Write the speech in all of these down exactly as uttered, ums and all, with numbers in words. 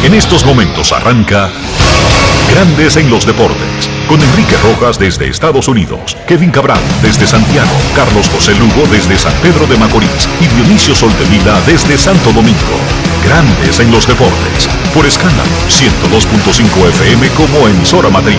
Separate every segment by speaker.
Speaker 1: En estos momentos arranca Grandes en los Deportes, con Enrique Rojas desde Estados Unidos, Kevin Cabral desde Santiago, Carlos José Lugo desde San Pedro de Macorís y Dionisio Soltevila desde Santo Domingo. Grandes en los Deportes, por Escándalo ciento dos punto cinco F M como emisora matriz.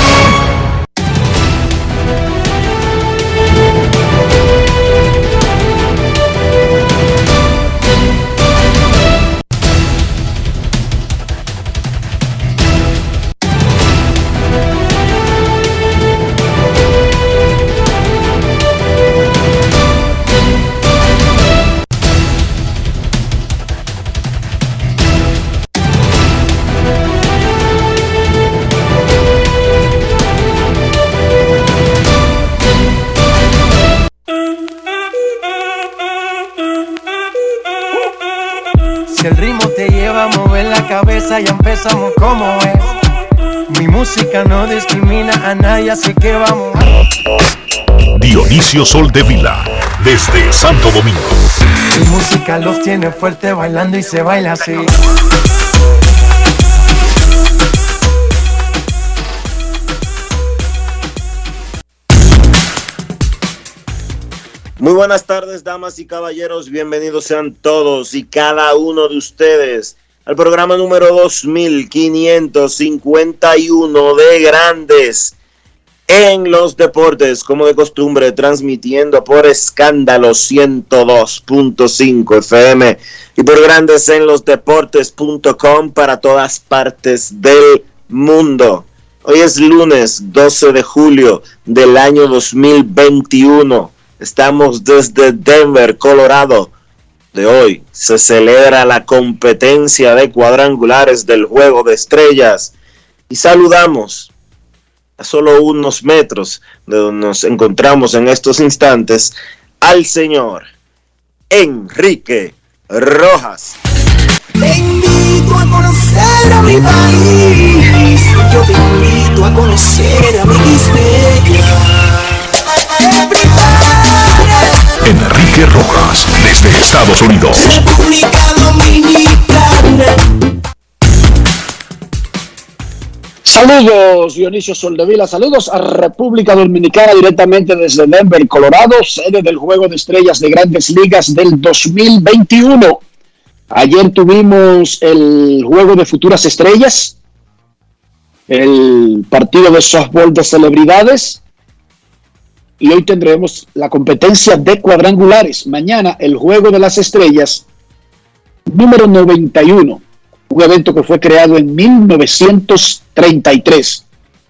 Speaker 2: Ya empezamos como es. Mi música no discrimina a nadie, así que vamos.
Speaker 1: Dionisio Soltevila, desde Santo Domingo.
Speaker 2: Mi música los tiene fuerte bailando y se baila así.
Speaker 3: Muy buenas tardes, damas y caballeros. Bienvenidos sean todos y cada uno de ustedes al programa número dos mil quinientos cincuenta y uno de Grandes en los Deportes, como de costumbre, transmitiendo por Escándalo ciento dos punto cinco F M y por grandes en los deportes punto com para todas partes del mundo. Hoy es lunes doce de julio del año dos mil veintiuno. Estamos desde Denver, Colorado. De hoy se celebra la competencia de cuadrangulares del Juego de Estrellas y saludamos a solo unos metros de donde nos encontramos en estos instantes al señor Enrique Rojas.
Speaker 4: Te invito a conocer a mi país, yo te invito a conocer a mi Quispeya.
Speaker 1: Enrique Rojas, desde Estados Unidos.
Speaker 4: República Dominicana.
Speaker 5: Saludos, Dionisio Soldevila. Saludos a República Dominicana, directamente desde Denver, Colorado, sede del Juego de Estrellas de Grandes Ligas del dos mil veintiuno. Ayer tuvimos el Juego de Futuras Estrellas, el partido de softball de celebridades. Y hoy tendremos la competencia de cuadrangulares. Mañana el Juego de las Estrellas número noventa y uno. Un evento que fue creado en mil novecientos treinta y tres.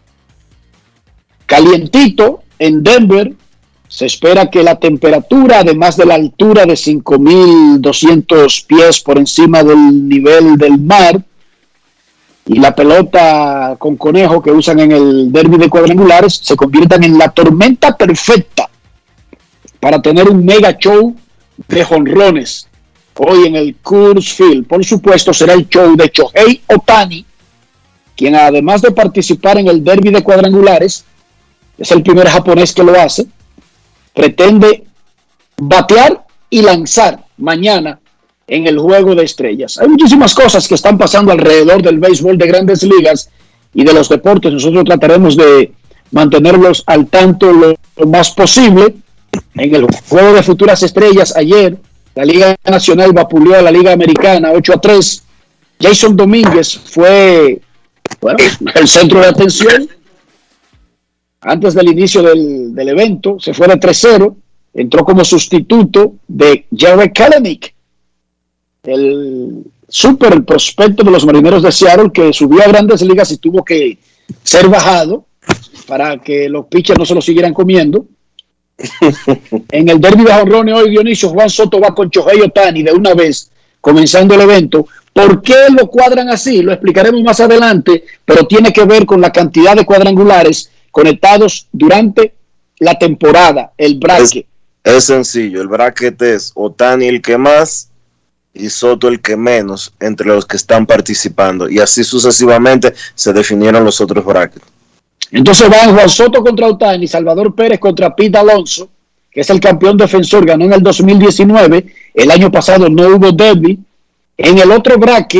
Speaker 5: Calientito en Denver. Se espera que la temperatura, además de la altura de cinco mil doscientos pies por encima del nivel del mar, y la pelota con conejo que usan en el derbi de cuadrangulares, se conviertan en la tormenta perfecta para tener un mega show de jonrones hoy en el Coors Field. Por supuesto, será el show de Shohei Ohtani, quien además de participar en el derbi de cuadrangulares, es el primer japonés que lo hace, pretende batear y lanzar mañana en el Juego de Estrellas. Hay muchísimas cosas que están pasando alrededor del béisbol de Grandes Ligas y de los deportes. Nosotros trataremos de mantenerlos al tanto lo, lo más posible. En el Juego de Futuras Estrellas ayer, la Liga Nacional vapuleó a la Liga Americana ocho a tres. Jason Domínguez fue, bueno, el centro de atención. Antes del inicio del, del evento, se fue de tres cero. Entró como sustituto de Jarred Kelenic, el super prospecto de los Marineros de Seattle, que subió a Grandes Ligas y tuvo que ser bajado para que los pitchers no se lo siguieran comiendo. En el derbi de jonrones hoy, Dionisio, Juan Soto va con Shohei Ohtani de una vez, comenzando el evento. ¿Por qué lo cuadran así? Lo explicaremos más adelante, pero tiene que ver con la cantidad de cuadrangulares conectados durante la temporada, el bracket.
Speaker 3: Es, es sencillo, el bracket es Ohtani el que más y Soto el que menos entre los que están participando, y así sucesivamente se definieron los otros brackets.
Speaker 5: Entonces van Juan Soto contra Ohtani, Salvador Pérez contra Pete Alonso, que es el campeón defensor, ganó en el dos mil diecinueve, el año pasado no hubo derby. En el otro bracket,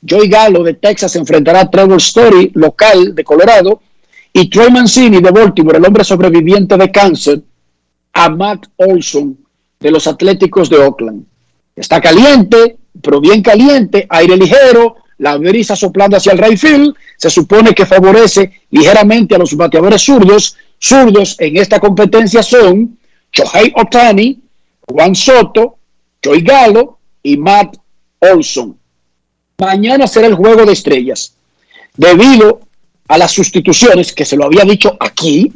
Speaker 5: Joey Gallo de Texas enfrentará a Trevor Story, local de Colorado, y Trey Mancini de Baltimore, el hombre sobreviviente de cáncer, a Matt Olson de los Atléticos de Oakland. Está caliente, pero bien caliente, aire ligero, la brisa soplando hacia el right field, se supone que favorece ligeramente a los bateadores zurdos. Zurdos en esta competencia son Shohei Ohtani, Juan Soto, Joey Gallo y Matt Olson. Mañana será el juego de estrellas. Debido a las sustituciones, que se lo había dicho aquí,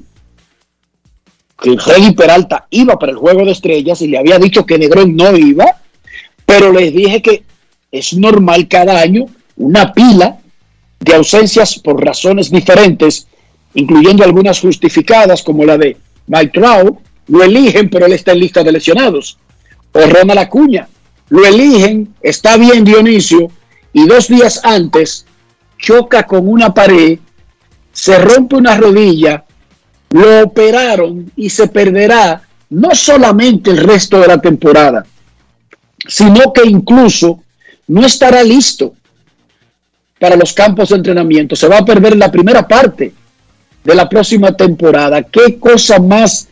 Speaker 5: que Freddy Peralta iba para el juego de estrellas y le había dicho que Negrón no iba, pero les dije que es normal cada año una pila de ausencias por razones diferentes, incluyendo algunas justificadas como la de Mike Trout. Lo eligen, pero él está en lista de lesionados. O Ronald Acuña, lo eligen, está bien Dionisio, y dos días antes choca con una pared, se rompe una rodilla, lo operaron y se perderá no solamente el resto de la temporada, sino que incluso no estará listo para los campos de entrenamiento. Se va a perder la primera parte de la próxima temporada. Qué cosa más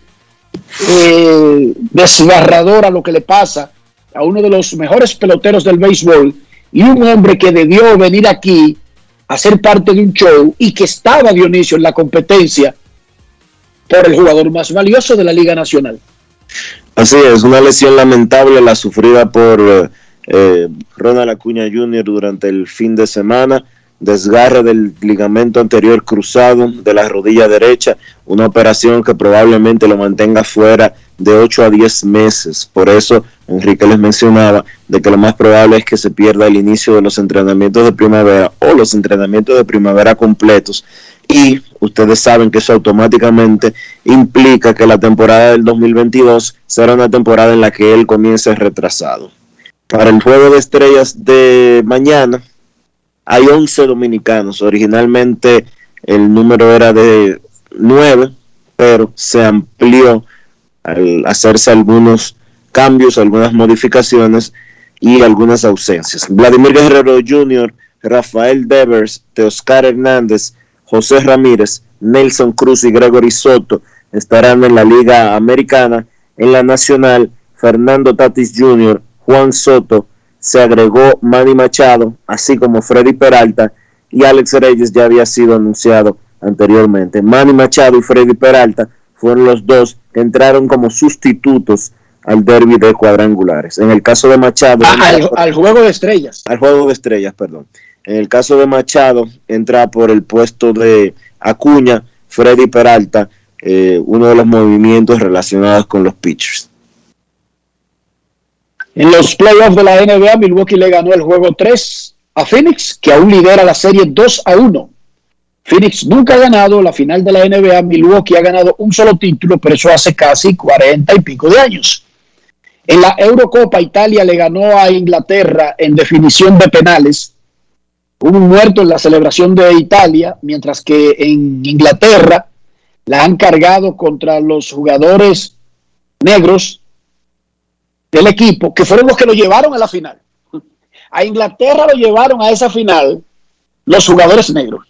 Speaker 5: eh, desgarradora lo que le pasa a uno de los mejores peloteros del béisbol y un hombre que debió venir aquí a ser parte de un show y que estaba, Dionisio, en la competencia por el jugador más valioso de la Liga Nacional.
Speaker 3: Así es, una lesión lamentable la sufrida por eh, Ronald Acuña junior durante el fin de semana. Desgarre del ligamento anterior cruzado de la rodilla derecha, una operación que probablemente lo mantenga fuera de ocho a diez meses. Por eso Enrique les mencionaba de que lo más probable es que se pierda el inicio de los entrenamientos de primavera o los entrenamientos de primavera completos, y ustedes saben que eso automáticamente implica que la temporada del dos mil veintidós será una temporada en la que él comience retrasado. Para el juego de estrellas de mañana hay once dominicanos. Originalmente el número era de nueve, pero se amplió al hacerse algunos cambios, algunas modificaciones y algunas ausencias. Vladimir Guerrero junior, Rafael Devers, Teoscar Hernández, José Ramírez, Nelson Cruz y Gregory Soto estarán en la Liga Americana. En la Nacional, Fernando Tatis junior, Juan Soto, se agregó Manny Machado, así como Freddy Peralta, y Alex Reyes ya había sido anunciado anteriormente. Manny Machado y Freddy Peralta fueron los dos que entraron como sustitutos al derbi de cuadrangulares. En el caso de Machado...
Speaker 5: Ah, al, al juego de estrellas.
Speaker 3: Al juego de estrellas, perdón. En el caso de Machado, entra por el puesto de Acuña, Freddy Peralta, eh, uno de los movimientos relacionados con los pitchers.
Speaker 5: En los playoffs de la N B A, Milwaukee le ganó el juego tres a Phoenix, que aún lidera la serie dos a uno. Phoenix nunca ha ganado la final de la N B A. Milwaukee ha ganado un solo título, pero eso hace casi cuarenta y pico de años. En la Eurocopa, Italia le ganó a Inglaterra en definición de penales. Hubo un muerto en la celebración de Italia, mientras que en Inglaterra la han cargado contra los jugadores negros del equipo, que fueron los que lo llevaron a la final. A Inglaterra lo llevaron a esa final los jugadores negros.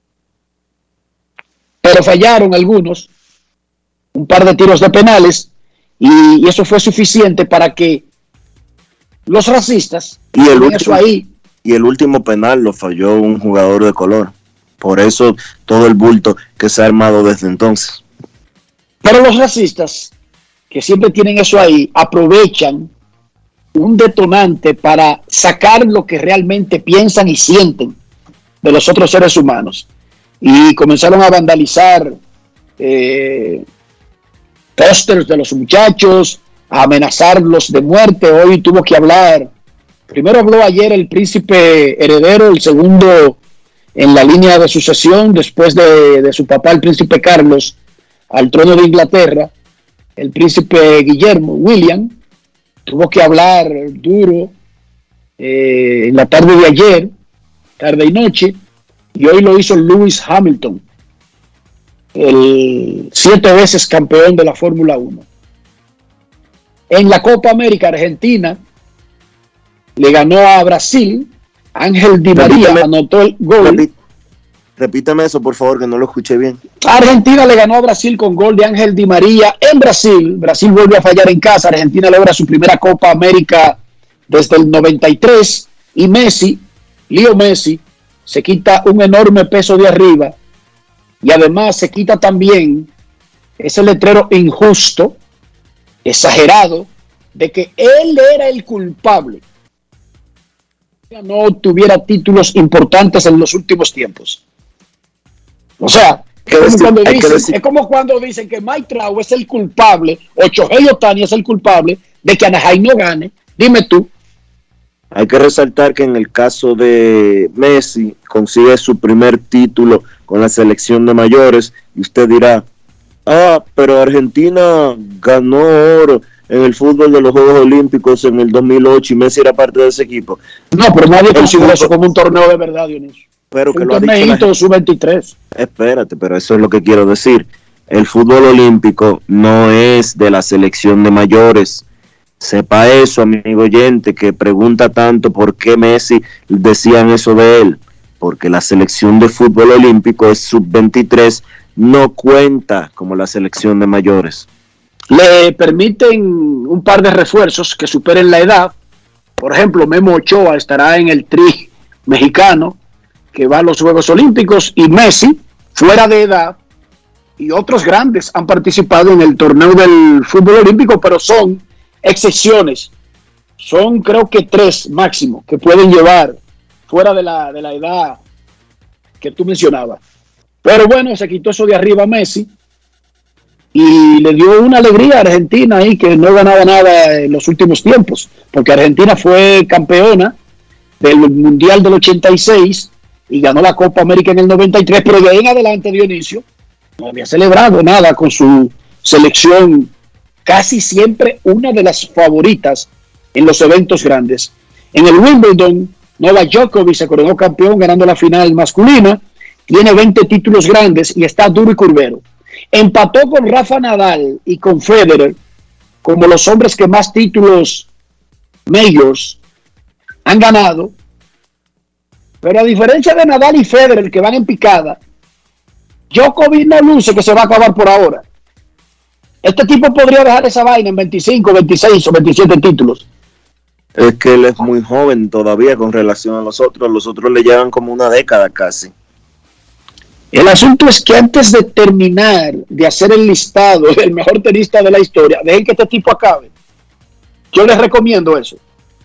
Speaker 5: Pero fallaron algunos, un par de tiros de penales, y, y eso fue suficiente para que los racistas,
Speaker 3: y el, último,
Speaker 5: eso ahí,
Speaker 3: y el último penal lo falló un jugador de color. Por eso todo el bulto que se ha armado desde entonces.
Speaker 5: Pero los racistas, que siempre tienen eso ahí, aprovechan un detonante para sacar lo que realmente piensan y sienten de los otros seres humanos. Y comenzaron a vandalizar eh, pósters de los muchachos, a amenazarlos de muerte. Hoy tuvo que hablar, primero habló ayer el príncipe heredero, el segundo en la línea de sucesión después de, de su papá, el príncipe Carlos, al trono de Inglaterra. El príncipe Guillermo, William, tuvo que hablar duro eh, en la tarde de ayer, tarde y noche, y hoy lo hizo Lewis Hamilton, el siete veces campeón de la Fórmula uno. En la Copa América, Argentina le ganó a Brasil Ángel Di María repítame, anotó el gol.
Speaker 3: Repí, repítame eso, por favor, que no lo escuché bien.
Speaker 5: Argentina le ganó a Brasil con gol de Ángel Di María en Brasil. Brasil vuelve a fallar en casa. Argentina logra su primera Copa América desde el noventa y tres. Y Messi, Leo Messi, se quita un enorme peso de arriba. Y además se quita también ese letrero injusto, exagerado, de que él era el culpable. No tuviera títulos importantes en los últimos tiempos. O sea, es como, cuando dicen, es como cuando dicen que Mike Trout es el culpable, o Shohei Ohtani es el culpable de que Anaheim no gane. Dime tú.
Speaker 3: Hay que resaltar que en el caso de Messi consigue su primer título con la selección de mayores y usted dirá, ah, pero Argentina ganó oro en el fútbol de los Juegos Olímpicos en el dos mil ocho y Messi era parte de ese equipo.
Speaker 5: No, pero nadie considera eso como un torneo de verdad, Dionisio.
Speaker 3: Pero que
Speaker 5: un
Speaker 3: lo ha dicho la...
Speaker 5: sub veintitrés.
Speaker 3: Espérate, pero eso es lo que quiero decir. El fútbol olímpico no es de la selección de mayores. Sepa eso, amigo oyente, que pregunta tanto por qué Messi decían eso de él. Porque la selección de fútbol olímpico es sub veintitrés, no cuenta como la selección de mayores.
Speaker 5: Le permiten un par de refuerzos que superen la edad. Por ejemplo, Memo Ochoa estará en el tri mexicano que va a los Juegos Olímpicos y Messi, fuera de edad, y otros grandes han participado en el torneo del fútbol olímpico, pero son excepciones. Son creo que tres máximo que pueden llevar fuera de la, de la edad que tú mencionabas. Pero bueno, se quitó eso de arriba a Messi y le dio una alegría a Argentina ahí que no ganaba nada en los últimos tiempos, porque Argentina fue campeona del Mundial del ochenta y seis y ganó la Copa América en el noventa y tres, pero de ahí en adelante, Dionisio, no había celebrado nada con su selección, casi siempre una de las favoritas en los eventos grandes. En el Wimbledon, Novak Djokovic se coronó campeón ganando la final masculina, tiene veinte títulos grandes y está duro y curvero. Empató con Rafa Nadal y con Federer como los hombres que más títulos majors han ganado, pero a diferencia de Nadal y Federer que van en picada, Djokovic no luce que se va a acabar por ahora. Este tipo podría dejar esa vaina en veinticinco, veintiséis o veintisiete títulos.
Speaker 3: Es que él es muy joven todavía con relación a los otros. Los otros le llevan como una década casi.
Speaker 5: El asunto es que antes de terminar de hacer el listado del mejor tenista de la historia, dejen que este tipo acabe. Yo les recomiendo eso.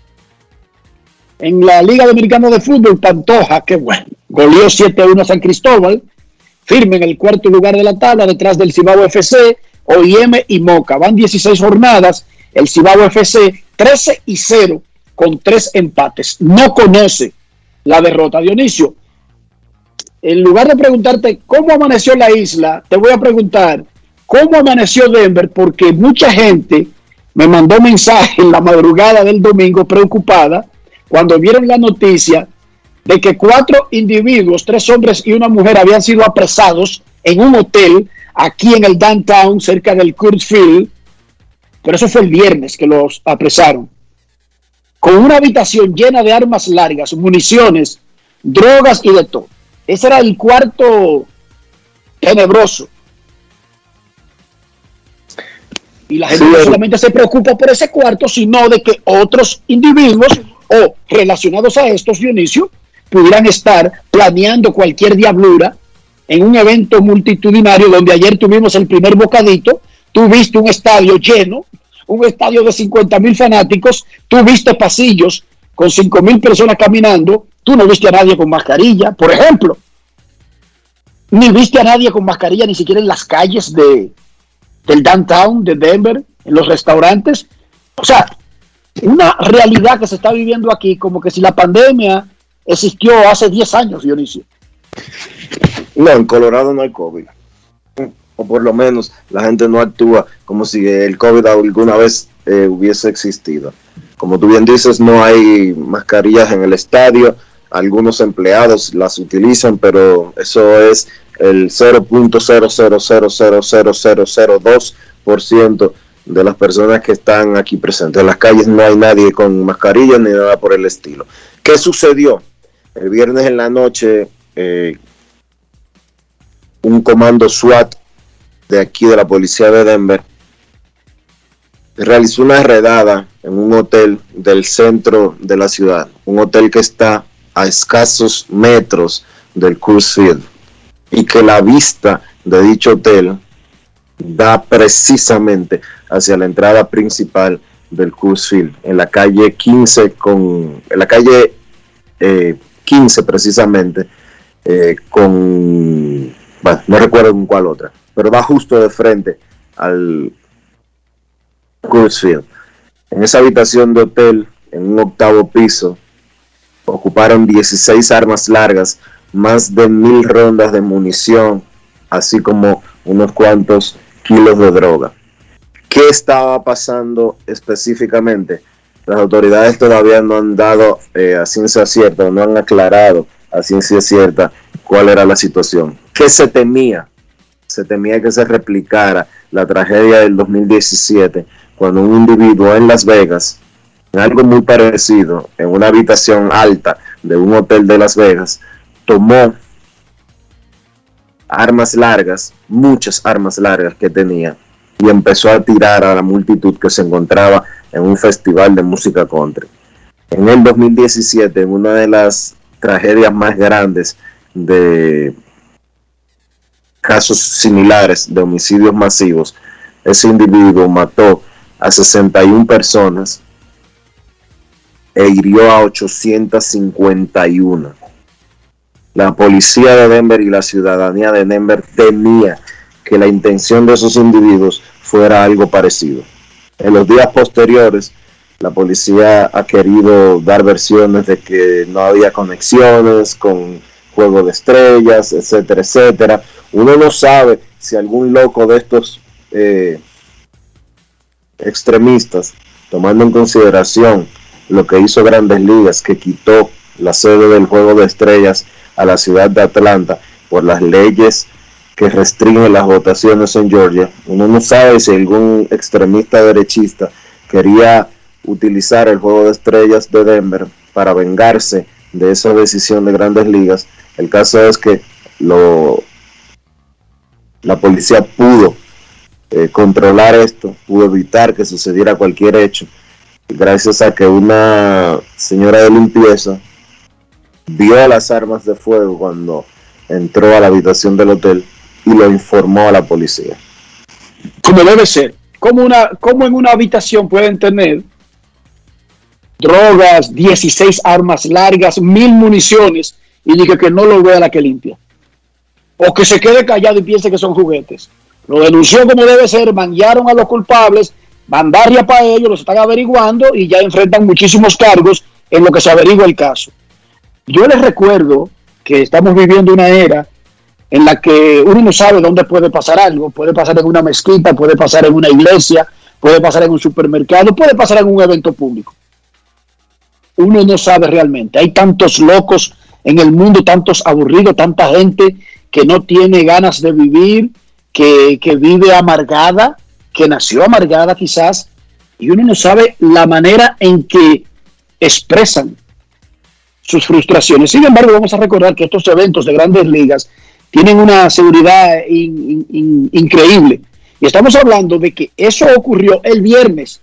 Speaker 5: En la Liga Dominicana de Fútbol, Pantoja, que bueno, goleó siete a uno a San Cristóbal, firme en el cuarto lugar de la tabla, detrás del Cibao F C, O I M y Moca. Van dieciséis jornadas, el Cibao F C trece y cero con tres empates. No conoce la derrota. Dionisio, en lugar de preguntarte cómo amaneció la isla, te voy a preguntar cómo amaneció Denver, porque mucha gente me mandó mensaje en la madrugada del domingo preocupada cuando vieron la noticia de que cuatro individuos, tres hombres y una mujer, habían sido apresados en un hotel aquí en el downtown, cerca del Coors Field, pero eso fue el viernes que los apresaron, con una habitación llena de armas largas, municiones, drogas y de todo. Ese era el cuarto tenebroso. Y la gente sí, no solamente se preocupa por ese cuarto, sino de que otros individuos o relacionados a estos, Dionisio, pudieran estar planeando cualquier diablura en un evento multitudinario donde ayer tuvimos el primer bocadito. Tú viste un estadio lleno, un estadio de cincuenta mil fanáticos, tú viste pasillos con cinco mil personas caminando, tú no viste a nadie con mascarilla, por ejemplo, ni viste a nadie con mascarilla ni siquiera en las calles de, del downtown de Denver, en los restaurantes. O sea, una realidad que se está viviendo aquí como que si la pandemia existió hace diez años, Dionisio.
Speaker 3: No, en Colorado no hay COVID. O por lo menos la gente no actúa como si el COVID alguna vez eh, hubiese existido. Como tú bien dices, no hay mascarillas en el estadio. Algunos empleados las utilizan, pero eso es el cero punto cero cero cero cero cero cero cero dos por ciento de las personas que están aquí presentes. En las calles no hay nadie con mascarilla ni nada por el estilo. ¿Qué sucedió? El viernes en la noche, eh, un comando SWAT de aquí de la policía de Denver realizó una redada en un hotel del centro de la ciudad, un hotel que está a escasos metros del Coors Field y que la vista de dicho hotel da precisamente hacia la entrada principal del Coors Field, en la calle quince con en la calle eh, quince precisamente eh, con bueno, no recuerdo con cuál otra, pero va justo de frente al Coors Field. En esa habitación de hotel, en un octavo piso, ocuparon dieciséis armas largas, más de mil rondas de munición, así como unos cuantos kilos de droga. ¿Qué estaba pasando específicamente? Las autoridades todavía no han dado eh, a ciencia cierta, no han aclarado a ciencia cierta cuál era la situación. ¿Qué se temía? Se temía que se replicara la tragedia del dos mil diecisiete, cuando un individuo en Las Vegas, en algo muy parecido, en una habitación alta de un hotel de Las Vegas, tomó armas largas, muchas armas largas que tenía, y empezó a tirar a la multitud que se encontraba en un festival de música country. En el dos mil diecisiete, en una de las tragedias más grandes de casos similares de homicidios masivos, ese individuo mató a sesenta y una personas e hirió a ochocientas cincuenta y una. La policía de Denver y la ciudadanía de Denver temía que la intención de esos individuos fuera algo parecido. En los días posteriores, la policía ha querido dar versiones de que no había conexiones con Juego de Estrellas, etcétera, etcétera. Uno no sabe si algún loco de estos eh, extremistas, tomando en consideración lo que hizo Grandes Ligas, que quitó la sede del Juego de Estrellas a la ciudad de Atlanta por las leyes que restringen las votaciones en Georgia. Uno no sabe si algún extremista derechista quería utilizar el Juego de Estrellas de Denver para vengarse de esa decisión de Grandes Ligas. El caso es que lo, la policía pudo eh, controlar esto, pudo evitar que sucediera cualquier hecho, gracias a que una señora de limpieza vio las armas de fuego cuando entró a la habitación del hotel y lo informó a la policía.
Speaker 5: Como debe ser. Como, una, como en una habitación pueden tener drogas, dieciséis armas largas, mil municiones, y diga que no lo vea la que limpia. O que se quede callado y piense que son juguetes. Lo denunció como debe ser, mandaron a los culpables, mandaria para ellos, los están averiguando y ya enfrentan muchísimos cargos en lo que se averigua el caso. Yo les recuerdo que estamos viviendo una era en la que uno no sabe dónde puede pasar algo. Puede pasar en una mezquita, puede pasar en una iglesia, puede pasar en un supermercado, puede pasar en un evento público. Uno no sabe realmente. Hay tantos locos en el mundo, tantos aburridos, tanta gente que no tiene ganas de vivir, que, que vive amargada, que nació amargada quizás, y uno no sabe la manera en que expresan sus frustraciones. Sin embargo, vamos a recordar que estos eventos de Grandes Ligas tienen una seguridad in, in, increíble. Y estamos hablando de que eso ocurrió el viernes,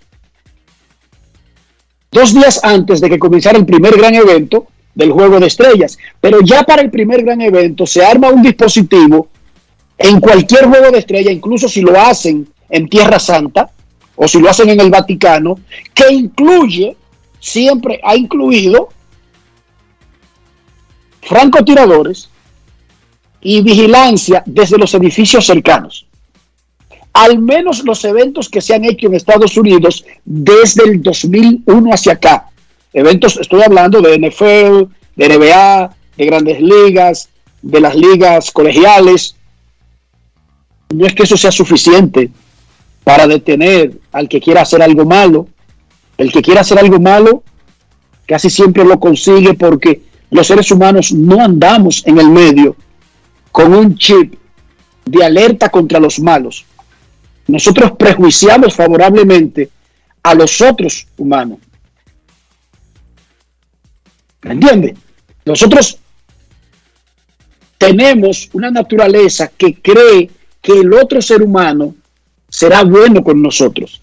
Speaker 5: dos días antes de que comenzara el primer gran evento del Juego de Estrellas. Pero ya para el primer gran evento se arma un dispositivo en cualquier Juego de Estrellas, incluso si lo hacen en Tierra Santa o si lo hacen en el Vaticano, que incluye, siempre ha incluido francotiradores y vigilancia desde los edificios cercanos. Al menos los eventos que se han hecho en Estados Unidos desde el dos mil uno hacia acá. Eventos, estoy hablando de N F L, de N B A, de Grandes Ligas, de las ligas colegiales. No es que eso sea suficiente para detener al que quiera hacer algo malo. El que quiera hacer algo malo casi siempre lo consigue, porque los seres humanos no andamos en el medio con un chip de alerta contra los malos. Nosotros prejuiciamos favorablemente a los otros humanos. ¿Me entiende? Nosotros tenemos una naturaleza que cree que el otro ser humano será bueno con nosotros.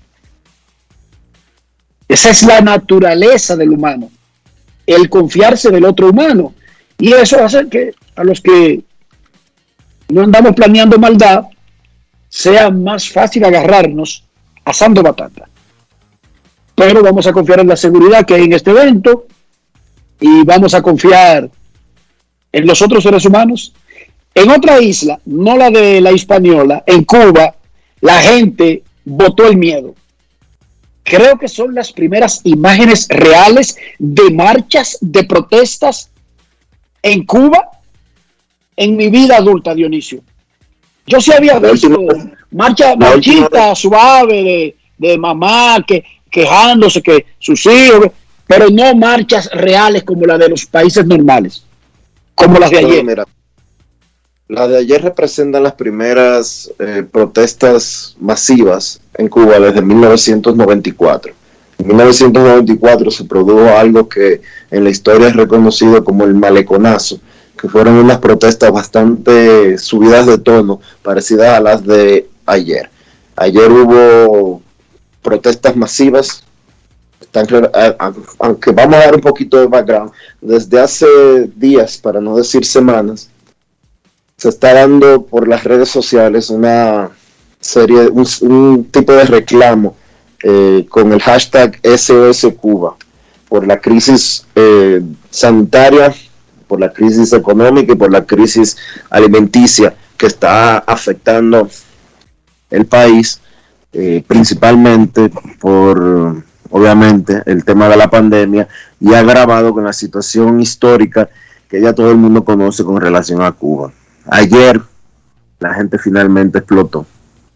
Speaker 5: Esa es la naturaleza del humano, el confiarse del otro humano. Y eso hace que a los que no andamos planeando maldad, sea más fácil agarrarnos asando batata. Pero vamos a confiar en la seguridad que hay en este evento y vamos a confiar en los otros seres humanos. En otra isla, no la de la Hispaniola, en Cuba, la gente votó el miedo. Creo que son las primeras imágenes reales de marchas, de protestas en Cuba en mi vida adulta, Dionisio. Yo sí había visto marcha, marchita suave de, de mamá que, quejándose que sus hijos, pero no marchas reales como la de los países normales, como las de ayer.
Speaker 3: No, mira, la de ayer representan las primeras eh, protestas masivas en Cuba desde mil novecientos noventa y cuatro. En mil novecientos noventa y cuatro se produjo algo que en la historia es reconocido como el maleconazo, que fueron unas protestas bastante subidas de tono, parecidas a las de ayer. Ayer hubo protestas masivas, están, aunque vamos a dar un poquito de background, desde hace días, para no decir semanas, se está dando por las redes sociales una serie, un, un tipo de reclamo eh, con el hashtag S O S Cuba, por la crisis eh, sanitaria, por la crisis económica y por la crisis alimenticia que está afectando el país, eh, principalmente por, obviamente, el tema de la pandemia, y agravado con la situación histórica que ya todo el mundo conoce con relación a Cuba. Ayer la gente finalmente explotó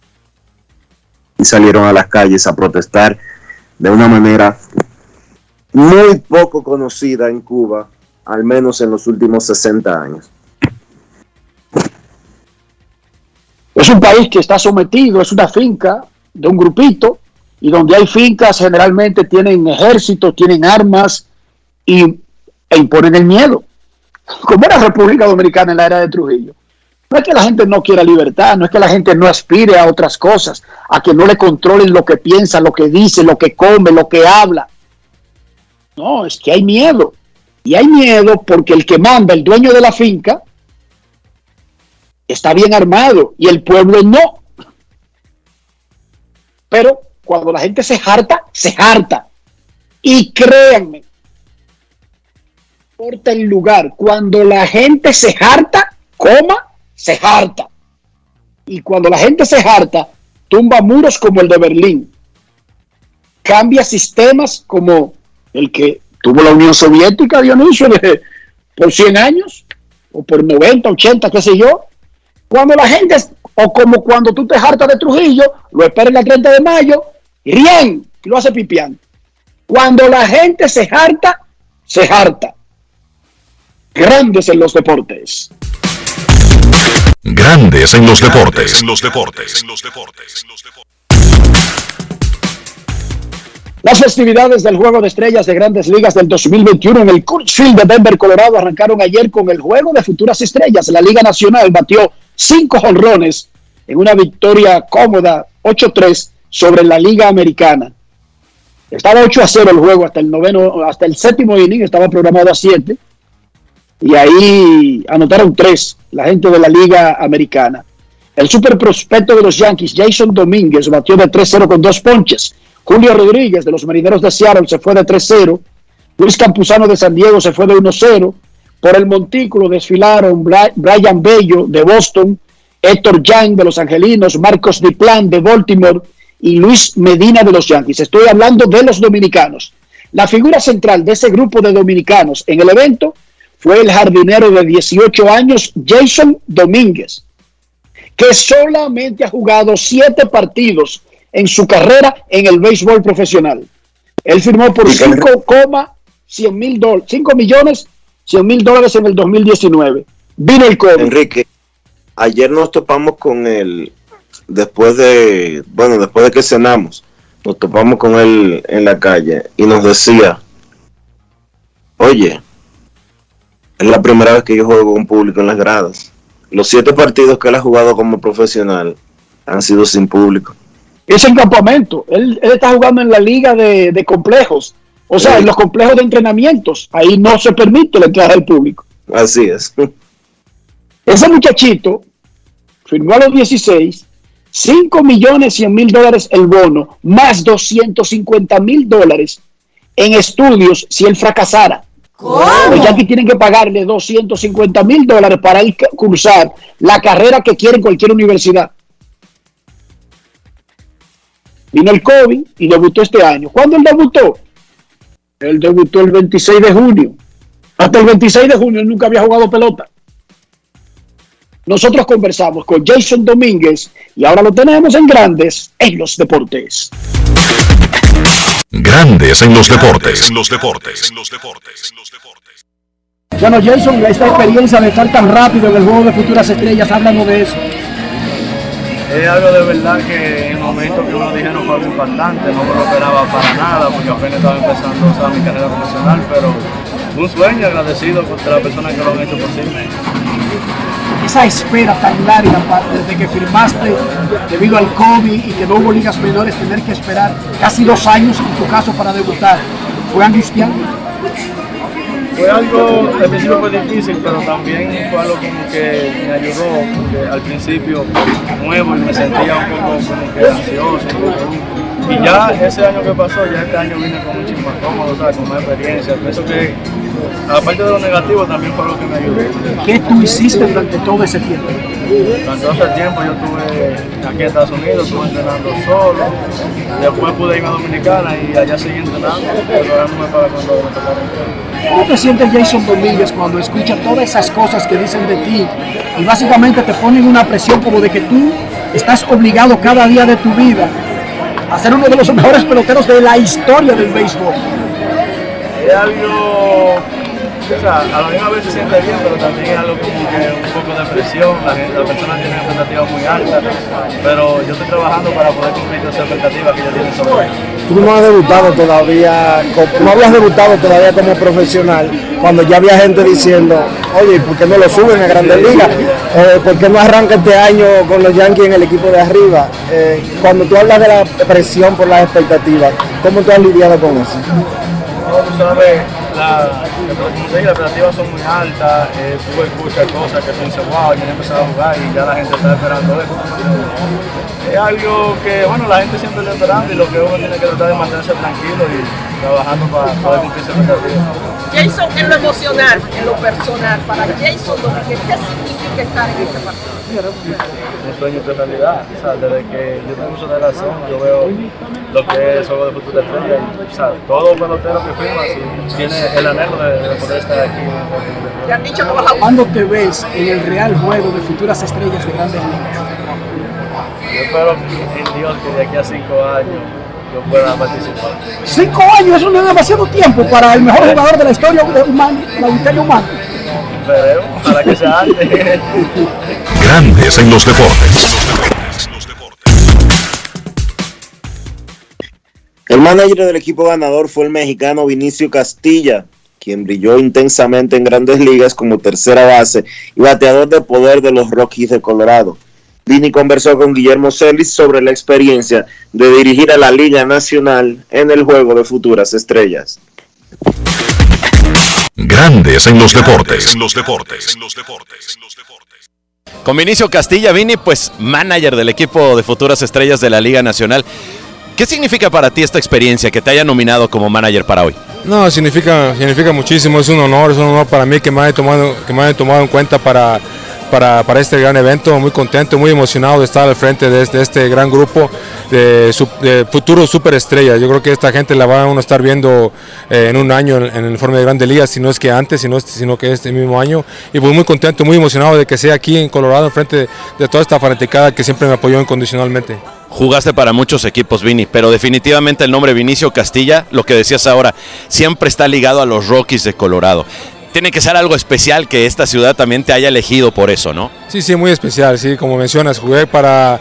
Speaker 3: y salieron a las calles a protestar de una manera muy poco conocida en Cuba, al menos en los últimos sesenta años.
Speaker 5: Es un país que está sometido, es una finca de un grupito, y donde hay fincas generalmente tienen ejércitos, tienen armas y, e imponen el miedo. Como era República Dominicana en la era de Trujillo. No es que la gente no quiera libertad, no es que la gente no aspire a otras cosas, a que no le controlen lo que piensa, lo que dice, lo que come, lo que habla. No, es que hay miedo. Y hay miedo porque el que manda, el dueño de la finca, está bien armado y el pueblo no. Pero cuando la gente se harta, se harta. Y créanme, no importa el lugar, cuando la gente se harta, coma, se harta. Y cuando la gente se harta, tumba muros como el de Berlín. Cambia sistemas como el que tuvo la Unión Soviética, Dionisio, de, por cien años, o por noventa, ochenta, qué sé yo. Cuando la gente, o como cuando tú te hartas de Trujillo, lo esperas el treinta de mayo, y bien, y lo hace pipián. Cuando la gente se harta, se harta. Grandes en los deportes.
Speaker 1: Grandes en los deportes. En los deportes. En los deportes.
Speaker 5: Las festividades del Juego de Estrellas de Grandes Ligas del dos mil veintiuno en el Coors Field de Denver, Colorado, arrancaron ayer con el Juego de Futuras Estrellas. La Liga Nacional batió cinco jonrones en una victoria cómoda, ocho tres, sobre la Liga Americana. Estaba ocho a cero el juego hasta el noveno, hasta el séptimo inning, estaba programado a siete. Y ahí anotaron tres la gente de la Liga Americana. El super prospecto de los Yankees, Jason Domínguez, batió de tres cero con dos ponches. Julio Rodríguez de los Marineros de Seattle se fue de tres cero. Luis Campuzano de San Diego se fue de uno cero. Por el montículo desfilaron Brian Bello de Boston, Héctor Young de los Angelinos, Marcos Diplan de Baltimore y Luis Medina de los Yankees. Estoy hablando de los dominicanos. La figura central de ese grupo de dominicanos en el evento fue el jardinero de dieciocho años, Jason Domínguez, que solamente ha jugado siete partidos en su carrera en el béisbol profesional. Él firmó por cinco millones cien mil dólares en el dos mil diecinueve. Vino el COVID.
Speaker 3: Enrique, ayer nos topamos con él, después de, bueno, después de que cenamos, nos topamos con él en la calle y nos decía, oye, Es la primera vez que yo juego con público en las gradas. Los siete partidos que él ha jugado como profesional han sido sin público.
Speaker 5: Es en campamento. Él, él está jugando en la liga de, de complejos. O sea, sí. En los complejos de entrenamientos. Ahí no se permite la entrada del público.
Speaker 3: Así es.
Speaker 5: Ese muchachito firmó a los dieciséis, cinco millones cien mil dólares el bono, más doscientos cincuenta mil dólares en estudios si él fracasara. ¿Cómo? Los Yankees tienen que pagarle doscientos cincuenta mil dólares para él cursar la carrera que quiere en cualquier universidad. Vino el COVID y debutó este año. ¿Cuándo él debutó? Él debutó el veintiséis de junio. Hasta el veintiséis de junio él nunca había jugado pelota. Nosotros conversamos con Jason Domínguez y ahora lo tenemos en Grandes en los Deportes.
Speaker 1: Grandes en los Deportes. En los Deportes. En los Deportes.
Speaker 5: Bueno, Jason, esta experiencia de estar tan rápido en el juego de futuras estrellas, háblanos de eso.
Speaker 6: Es algo de verdad que en el momento que uno dijeron fue algo impactante, no me lo esperaba para nada porque apenas estaba empezando, o sea, mi carrera profesional, pero un sueño, agradecido contra las personas que lo han hecho posible.
Speaker 5: Esa espera tan larga desde que firmaste debido al COVID y que no hubo ligas menores, tener que esperar casi dos años en tu caso para debutar, ¿fue angustiante?
Speaker 6: Fue algo, al principio fue difícil, pero también fue algo como que me ayudó, porque al principio nuevo y me sentía un poco como que ansioso. Y ya ese año que pasó, ya este año vine con mucho más cómodo, ¿sabes? Con más experiencia. Pienso que, aparte de lo negativo, también fue algo que me ayudó.
Speaker 5: ¿Qué tú hiciste durante todo ese tiempo?
Speaker 6: Durante todo ese tiempo yo estuve aquí en Estados Unidos, estuve entrenando solo. Después pude irme a Dominicana y allá seguí entrenando, pero ahora no me paga cuando me tocaron.
Speaker 5: ¿Cómo te sientes, Jason Domínguez, cuando escuchas todas esas cosas que dicen de ti y básicamente te ponen una presión como de que tú estás obligado cada día de tu vida a ser uno de los mejores peloteros de la historia del béisbol?
Speaker 6: Es algo, o sea, a la misma vez se siente bien, pero también es algo como que un poco de presión. La gente, las personas tienen expectativas muy altas, pero yo estoy trabajando para poder cumplir esas expectativas que ellos tienen sobre mí.
Speaker 7: Tú no has debutado todavía, no habías debutado todavía como profesional, cuando ya había gente diciendo, oye, ¿por qué no lo suben a Grandes Ligas? Eh, ¿Por qué no arranca este año con los Yankees en el equipo de arriba? Eh, cuando tú hablas de la presión por las expectativas, ¿cómo tú has lidiado con eso?
Speaker 6: No, tú sabes, la, las expectativas son muy altas, eh, tú escuchas cosas que tú dices, wow, yo he empezado a jugar y ya la gente está esperando eso. Es algo que, bueno, la gente siempre está esperando y lo que uno tiene que tratar de mantenerse tranquilo y trabajando para poder cumplir esa expectativa.
Speaker 8: Jason, en lo emocional, en lo personal, para Jason Domínguez, ¿qué significa estar en este partido?
Speaker 6: Un sueño de realidad, o sea, desde que yo tengo uso de razón, yo veo lo que es juego de futura estrella y, o sea, todo pelotero que firma si tiene el anhelo de, de poder estar aquí.
Speaker 8: ¿Te han dicho que vas a...
Speaker 5: ¿Cuándo te ves en el real juego de futuras estrellas de Grandes Ligas?
Speaker 6: Yo espero en Dios que de aquí a cinco años yo pueda participar.
Speaker 5: Cinco años, eso no es demasiado tiempo para el mejor jugador de la historia humana, la historia humana.
Speaker 6: Veremos, ojalá que sea antes.
Speaker 1: Grandes en los Deportes.
Speaker 3: El manager del equipo ganador fue el mexicano Vinicio Castilla, quien brilló intensamente en Grandes Ligas como tercera base y bateador de poder de los Rockies de Colorado. Vini conversó con Guillermo Celis sobre la experiencia de dirigir a la Liga Nacional en el juego de futuras estrellas.
Speaker 1: Grandes en los Deportes. En los Deportes.
Speaker 9: Con Vinicio Castilla, Vini, pues manager del equipo de futuras estrellas de la Liga Nacional. ¿Qué significa para ti esta experiencia que te haya nominado como manager para hoy?
Speaker 10: No, significa, significa muchísimo, es un honor, es un honor para mí que me hayan tomado, que me hayan tomado en cuenta para... Para, para este gran evento, muy contento, muy emocionado de estar al frente de este, de este gran grupo de, de futuros superestrellas. Yo creo que esta gente la va a uno estar viendo eh, en un año en, en el informe de Grandes Ligas, si no es que antes, sino, sino que este mismo año. Y pues muy contento, muy emocionado de que sea aquí en Colorado, en frente de, de toda esta fanaticada que siempre me apoyó incondicionalmente.
Speaker 9: Jugaste para muchos equipos, Vini, pero definitivamente el nombre Vinicio Castilla, lo que decías ahora, siempre está ligado a los Rockies de Colorado. Tiene que ser algo especial que esta ciudad también te haya elegido por eso, ¿no?
Speaker 10: Sí, sí, muy especial, sí, como mencionas, jugué para,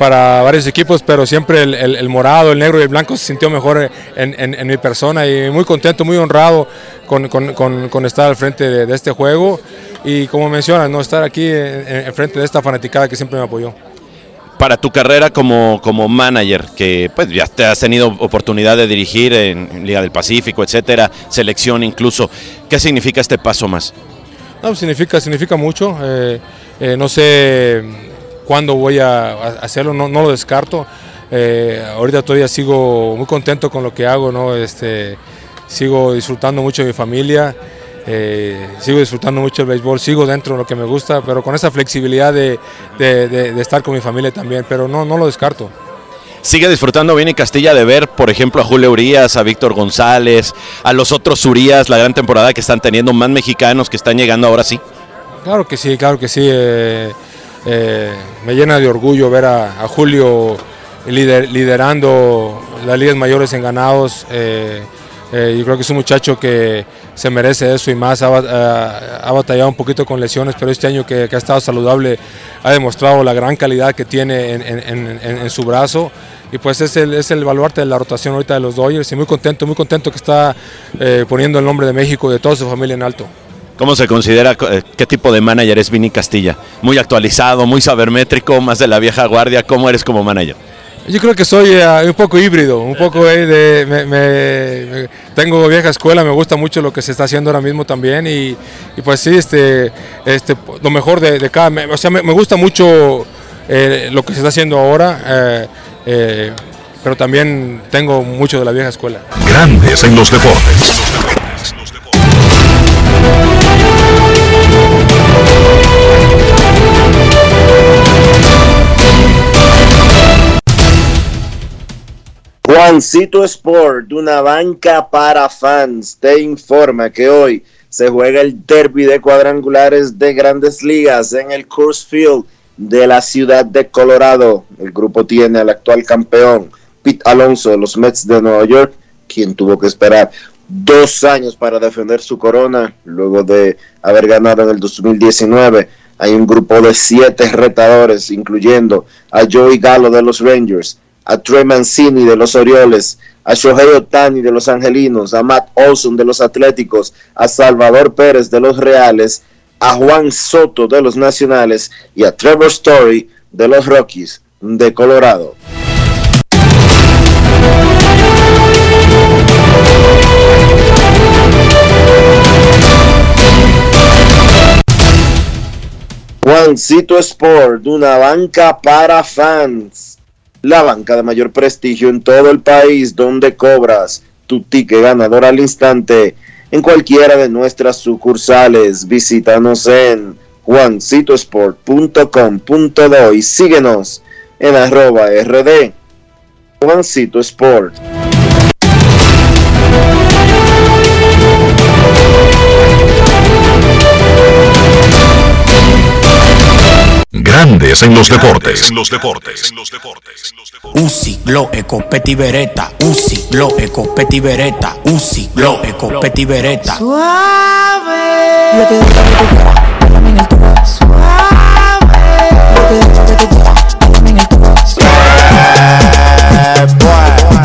Speaker 10: para varios equipos, pero siempre el, el, el morado, el negro y el blanco se sintió mejor en, en, en mi persona, y muy contento, muy honrado con, con, con, con estar al frente de, de este juego, y como mencionas, no estar aquí en, en frente de esta fanaticada que siempre me apoyó.
Speaker 9: Para tu carrera como, como manager, que pues ya te has tenido oportunidad de dirigir en, en Liga del Pacífico, etcétera, selección incluso, ¿qué significa este paso más?
Speaker 10: No, significa, significa mucho, eh, eh, no sé cuándo voy a, a hacerlo, no, no lo descarto, eh, ahorita todavía sigo muy contento con lo que hago, ¿no? Este, sigo disfrutando mucho de mi familia, Eh, sigo disfrutando mucho el béisbol, sigo dentro de lo que me gusta, pero con esa flexibilidad de, de, de, de estar con mi familia también, pero no, no lo descarto.
Speaker 9: ¿Sigue disfrutando Vini Castilla de ver, por ejemplo, a Julio Urías, a Víctor González, a los otros Urías, la gran temporada que están teniendo, más mexicanos que están llegando ahora sí?
Speaker 10: Claro que sí, claro que sí, eh, eh, me llena de orgullo ver a, a Julio lider, liderando las ligas mayores en ganados. eh, Eh, yo creo que es un muchacho que se merece eso y más, ha, ha, ha batallado un poquito con lesiones, pero este año que, que ha estado saludable ha demostrado la gran calidad que tiene en, en, en, en su brazo, y pues es el, es el baluarte de la rotación ahorita de los Dodgers, y muy contento, muy contento que está eh, poniendo el nombre de México y de toda su familia en alto.
Speaker 9: ¿Cómo se considera, qué tipo de manager es Vini Castilla? ¿Muy actualizado, muy sabermétrico, más de la vieja guardia? ¿Cómo eres como manager?
Speaker 10: Yo creo que soy uh, un poco híbrido, un poco eh, de, me, me, me, tengo vieja escuela, me gusta mucho lo que se está haciendo ahora mismo también, y, y pues sí, este, este, lo mejor de, de cada, me, o sea, me, me gusta mucho eh, lo que se está haciendo ahora, eh, eh, pero también tengo mucho de la vieja escuela.
Speaker 1: Grandes en los deportes.
Speaker 3: Juancito Sport, una banca para fans, te informa que hoy se juega el derbi de cuadrangulares de Grandes Ligas en el Coors Field de la ciudad de Colorado. El grupo tiene al actual campeón Pete Alonso de los Mets de Nueva York, quien tuvo que esperar dos años para defender su corona luego de haber ganado en el dos mil diecinueve. Hay un grupo de siete retadores, incluyendo a Joey Gallo de los Rangers, a Trey Mancini de los Orioles, a Shohei Ohtani de los Angelinos, a Matt Olson de los Atléticos, a Salvador Pérez de los Reales, a Juan Soto de los Nacionales y a Trevor Story de los Rockies de Colorado. Juancito Sport, una banca para fans. La banca de mayor prestigio en todo el país, donde cobras tu ticket ganador al instante en cualquiera de nuestras sucursales. Visítanos en juancito sport punto com punto do y síguenos en arroba rd Juancito Sport.
Speaker 1: Grandes en los deportes. En los deportes.
Speaker 11: Uzi, Glo, Ecopeti Beretta. Uzi, Glo, Ecopeti Beretta. Uzi, Glo, Ecopeti Beretta.
Speaker 4: Suave. Yo te doy lo que tú quieras, dálame en el tubo. Suave. Yo te doy lo que tú quieras, dálame en el tubo.
Speaker 11: Eh, boy.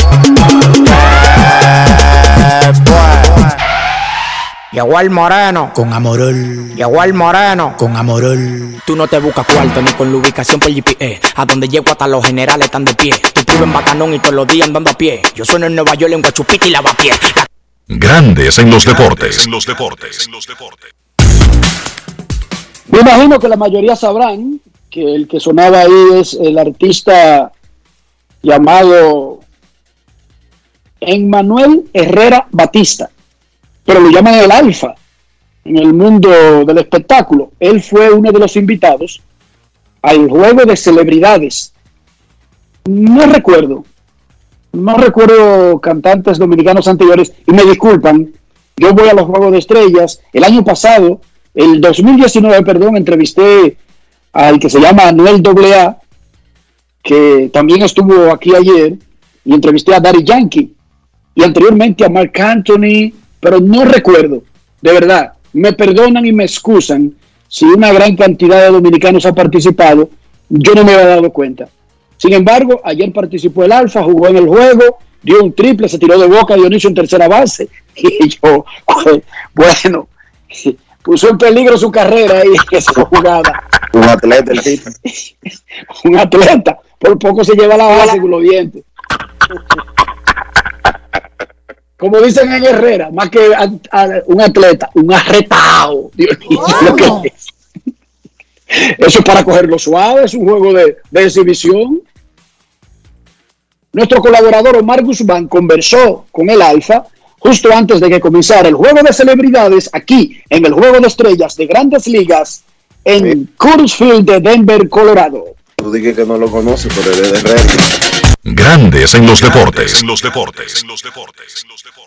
Speaker 11: Eh, boy. Llegó el moreno con Amorol. Llegó el moreno con Amorol. Tú no te buscas cuarto ni con la ubicación por G P S. A donde llego hasta los generales están de pie. Tú vives en Bacanón y todos los días andando a pie. Yo sueno en Nueva York en Guachupita y Lavapié.
Speaker 1: Grandes en los deportes. En los deportes.
Speaker 5: Me imagino que la mayoría sabrán que el que sonaba ahí es el artista llamado Emmanuel Herrera Batista, pero lo llaman el Alfa en el mundo del espectáculo. Él fue uno de los invitados al juego de celebridades. No recuerdo, no recuerdo cantantes dominicanos anteriores, y me disculpan, yo voy a los Juegos de Estrellas. El año pasado, el dos mil diecinueve, perdón, entrevisté al que se llama Anuel A A, que también estuvo aquí ayer, y entrevisté a Daddy Yankee, y anteriormente a Marc Anthony, pero no recuerdo, de verdad, me perdonan y me excusan si una gran cantidad de dominicanos ha participado, yo no me había dado cuenta. Sin embargo, ayer participó el Alfa, jugó en el juego, dio un triple, se tiró de boca a Dionisio en tercera base. Y yo, bueno, puso en peligro su carrera ahí en esa jugada.
Speaker 3: Un atleta el tipo.
Speaker 5: Un atleta. Por poco se lleva la base con los dientes. Como dicen en Herrera, más que a, a, un atleta, un arretado. Dionisio, lo que es. Eso es para cogerlo suave, es un juego de, de exhibición. Nuestro colaborador Omar Guzmán conversó con el Alfa justo antes de que comenzara el juego de celebridades aquí en el Juego de Estrellas de Grandes Ligas en sí. Coors Field de Denver, Colorado.
Speaker 3: Tú dije que no lo conoces, pero él es de Red.
Speaker 1: Grandes en los deportes. En los deportes. En los deportes.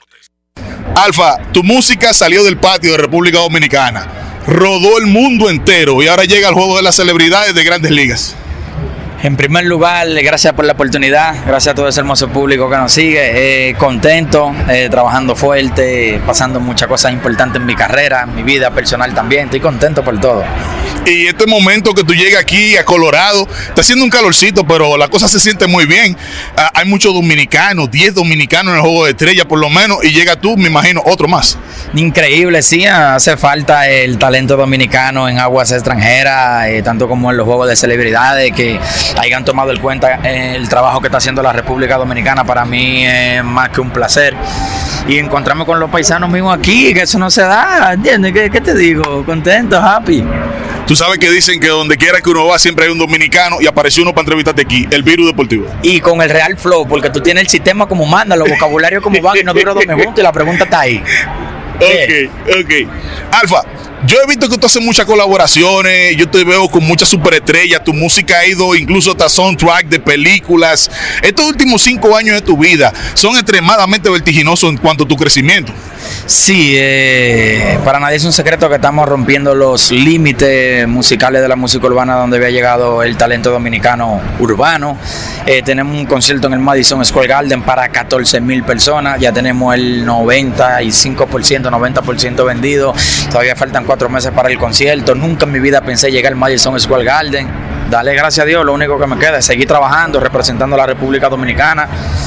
Speaker 12: Alfa, tu música salió del patio de República Dominicana, rodó el mundo entero y ahora llega al Juego de las Celebridades de Grandes Ligas.
Speaker 13: En primer lugar, gracias por la oportunidad, gracias a todo ese hermoso público que nos sigue, eh, contento, eh, trabajando fuerte, pasando muchas cosas importantes en mi carrera, en mi vida personal también, estoy contento por todo.
Speaker 12: Y este momento que tú llegas aquí a Colorado, está haciendo un calorcito, pero la cosa se siente muy bien. Ah, hay muchos dominicanos, diez dominicanos en el Juego de Estrellas por lo menos, y llega tú, me imagino, otro más.
Speaker 13: Increíble, sí, hace falta el talento dominicano en aguas extranjeras, eh, tanto como en los Juegos de Celebridades, que hayan tomado en cuenta el trabajo que está haciendo la República Dominicana. Para mí es más que un placer. Y encontrarme con los paisanos mismos aquí, que eso no se da, ¿entiendes? ¿Qué, qué te digo? Contento, happy.
Speaker 12: Tú sabes que dicen que donde quiera que uno va siempre hay un dominicano y apareció uno para entrevistarte aquí, el Virus Deportivo.
Speaker 13: Y con el Real Flow, porque tú tienes el sistema como manda, los vocabularios como van y no dura dos me juntos y la pregunta está ahí.
Speaker 12: Ok, ok. Alfa, yo he visto que tú haces muchas colaboraciones, yo te veo con muchas superestrellas, tu música ha ido incluso hasta soundtrack de películas. Estos últimos cinco años de tu vida son extremadamente vertiginosos en cuanto a tu crecimiento.
Speaker 13: Sí, eh, para nadie es un secreto que estamos rompiendo los límites musicales de la música urbana donde había llegado el talento dominicano urbano. Eh, tenemos un concierto en el Madison Square Garden para catorce mil personas, ya tenemos el noventa y cinco por ciento, noventa por ciento vendido, todavía faltan cuatro meses para el concierto. Nunca en mi vida pensé llegar al Madison Square Garden. Dale gracias a Dios, lo único que me queda es seguir trabajando, representando a la República Dominicana.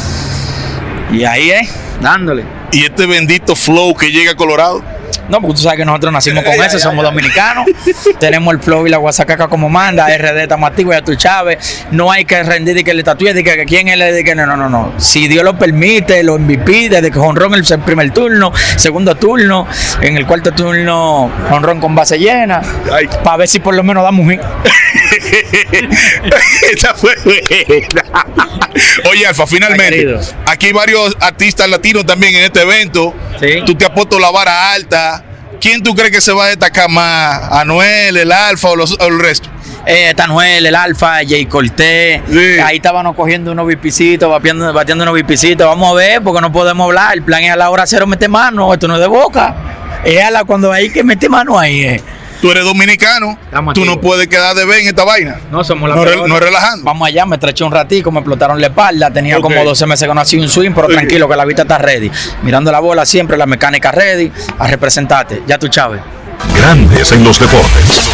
Speaker 13: Y ahí es, dándole.
Speaker 12: ¿Y este bendito flow que llega a Colorado?
Speaker 13: No, porque tú sabes que nosotros nacimos con eso, somos dominicanos, tenemos el flow y la guasacaca como manda, R D estamos activos, ya tú Chávez, no hay que rendir y que le tatúe, de que quién es, de que no, no, no, no. Si Dios lo permite, lo M V P, desde que jonrón el primer turno, segundo turno, en el cuarto turno, jonrón con base llena, para ver si por lo menos damos un hit.
Speaker 12: Esta fue buena. Oye, Alfa, finalmente, aquí hay varios artistas latinos también en este evento.
Speaker 13: Sí.
Speaker 12: Tú te has puesto la vara alta. ¿Quién tú crees que se va a destacar más? ¿Anuel, el Alfa o, los, o el resto?
Speaker 13: Eh, Tanuel, el Alfa, Jay Cortés, sí. Ahí estábamos cogiendo unos vipicitos, bateando, bateando unos vipicitos. Vamos a ver, porque no podemos hablar. El plan es a la hora cero meter mano, esto no es de boca. Es a la cuando hay que meter mano ahí. Eh.
Speaker 12: Tú eres dominicano,
Speaker 13: Estamos
Speaker 12: tú
Speaker 13: aquí,
Speaker 12: no puedes quedar de ver en esta vaina.
Speaker 13: No somos la
Speaker 12: no,
Speaker 13: re,
Speaker 12: no relajando.
Speaker 13: Vamos allá, me estreché un ratico, me explotaron la espalda, tenía okay. como doce meses que no hacía un swing, pero okay. Tranquilo que la vista está ready. Mirando la bola siempre, la mecánica ready, a representarte. Ya tú, Chávez.
Speaker 1: Grandes en los deportes.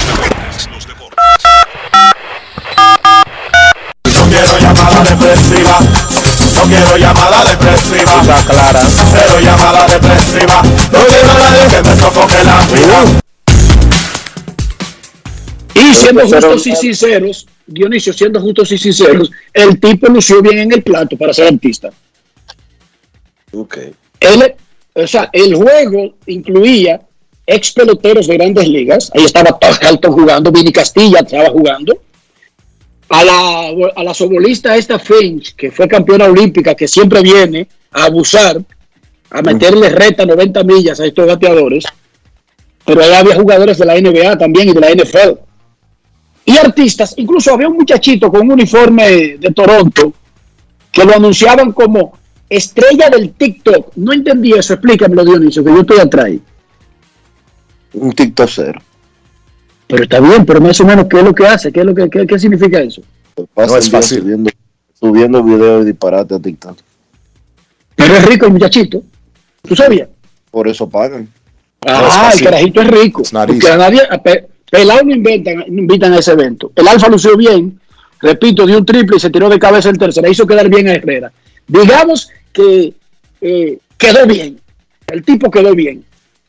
Speaker 14: No quiero llamada depresiva. No quiero llamada depresiva.
Speaker 3: Está clara.
Speaker 14: Cero llamada depresiva. No quiero nadie que me sofoque la vida.
Speaker 5: Y siendo justos y sinceros, Dionisio, siendo justos y sinceros, el tipo lució bien en el plato para ser artista.
Speaker 3: Ok.
Speaker 5: Él, o sea, el juego incluía ex peloteros de Grandes Ligas. Ahí estaba Todd Helton jugando, Vinny Castilla estaba jugando. A la, a la sobolista esta Finch, que fue campeona olímpica, que siempre viene a abusar, a meterle reta noventa millas a estos bateadores. Pero ahí había jugadores de la N B A también y de la N F L. Y artistas, incluso había un muchachito con un uniforme de Toronto que lo anunciaban como estrella del TikTok. No entendí eso, explícamelo, Dionisio, que yo estoy atrás.
Speaker 3: Un TikTok cero.
Speaker 5: Pero está bien, pero más o menos, ¿qué es lo que hace? ¿Qué es lo que qué, qué significa eso?
Speaker 3: No es fácil. Subiendo, subiendo videos y disparate a TikTok.
Speaker 5: Pero es rico el muchachito. ¿Tú sabías?
Speaker 3: Por eso pagan.
Speaker 5: Ah, no el carajito es rico. Porque a nadie, a pe, pelado no inventan, no invitan a ese evento. El Alfa lució bien, repito, dio un triple y se tiró de cabeza en tercera, hizo quedar bien a Herrera. Digamos que eh, quedó bien, el tipo quedó bien.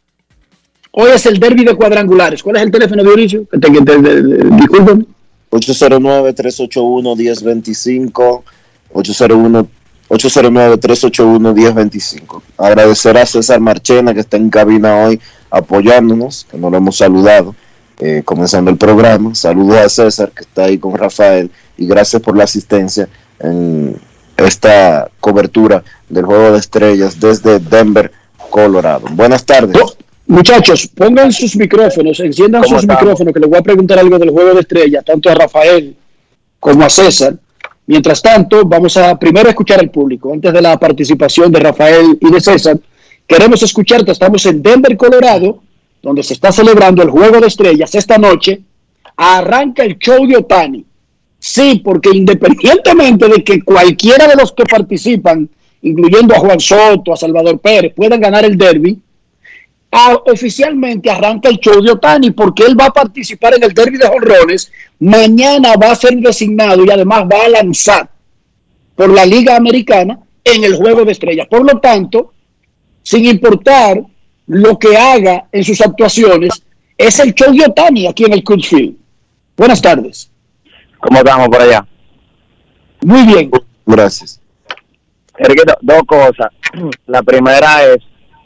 Speaker 5: Hoy es el derbi de cuadrangulares. ¿Cuál es el teléfono, Dionisio? Que te, que te, de, de, discúlpame.
Speaker 3: ocho cero nueve, tres ocho uno, uno cero dos cinco, ocho cero nueve, tres ocho uno, uno cero dos cinco. Agradecer a César Marchena, que está en cabina hoy apoyándonos, que no lo hemos saludado, eh, comenzando el programa. Saludos a César, que está ahí con Rafael, y gracias por la asistencia en esta cobertura del Juego de Estrellas desde Denver, Colorado. Buenas tardes.
Speaker 5: Oh, muchachos, pongan sus micrófonos, enciendan sus estamos? micrófonos, que les voy a preguntar algo del Juego de Estrellas, tanto a Rafael como a César. Mientras tanto, vamos a primero escuchar al público. Antes de la participación de Rafael y de César, queremos escucharte. Estamos en Denver, Colorado, donde se está celebrando el Juego de Estrellas. Esta noche arranca el show de Ohtani. Sí, porque independientemente de que cualquiera de los que participan, incluyendo a Juan Soto, a Salvador Pérez, puedan ganar el derby, a, oficialmente arranca el show de Ohtani, porque él va a participar en el derby de jonrones. Mañana va a ser designado y además va a lanzar por la Liga Americana en el Juego de Estrellas. Por lo tanto, sin importar lo que haga en sus actuaciones, es el show de Ohtani aquí en el Coors Field. Buenas tardes.
Speaker 15: ¿Cómo estamos por allá?
Speaker 5: Muy bien.
Speaker 3: Gracias.
Speaker 15: Enriquito, dos cosas. La primera es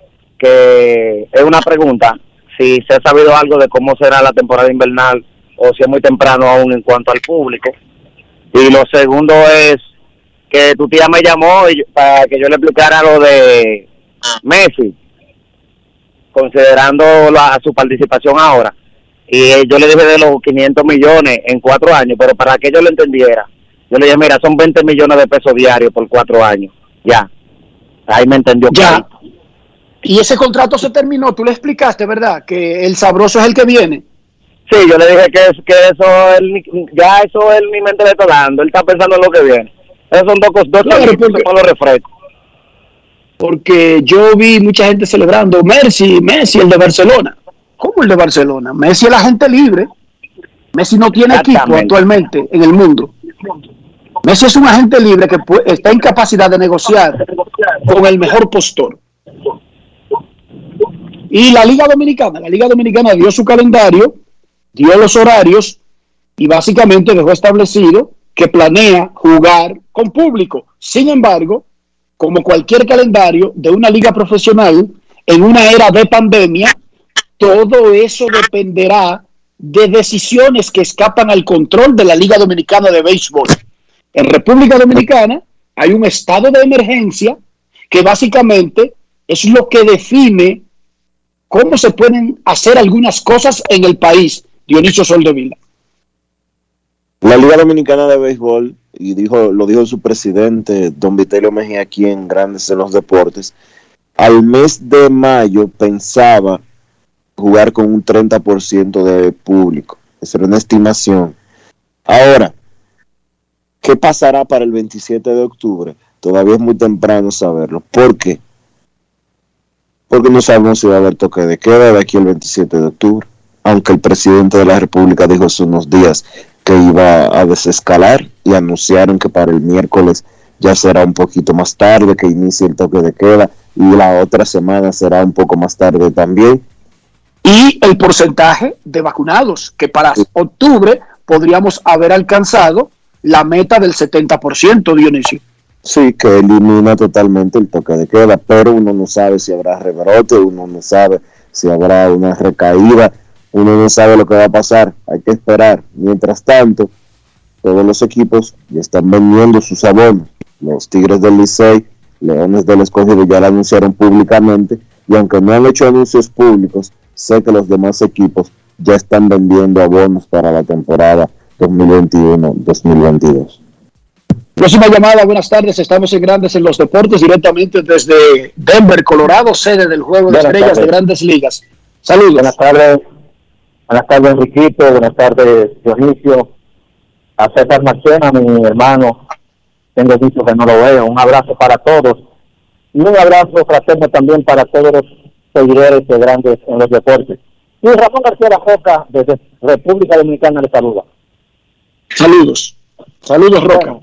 Speaker 15: que es una pregunta, si se ha sabido algo de cómo será la temporada invernal o si es muy temprano aún en cuanto al público. Y lo segundo es que tu tía me llamó y, para que yo le explicara lo de Messi, considerando la, su participación ahora. Y yo le dije de los quinientos millones en cuatro años, pero para que yo lo entendiera, yo le dije, mira, son veinte millones de pesos diarios por cuatro años. Ya, ahí me entendió.
Speaker 5: Ya. Y ese contrato se terminó, tú le explicaste, ¿verdad? Que el sabroso es el que viene.
Speaker 15: Sí, yo le dije que, es, que eso, él, ya eso él mi mente le está dando, él está pensando en lo que viene. Esos son dos, dos
Speaker 5: claro, porque,
Speaker 15: por los refrescos.
Speaker 5: Porque yo vi mucha gente celebrando, Messi, Messi, el de Barcelona. ¿Cómo el de Barcelona? Messi es la gente libre. Messi no tiene equipo actualmente en el mundo. Messi es un agente libre que puede, está en capacidad de negociar con el mejor postor. Y la Liga Dominicana, la Liga Dominicana dio su calendario, dio los horarios y básicamente dejó establecido que planea jugar con público. Sin embargo, como cualquier calendario de una liga profesional en una era de pandemia, todo eso dependerá de decisiones que escapan al control de la Liga Dominicana de Béisbol. En República Dominicana hay un estado de emergencia que básicamente es lo que define cómo se pueden hacer algunas cosas en el país. Dionisio Soldevila.
Speaker 3: La Liga Dominicana de Béisbol, y dijo, lo dijo su presidente, don Vitelio Mejía, aquí en Grandes en los Deportes, al mes de mayo pensaba jugar con un treinta por ciento de público. Esa era una estimación. Ahora, ¿qué pasará para el veintisiete de octubre? Todavía es muy temprano saberlo. ¿Por qué? Porque no sabemos si va a haber toque de queda de aquí el veintisiete de octubre. Aunque el presidente de la República dijo hace unos días que iba a desescalar y anunciaron que para el miércoles ya será un poquito más tarde que inicie el toque de queda y la otra semana será un poco más tarde también.
Speaker 5: Y el porcentaje de vacunados, que para sí. octubre podríamos haber alcanzado la meta del setenta por ciento, Dionisio.
Speaker 3: Sí, que elimina totalmente el toque de queda, pero uno no sabe si habrá rebrote, uno no sabe si habrá una recaída, uno no sabe lo que va a pasar, hay que esperar. Mientras tanto, todos los equipos ya están vendiendo sus abonos. Los Tigres del Licey, Leones del Escogido ya lo anunciaron públicamente, y aunque no han hecho anuncios públicos, sé que los demás equipos ya están vendiendo abonos para la temporada dos mil veintiuno dos mil veintidós.
Speaker 5: Próxima llamada, buenas tardes, estamos en Grandes en los Deportes, directamente desde Denver, Colorado, sede del Juego de buenas Estrellas tardes. De Grandes Ligas. Saludos.
Speaker 15: Buenas tardes, buenas tardes Enriquito, buenas tardes Dionisio, a César Marchena, mi hermano, tengo mucho que no lo veo, un abrazo para todos, y un abrazo fraterno también para todos los seguidores de Grandes en los Deportes. Y Ramón García Roca, desde República Dominicana, le saluda.
Speaker 5: Saludos. Saludos, Roca.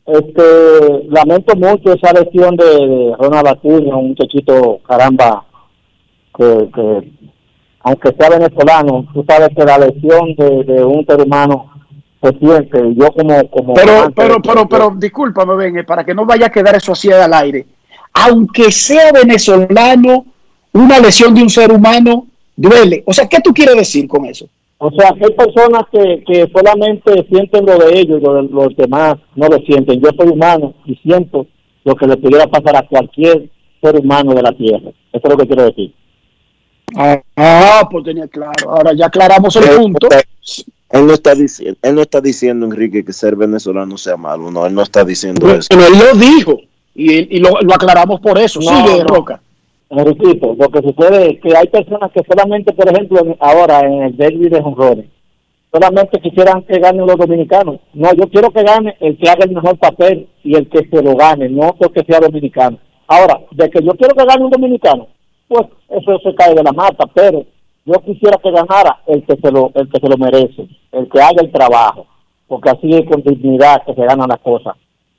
Speaker 16: Este, lamento mucho esa lesión de, de Ronald Acuña, un muchachito, caramba, que, que aunque sea venezolano, tú sabes que la lesión de, de un ser humano se siente. Yo como... como
Speaker 5: pero, pero, pero, pero, discúlpame, Ben, para que no vaya a quedar eso así al aire. Aunque sea venezolano, una lesión de un ser humano duele. O sea, ¿qué tú quieres decir con eso?
Speaker 16: O sea, hay personas que, que solamente sienten lo de ellos y lo de los demás no lo sienten. Yo soy humano y siento lo que le pudiera pasar a cualquier ser humano de la tierra. Eso es lo que quiero decir.
Speaker 5: Ah, ah pues tenía claro. Ahora ya aclaramos el
Speaker 3: él
Speaker 5: punto.
Speaker 3: Está, él, no está diciendo, él no está diciendo, Enrique, que ser venezolano sea malo. No, él no está diciendo
Speaker 5: pero,
Speaker 3: eso.
Speaker 5: Pero él lo dijo y, y lo, lo aclaramos por eso.
Speaker 16: No,
Speaker 5: Sigue,
Speaker 16: no.
Speaker 5: Roca.
Speaker 16: Enriquito, lo que sucede es que hay personas que solamente, por ejemplo, ahora en el derby de jonrones, solamente quisieran que ganen los dominicanos. No, yo quiero que gane el que haga el mejor papel y el que se lo gane, no porque sea dominicano. Ahora, de que yo quiero que gane un dominicano, pues eso se cae de la mata, pero yo quisiera que ganara el que se lo, el que se lo merece, el que haga el trabajo, porque así es con dignidad que se ganan las cosas.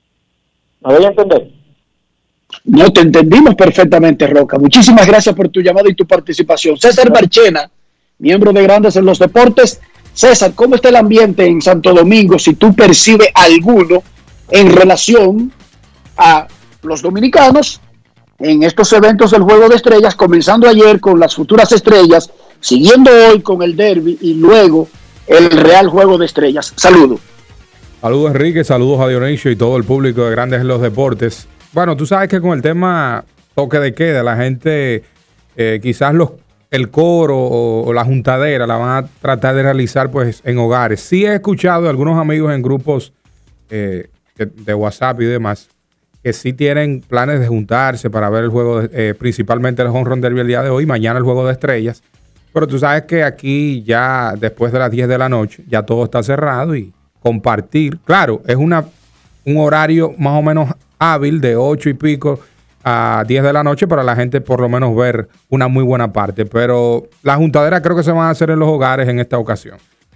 Speaker 16: ¿Me voy a entender?
Speaker 5: No, te entendimos perfectamente, Roca. Muchísimas gracias por tu llamada y tu participación. César Marchena, miembro de Grandes en los Deportes. César, ¿cómo está el ambiente en Santo Domingo? Si tú percibes alguno en relación a los dominicanos en estos eventos del Juego de Estrellas, comenzando ayer con las futuras estrellas, siguiendo hoy con el derby y luego el Real Juego de Estrellas. Saludos.
Speaker 17: Saludos, Enrique, saludos a Dionisio y todo el público de Grandes en los Deportes. Bueno, tú sabes que con el tema toque de queda, la gente eh, quizás los, el coro o, o la juntadera la van a tratar de realizar pues en hogares. Sí he escuchado de algunos amigos en grupos eh, de, de WhatsApp y demás que sí tienen planes de juntarse para ver el juego, de, eh, principalmente el Home Run Derby el día de hoy, mañana el Juego de Estrellas. Pero tú sabes que aquí ya después de las diez de la noche ya todo está cerrado y compartir, claro, es una un horario más o menos hábil de ocho y pico a diez de la noche para la gente por lo menos ver una muy buena parte, pero la juntadera creo que se van a hacer en los hogares en esta ocasión.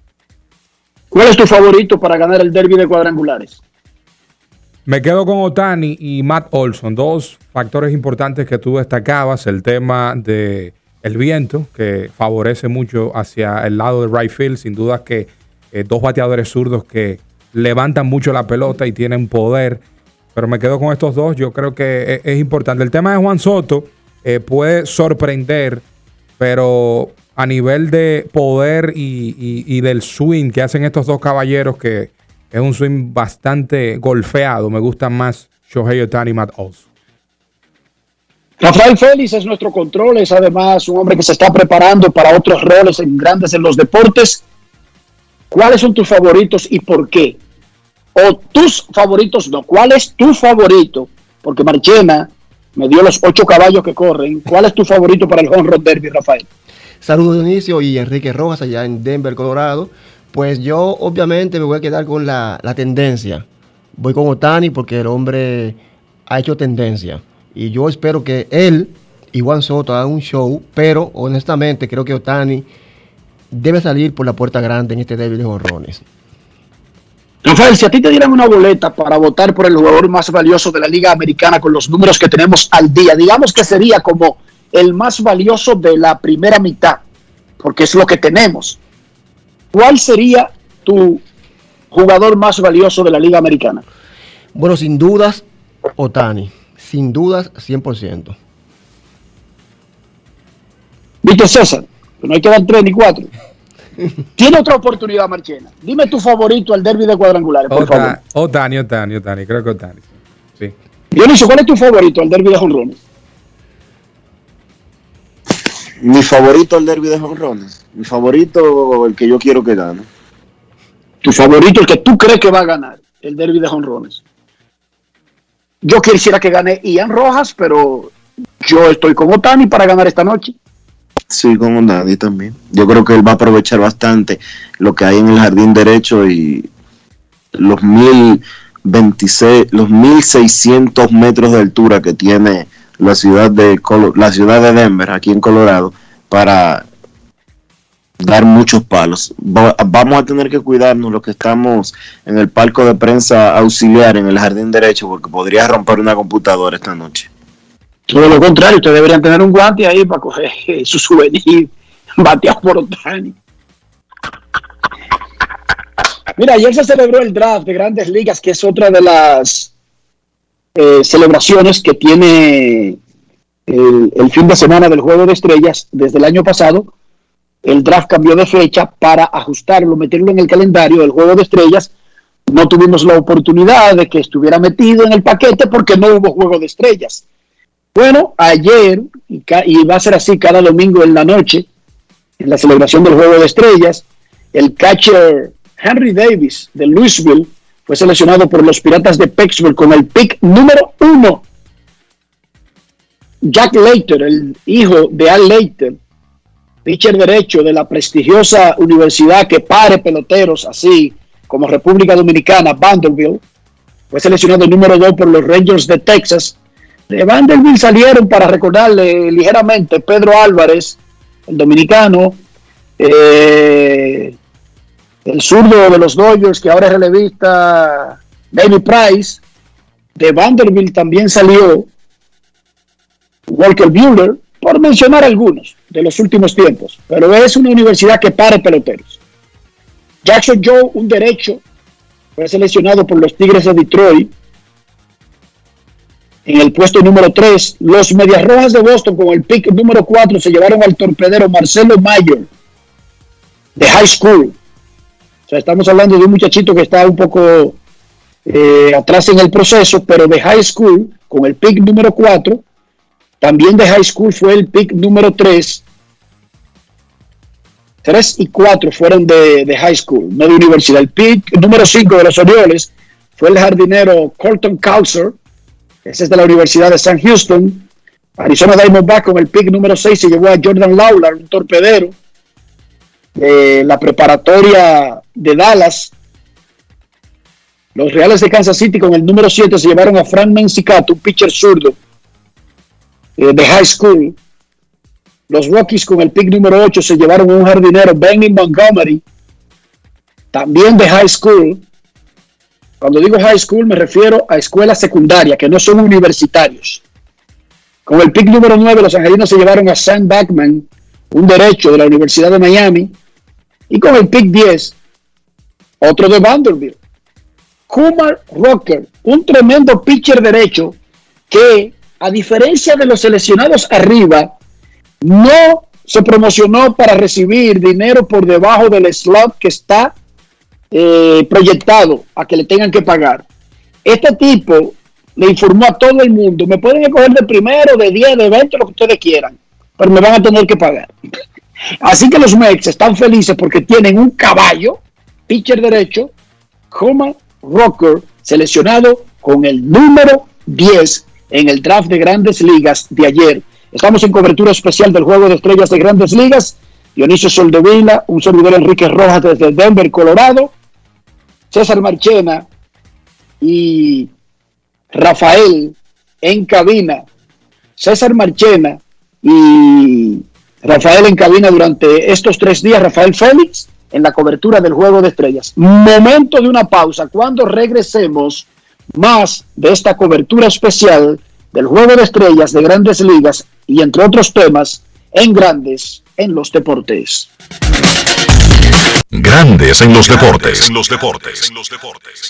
Speaker 5: ¿Cuál es tu favorito para ganar el derby de cuadrangulares?
Speaker 17: Me quedo con Ohtani y Matt Olson, dos factores importantes que tú destacabas, el tema de el viento que favorece mucho hacia el lado de right field, sin duda que eh, dos bateadores zurdos que levantan mucho la pelota y tienen poder. Pero me quedo con estos dos, yo creo que es, es importante. El tema de Juan Soto eh, puede sorprender, pero a nivel de poder y, y, y del swing que hacen estos dos caballeros, que es un swing bastante golfeado, me gustan más Shohei Ohtani y Matt Olson.
Speaker 5: Rafael Félix es nuestro control, es además un hombre que se está preparando para otros roles en Grandes en los Deportes. ¿Cuáles son tus favoritos y por qué? O tus favoritos, no. ¿Cuál es tu favorito? Porque Marchena me dio los ocho caballos que corren. ¿Cuál es tu favorito para el Home Run Derby, Rafael?
Speaker 18: Saludos, Dionisio y Enrique Rojas, allá en Denver, Colorado. Pues yo, obviamente, me voy a quedar con la, la tendencia. Voy con Ohtani porque el hombre ha hecho tendencia. Y yo espero que él y Juan Soto hagan un show, pero honestamente creo que Ohtani debe salir por la puerta grande en este derby de jonrones.
Speaker 5: Rafael, si a ti te dieran una boleta para votar por el jugador más valioso de la Liga Americana con los números que tenemos al día, digamos que sería como el más valioso de la primera mitad, porque es lo que tenemos, ¿cuál sería tu jugador más valioso de la Liga Americana?
Speaker 18: Bueno, sin dudas, Ohtani. Sin dudas, cien por ciento.
Speaker 5: ¿Viste, César? Que no hay que dar tres ni cuatro. Tiene otra oportunidad, Marchena. Dime tu favorito al derby de cuadrangulares, por
Speaker 17: Ohtani,
Speaker 5: favor.
Speaker 17: Ohtani, Ohtani, Ohtani, creo que Ohtani. Sí.
Speaker 5: Dionisio, ¿cuál es tu favorito al derby de jonrones?
Speaker 3: Mi favorito al derby de jonrones. Mi favorito, el que yo quiero que gane.
Speaker 5: Tu favorito, el que tú crees que va a ganar el derby de jonrones. Yo quisiera que gane Ian Rojas, pero yo estoy con Ohtani para ganar esta noche.
Speaker 3: Sí, como nadie también. Yo creo que él va a aprovechar bastante lo que hay en el jardín derecho y los mil veintiséis, los mil seiscientos metros de altura que tiene la ciudad de Colo, la ciudad de Denver, aquí en Colorado, para dar muchos palos. Va, vamos a tener que cuidarnos los que estamos en el palco de prensa auxiliar en el jardín derecho, porque podría romper una computadora esta noche.
Speaker 5: Todo lo contrario, ustedes deberían tener un guante ahí para coger eh, su souvenir bateado por Ohtani. Mira, ayer se celebró el draft de Grandes Ligas, que es otra de las eh, celebraciones que tiene el, el fin de semana del Juego de Estrellas. Desde el año pasado, el draft cambió de fecha para ajustarlo, meterlo en el calendario del Juego de Estrellas. No tuvimos la oportunidad de que estuviera metido en el paquete porque no hubo Juego de Estrellas. Bueno, ayer, y, ca- y va a ser así cada domingo en la noche, en la celebración del Juego de Estrellas, el catcher Henry Davis de Louisville fue seleccionado por los Piratas de Pittsburgh con el pick número uno. Jack Leiter, el hijo de Al Leiter, pitcher derecho de la prestigiosa universidad que pare peloteros así como República Dominicana, Vanderbilt, fue seleccionado el número dos por los Rangers de Texas. De Vanderbilt salieron, para recordarle ligeramente, Pedro Álvarez, el dominicano, eh, el zurdo de los Dodgers, que ahora es relevista, David Price. De Vanderbilt también salió Walker Buehler, por mencionar algunos de los últimos tiempos, pero es una universidad que pare peloteros. Jackson Joe, un derecho, fue seleccionado por los Tigres de Detroit en el puesto número tres. Los Medias Rojas de Boston con el pick número cuatro se llevaron al torpedero Marcelo Mayer de high school. O sea, estamos hablando de un muchachito que está un poco eh, atrás en el proceso, pero de high school con el pick número cuatro. También de high school fue el pick número tres. tres y cuatro fueron de, de high school, no de universidad. El pick número cinco de los Orioles fue el jardinero Colton Cowser. Ese es de la Universidad de San Houston. Arizona Diamondbacks con el pick número seis se llevó a Jordan Lawlar, un torpedero de la preparatoria de Dallas. Los Reales de Kansas City con el número siete se llevaron a Frank Menzicato, un pitcher zurdo eh, de high school. Los Rockies con el pick número ocho se llevaron a un jardinero, Benny Montgomery, también de high school. Cuando digo high school me refiero a escuelas secundarias, que no son universitarios. Con el pick número nueve los angelinos se llevaron a Sam Bachman, un derecho de la Universidad de Miami. Y con el pick diez, otro de Vanderbilt, Kumar Rocker, un tremendo pitcher derecho que, a diferencia de los seleccionados arriba, no se promocionó para recibir dinero por debajo del slot que está eh, proyectado a que le tengan que pagar. Este tipo le informó a todo el mundo: me pueden escoger de primero, de diez, de veinte, lo que ustedes quieran, pero me van a tener que pagar. Así que los Mets están felices porque tienen un caballo, pitcher derecho, Kumar Rocker, seleccionado con el número diez en el draft de Grandes Ligas de ayer. Estamos en cobertura especial del Juego de Estrellas de Grandes Ligas. Dionisio Soldevila, un servidor Enrique Rojas desde Denver, Colorado. César Marchena y Rafael en cabina. César Marchena y Rafael en cabina durante estos tres días. Rafael Félix en la cobertura del Juego de Estrellas. Momento de una pausa. Cuando regresemos, más de esta cobertura especial del Juego de Estrellas de Grandes Ligas y entre otros temas en Grandes en los Deportes.
Speaker 1: Grandes en los deportes. En los deportes. En los deportes.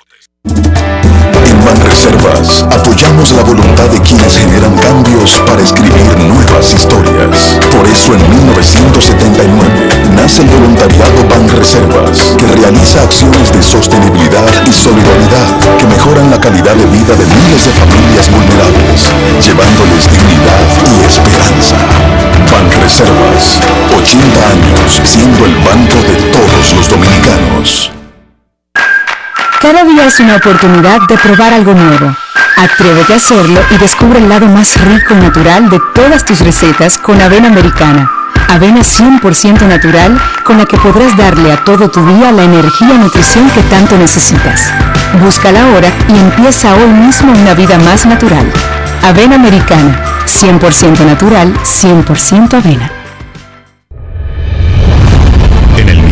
Speaker 19: En Banreservas apoyamos la voluntad de quienes generan cambios para escribir nuevas historias. Por eso en mil novecientos setenta y nueve nace el voluntariado Banreservas, que realiza acciones de sostenibilidad y solidaridad que mejoran la calidad de vida de miles de familias vulnerables, llevándoles dignidad y esperanza. Banreservas, ochenta años siendo el banco de todos los dominicanos.
Speaker 20: Cada día es una oportunidad de probar algo nuevo. Atrévete a hacerlo y descubre el lado más rico y natural de todas tus recetas con avena americana. Avena cien por ciento natural con la que podrás darle a todo tu día la energía y nutrición que tanto necesitas. Búscala ahora y empieza hoy mismo una vida más natural. Avena americana, cien por ciento natural, cien por ciento avena.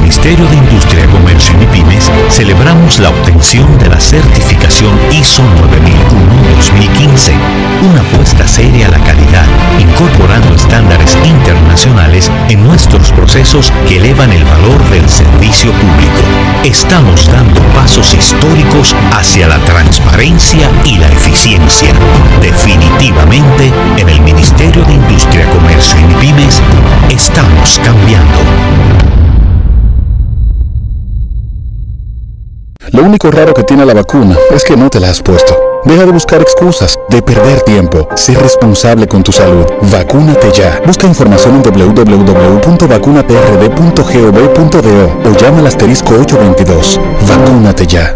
Speaker 21: Ministerio de Industria, Comercio y MIPYMES celebramos la obtención de la certificación I S O nueve mil uno dos mil quince, una apuesta seria a la calidad, incorporando estándares internacionales en nuestros procesos que elevan el valor del servicio público. Estamos dando pasos históricos hacia la transparencia y la eficiencia. Definitivamente, en el Ministerio de Industria, Comercio y MIPYMES estamos cambiando.
Speaker 22: Lo único raro que tiene la vacuna es que no te la has puesto. Deja de buscar excusas, de perder tiempo. Sé responsable con tu salud. Vacúnate ya. Busca información en doble u doble u doble u punto vacuna p r d punto gov punto do o llama al asterisco ocho veintidós. Vacúnate ya.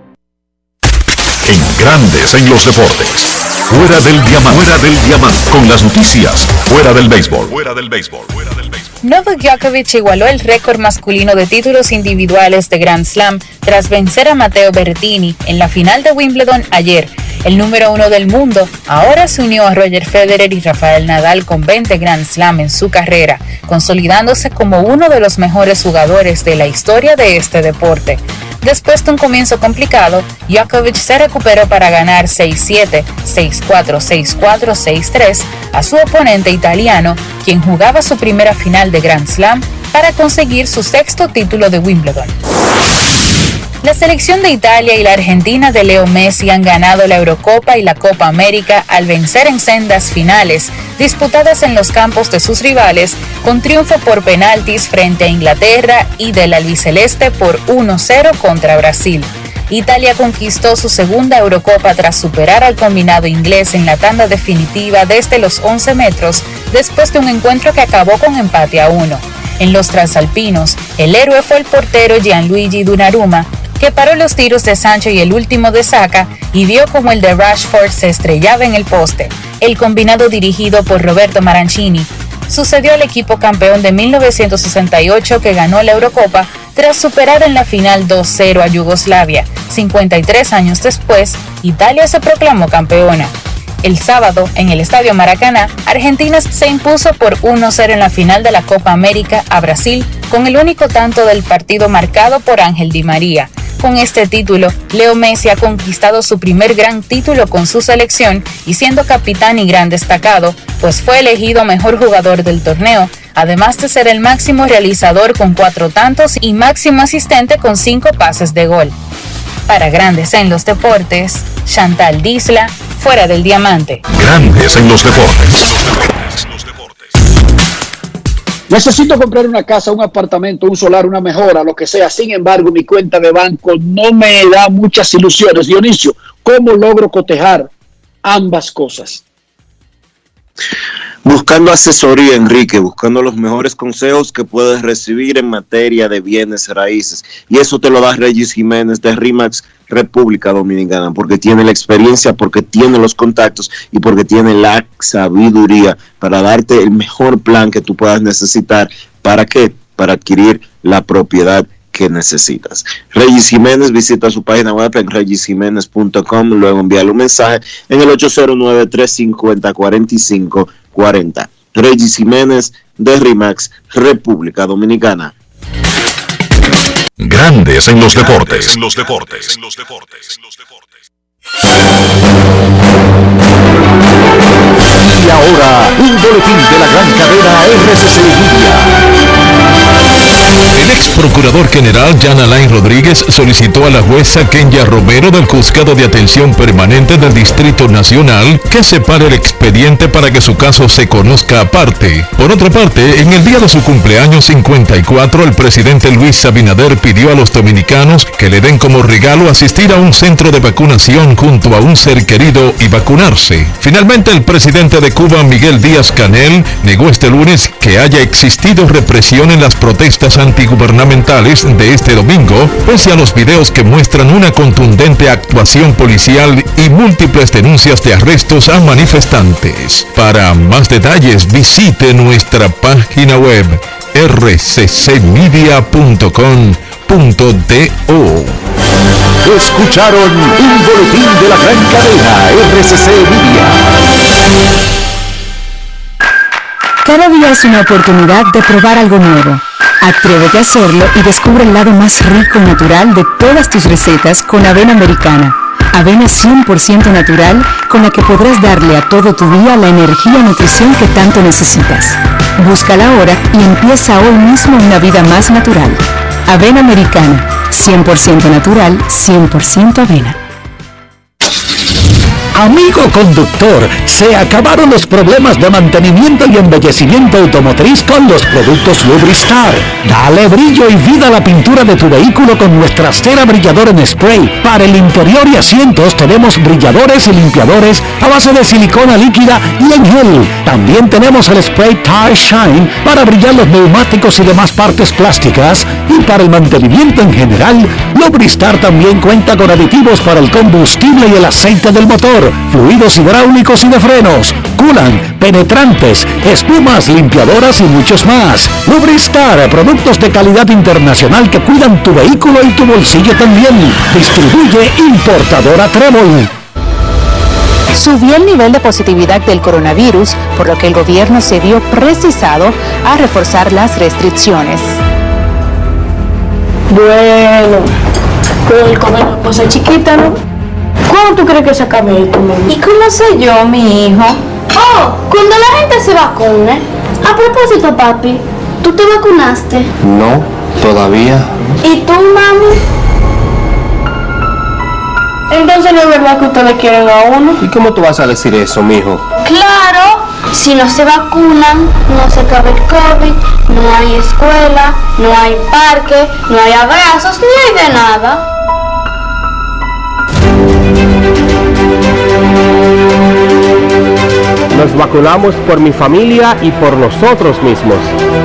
Speaker 1: En Grandes en los Deportes. Fuera del diamante. Fuera del diamante. Con las noticias. Fuera del béisbol. Fuera del béisbol. Fuera del béisbol.
Speaker 23: Novak Djokovic igualó el récord masculino de títulos individuales de Grand Slam tras vencer a Matteo Berrettini en la final de Wimbledon ayer. El número uno del mundo ahora se unió a Roger Federer y Rafael Nadal con veinte Grand Slam en su carrera, consolidándose como uno de los mejores jugadores de la historia de este deporte. Después de un comienzo complicado, Djokovic se recuperó para ganar seis siete, seis cuatro, seis cuatro, seis tres a su oponente italiano, quien jugaba su primera final de Grand Slam para conseguir su sexto título de Wimbledon. La selección de Italia y la Argentina de Leo Messi han ganado la Eurocopa y la Copa América al vencer en sendas finales, disputadas en los campos de sus rivales, con triunfo por penaltis frente a Inglaterra y del albiceleste por uno cero contra Brasil. Italia conquistó su segunda Eurocopa tras superar al combinado inglés en la tanda definitiva desde los once metros, después de un encuentro que acabó con empate a uno. En los transalpinos, el héroe fue el portero Gianluigi Donnarumma, que paró los tiros de Sancho y el último de Saka y vio como el de Rashford se estrellaba en el poste. El combinado dirigido por Roberto Mancini sucedió al equipo campeón de mil novecientos sesenta y ocho que ganó la Eurocopa tras superar en la final dos cero a Yugoslavia. cincuenta y tres años después, Italia se proclamó campeona. El sábado, en el Estadio Maracaná, Argentina se impuso por uno cero en la final de la Copa América a Brasil, con el único tanto del partido marcado por Ángel Di María. Con este título, Leo Messi ha conquistado su primer gran título con su selección y siendo capitán y gran destacado, pues fue elegido mejor jugador del torneo, además de ser el máximo realizador con cuatro tantos y máximo asistente con cinco pases de gol. Para Grandes en los Deportes, Chantal Disla, Fuera del Diamante.
Speaker 1: Grandes en los Deportes.
Speaker 5: Necesito comprar una casa, un apartamento, un solar, una mejora, lo que sea. Sin embargo, mi cuenta de banco no me da muchas ilusiones. Dionisio, ¿cómo logro cotejar ambas cosas?
Speaker 3: Buscando asesoría, Enrique, buscando los mejores consejos que puedes recibir en materia de bienes raíces. Y eso te lo da Regis Jiménez de RE/MAX República Dominicana, porque tiene la experiencia, porque tiene los contactos y porque tiene la sabiduría para darte el mejor plan que tú puedas necesitar. ¿Para qué? Para adquirir la propiedad que necesitas. Regis Jiménez, visita su página web en regis jiménez punto com, luego envíale un mensaje en el ocho cero nueve, tres cinco cero, cuatro cinco cuatro cero. Regis Jiménez de RE/MAX República Dominicana.
Speaker 1: Grandes en los deportes. En los deportes. En los deportes.
Speaker 19: Y ahora, un boletín de la gran cadena R C C Media.
Speaker 24: El ex procurador general Jan Alain Rodríguez solicitó a la jueza Kenya Romero del Juzgado de Atención Permanente del Distrito Nacional que separe el expediente para que su caso se conozca aparte. Por otra parte, en el día de su cumpleaños cincuenta y cuatro, el presidente Luis Abinader pidió a los dominicanos que le den como regalo asistir a un centro de vacunación junto a un ser querido y vacunarse. Finalmente, el presidente de Cuba, Miguel Díaz-Canel, negó este lunes que haya existido represión en las protestas antigubernamentales de este domingo, pese a los videos que muestran una contundente actuación policial y múltiples denuncias de arrestos a manifestantes. Para más detalles, visite nuestra página web r c c media punto com punto do.
Speaker 19: Escucharon un boletín de la gran cadena R C C Media.
Speaker 20: Cada día es una oportunidad de probar algo nuevo. Atrévete a hacerlo y descubre el lado más rico y natural de todas tus recetas con avena americana. Avena cien por ciento natural con la que podrás darle a todo tu día la energía y nutrición que tanto necesitas. Búscala ahora y empieza hoy mismo una vida más natural. Avena americana, cien por ciento natural, cien por ciento avena.
Speaker 2: Amigo conductor, se acabaron los problemas de mantenimiento y embellecimiento automotriz con los productos Lubristar. Dale brillo y vida a la pintura de tu vehículo con nuestra cera brilladora en spray. Para el interior y asientos tenemos brilladores y limpiadores a base de silicona líquida y en gel. También tenemos el spray Tire Shine para brillar los neumáticos y demás partes plásticas. Y para el mantenimiento en general, Lubristar también cuenta con aditivos para el combustible y el aceite del motor, fluidos hidráulicos y de frenos, culan, penetrantes, espumas, limpiadoras y muchos más. Lubristar, productos de calidad internacional que cuidan tu vehículo y tu bolsillo también. Distribuye importadora Trébol.
Speaker 23: Subió el nivel de positividad del coronavirus, por lo que el gobierno se vio precisado a reforzar las restricciones.
Speaker 6: Bueno, pero el comer una cosa chiquita, ¿no? ¿Cuándo tú crees que se acabe esto, mami?
Speaker 23: ¿Y cómo sé yo, mi hijo?
Speaker 6: Oh, cuando la gente se vacune. A propósito, papi, ¿tú te vacunaste?
Speaker 7: No, todavía.
Speaker 6: ¿Y tú, mami? Entonces no es verdad que ustedes quieren a uno.
Speaker 7: ¿Y cómo tú vas a decir eso, mijo?
Speaker 6: Claro, si no se vacunan, no se acaba el COVID, no hay escuela, no hay parque, no hay abrazos, ni hay de nada.
Speaker 7: Nos vacunamos por mi familia y por nosotros mismos.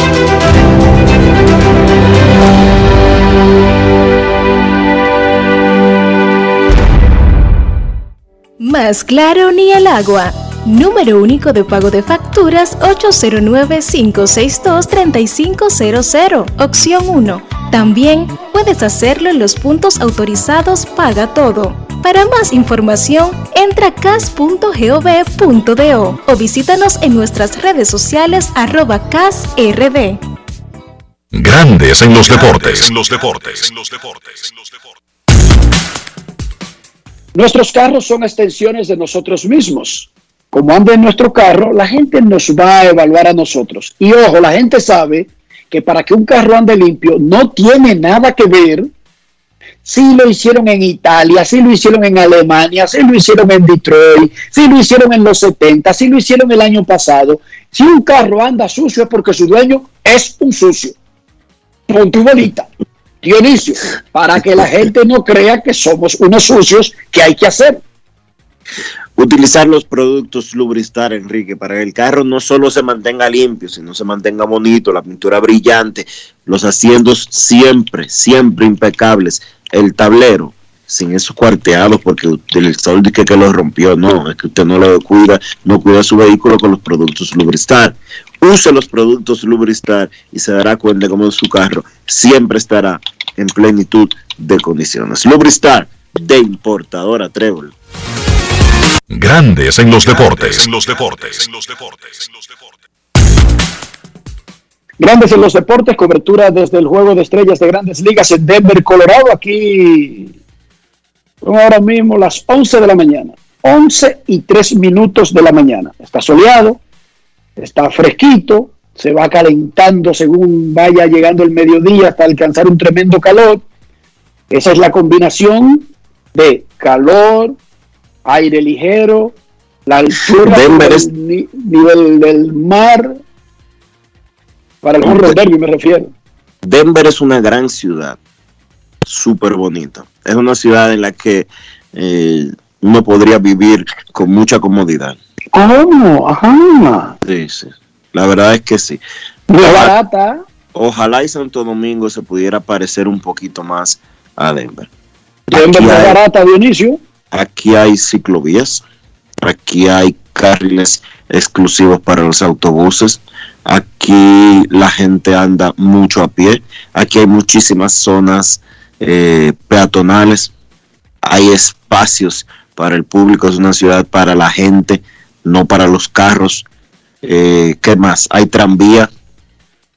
Speaker 8: Más claro ni el agua. Número único de pago de facturas ocho cero nueve, cinco seis dos, tres cinco cero cero, opción uno. También puedes hacerlo en los puntos autorizados Paga Todo. Para más información, entra a cas punto gov punto do o visítanos en nuestras redes sociales arroba casrd.
Speaker 1: Grandes en los deportes. En los deportes. En los deportes.
Speaker 5: Nuestros carros son extensiones de nosotros mismos. Como anda en nuestro carro, la gente nos va a evaluar a nosotros. Y ojo, la gente sabe que para que un carro ande limpio no tiene nada que ver si lo hicieron en Italia, si lo hicieron en Alemania, si lo hicieron en Detroit, si lo hicieron en los setenta, si lo hicieron el año pasado. Si un carro anda sucio es porque su dueño es un sucio. Punto y bolita. Dionisio, para que la gente no crea que somos unos sucios, ¿qué hay que hacer?
Speaker 3: Utilizar los productos Lubristar, Enrique, para que el carro no solo se mantenga limpio, sino se mantenga bonito, la pintura brillante, los asientos siempre, siempre impecables, el tablero sin esos cuarteados porque el sol dice que lo rompió. No, es que usted no lo cuida, no cuida su vehículo con los productos Lubristar. Use los productos Lubristar y se dará cuenta cómo su carro siempre estará en plenitud de condiciones. Lubristar, de importadora Trébol.
Speaker 1: Grandes en los deportes. En los deportes. En los deportes.
Speaker 5: Grandes en los deportes, cobertura desde el Juego de Estrellas de Grandes Ligas en Denver, Colorado. Aquí son ahora mismo las once de la mañana. once y tres minutos de la mañana. Está soleado, está fresquito, se va calentando según vaya llegando el mediodía hasta alcanzar un tremendo calor. Esa es la combinación de calor, aire ligero, la altura del es... ni, nivel del mar. Para el Home Run Derby me refiero.
Speaker 3: Denver es una gran ciudad, súper bonita. Es una ciudad en la que eh, uno podría vivir con mucha comodidad.
Speaker 5: ¿Cómo? Ajá.
Speaker 3: Sí, sí. La verdad es que sí.
Speaker 5: Muy barata.
Speaker 3: Ojalá y Santo Domingo se pudiera parecer un poquito más a Denver.
Speaker 5: Denver es barata, Dionisio.
Speaker 3: Aquí hay ciclovías, aquí hay carriles exclusivos para los autobuses, aquí la gente anda mucho a pie, aquí hay muchísimas zonas eh, peatonales, hay espacios para el público, es una ciudad para la gente, no para los carros. Eh, ¿Qué más? Hay tranvía,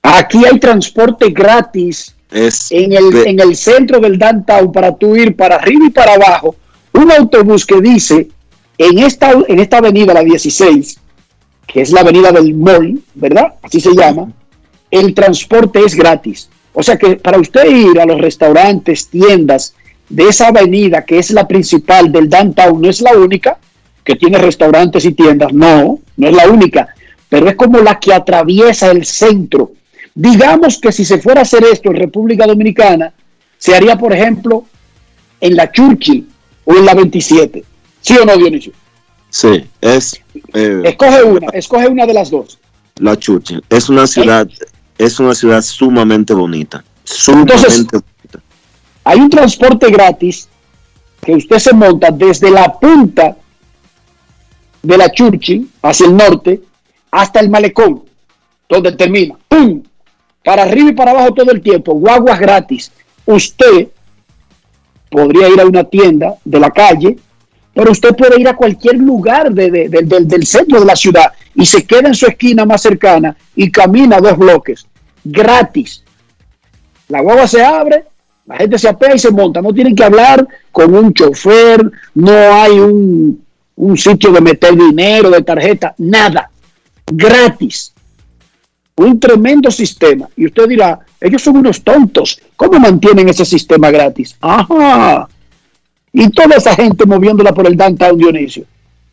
Speaker 5: Aquí hay transporte gratis
Speaker 3: es
Speaker 5: en, el,
Speaker 3: de...
Speaker 5: en el centro del downtown para tú ir para arriba y para abajo. Un autobús que dice, en esta, en esta avenida, la dieciséis, que es la avenida del mall, ¿verdad? Así se llama, el transporte es gratis. O sea que para usted ir a los restaurantes, tiendas de esa avenida, que es la principal del downtown, no es la única que tiene restaurantes y tiendas, no, no es la única, pero es como la que atraviesa el centro. Digamos que si se fuera a hacer esto en República Dominicana, se haría, por ejemplo, en la Churchill o en la veintisiete. ¿Sí o no, Dionisio?
Speaker 3: Sí, es... Eh,
Speaker 5: escoge una, escoge una de las dos.
Speaker 3: La Churchill. Es una ciudad, ¿Eh? es una ciudad sumamente bonita. Sumamente
Speaker 5: Entonces,
Speaker 3: bonita.
Speaker 5: Hay un transporte gratis que usted se monta desde la punta de la Churchill hacia el norte hasta el malecón, donde termina. ¡Pum! Para arriba y para abajo todo el tiempo, guaguas gratis. Usted podría ir a una tienda de la calle, pero usted puede ir a cualquier lugar de, de, de, de, del centro de la ciudad y se queda en su esquina más cercana y camina dos bloques, gratis. La guagua se abre, la gente se apea y se monta. No tienen que hablar con un chofer, no hay un, un sitio de meter dinero, de tarjeta, nada. Gratis. Un tremendo sistema. Y usted dirá, ellos son unos tontos. ¿Cómo mantienen ese sistema gratis? Ajá. Y toda esa gente moviéndola por el downtown, Dionisio.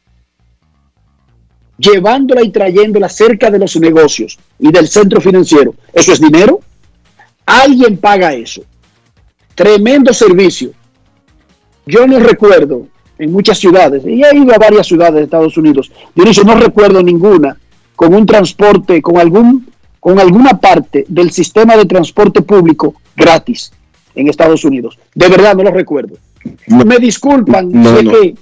Speaker 5: Llevándola y trayéndola cerca de los negocios y del centro financiero. ¿Eso es dinero? Alguien paga eso. Tremendo servicio. Yo no recuerdo en muchas ciudades, y he ido a varias ciudades de Estados Unidos, Dionisio, no recuerdo ninguna con un transporte, con algún, con alguna parte del sistema de transporte público gratis en Estados Unidos. De verdad no lo recuerdo. No, Me disculpan, no, sé no. que,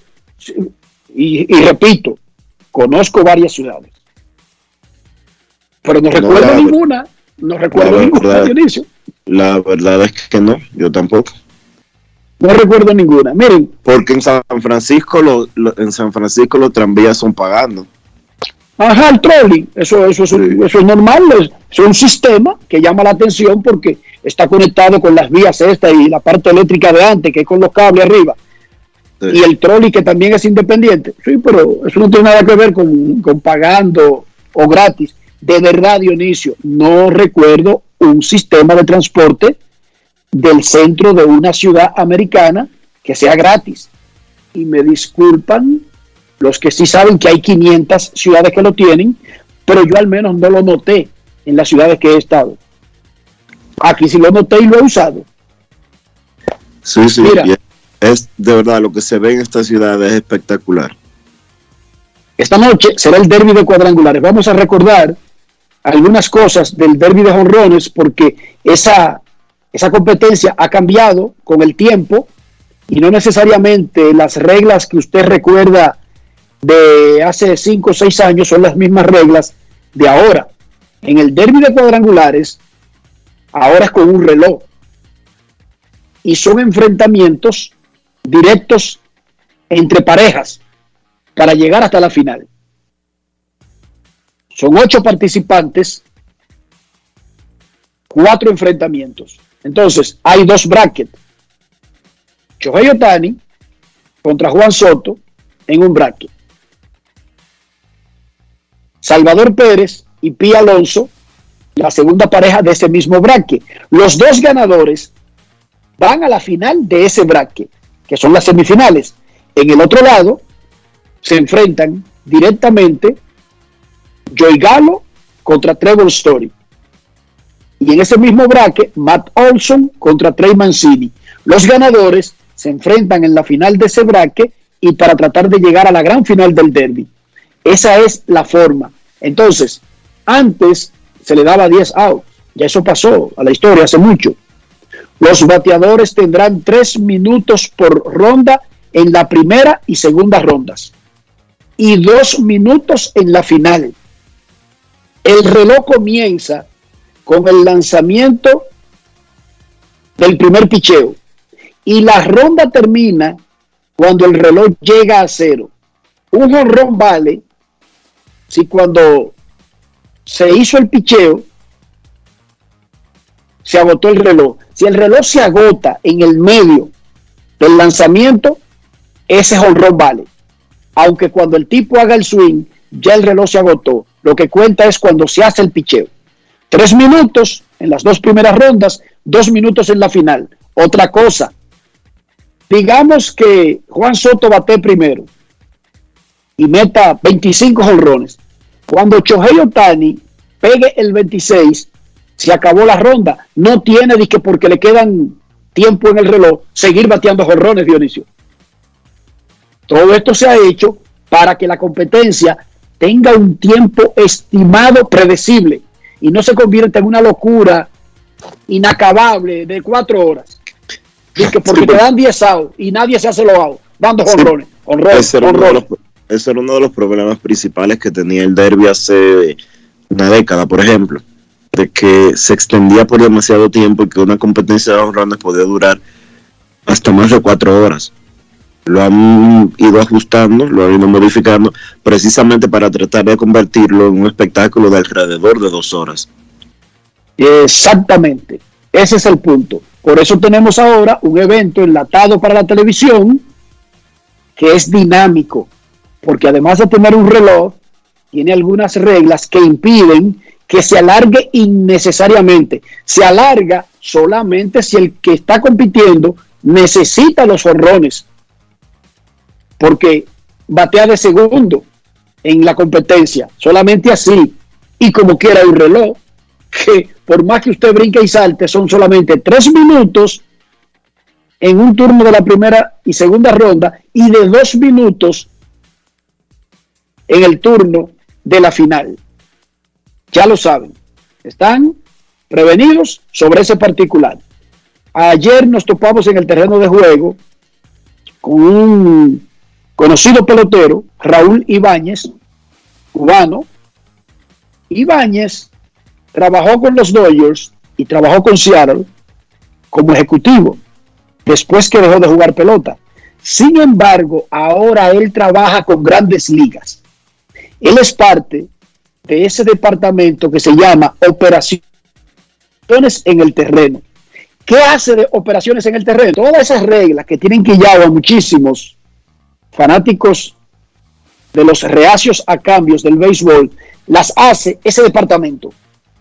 Speaker 5: y, y repito, conozco varias ciudades, pero no, no recuerdo la, ninguna, no recuerdo la ninguna, verdad, Dionisio.
Speaker 3: La verdad es que no, yo tampoco.
Speaker 5: No recuerdo ninguna. Miren,
Speaker 3: porque en San Francisco lo, lo, en San Francisco los tranvías son pagando.
Speaker 5: Ajá, el trolley, eso, eso, eso, sí. eso es normal, es, es un sistema que llama la atención porque está conectado con las vías estas y la parte eléctrica de antes, que es con los cables arriba. Sí. Y el trolley que también es independiente. Sí, pero eso no tiene nada que ver con, con pagando o gratis. De verdad, Dionisio, no recuerdo un sistema de transporte del centro de una ciudad americana que sea gratis. Y me disculpan los que sí saben que hay quinientas ciudades que lo tienen, pero yo al menos no lo noté en las ciudades que he estado. Aquí sí lo noté y lo he usado.
Speaker 3: Sí, sí, Mira, es de verdad lo que se ve en esta ciudad es espectacular.
Speaker 5: Esta noche será el derbi de cuadrangulares. Vamos a recordar algunas cosas del derbi de jonrones porque esa, esa competencia ha cambiado con el tiempo y no necesariamente las reglas que usted recuerda de hace cinco o seis años son las mismas reglas de ahora. En el derbi de cuadrangulares, ahora es con un reloj. Y son enfrentamientos directos entre parejas para llegar hasta la final. Son ocho participantes, cuatro enfrentamientos. Entonces, hay dos brackets. Shohei Ohtani contra Juan Soto en un bracket. Salvador Pérez y Pete Alonso, la segunda pareja de ese mismo bracket. Los dos ganadores van a la final de ese bracket, que son las semifinales. En el otro lado se enfrentan directamente Joey Gallo contra Trevor Story. Y en ese mismo bracket, Matt Olson contra Trey Mancini. Los ganadores se enfrentan en la final de ese bracket y para tratar de llegar a la gran final del derbi. Esa es la forma. Entonces, antes se le daba diez outs. Ya eso pasó a la historia hace mucho. Los bateadores tendrán tres minutos por ronda en la primera y segunda rondas. Y dos minutos en la final. El reloj comienza con el lanzamiento del primer picheo. Y la ronda termina cuando el reloj llega a cero. Un jonrón vale si cuando se hizo el picheo se agotó el reloj. Si el reloj se agota en el medio del lanzamiento, ese jonrón vale. Aunque cuando el tipo haga el swing, ya el reloj se agotó. Lo que cuenta es cuando se hace el picheo. Tres minutos en las dos primeras rondas, dos minutos en la final. Otra cosa, digamos que Juan Soto bate primero y meta veinticinco jonrones. Cuando Shohei Ohtani pegue el veintiséis, se acabó la ronda. No tiene de que porque le quedan tiempo en el reloj seguir bateando jonrones, Dionisio. Todo esto se ha hecho para que la competencia tenga un tiempo estimado predecible y no se convierta en una locura inacabable de cuatro horas. Y que porque sí, te dan diez outs y nadie se hace los outs, dando jonrones. Sí, jonrones,
Speaker 3: ese, jonrones. Ese era uno de los problemas principales que tenía el derbi hace una década, por ejemplo, de que se extendía por demasiado tiempo y que una competencia de jonrones podía durar hasta más de cuatro horas. Lo han ido ajustando, lo han ido modificando, precisamente para tratar de convertirlo en un espectáculo de alrededor de dos horas.
Speaker 5: Exactamente, ese es el punto. Por eso tenemos ahora un evento enlatado para la televisión que es dinámico, porque además de tener un reloj, tiene algunas reglas que impiden que se alargue innecesariamente. Se alarga solamente si el que está compitiendo necesita los jonrones, porque batea de segundo en la competencia, solamente así, y como quiera hay un reloj, que por más que usted brinque y salte, son solamente tres minutos en un turno de la primera y segunda ronda, y de dos minutos en el turno de la final. Ya lo saben, están prevenidos sobre ese particular. Ayer nos topamos en el terreno de juego con un conocido pelotero, Raúl Ibáñez, cubano. Ibáñez trabajó con los Dodgers y trabajó con Seattle como ejecutivo después que dejó de jugar pelota. Sin embargo, ahora él trabaja con Grandes Ligas. Él es parte de ese departamento que se llama Operaciones en el Terreno. ¿Qué hace de operaciones en el terreno? Todas esas reglas que tienen quillado a muchísimos fanáticos de los reacios a cambios del béisbol, las hace ese departamento.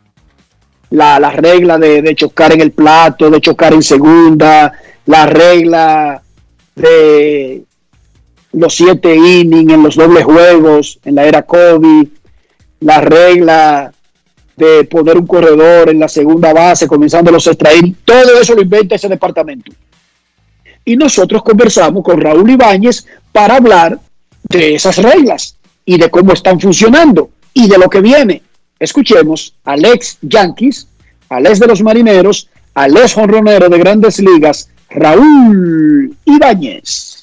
Speaker 5: La, la regla de, de chocar en el plato, de chocar en segunda, la regla de los siete innings en los dobles juegos en la era COVID, la regla de poner un corredor en la segunda base comenzando los extra innings, todo eso lo inventa ese departamento. Y nosotros conversamos con Raúl Ibáñez para hablar de esas reglas y de cómo están funcionando y de lo que viene. Escuchemos al ex Yankees, al ex de los Marineros, al ex jonronero de Grandes Ligas, Raúl Ibáñez.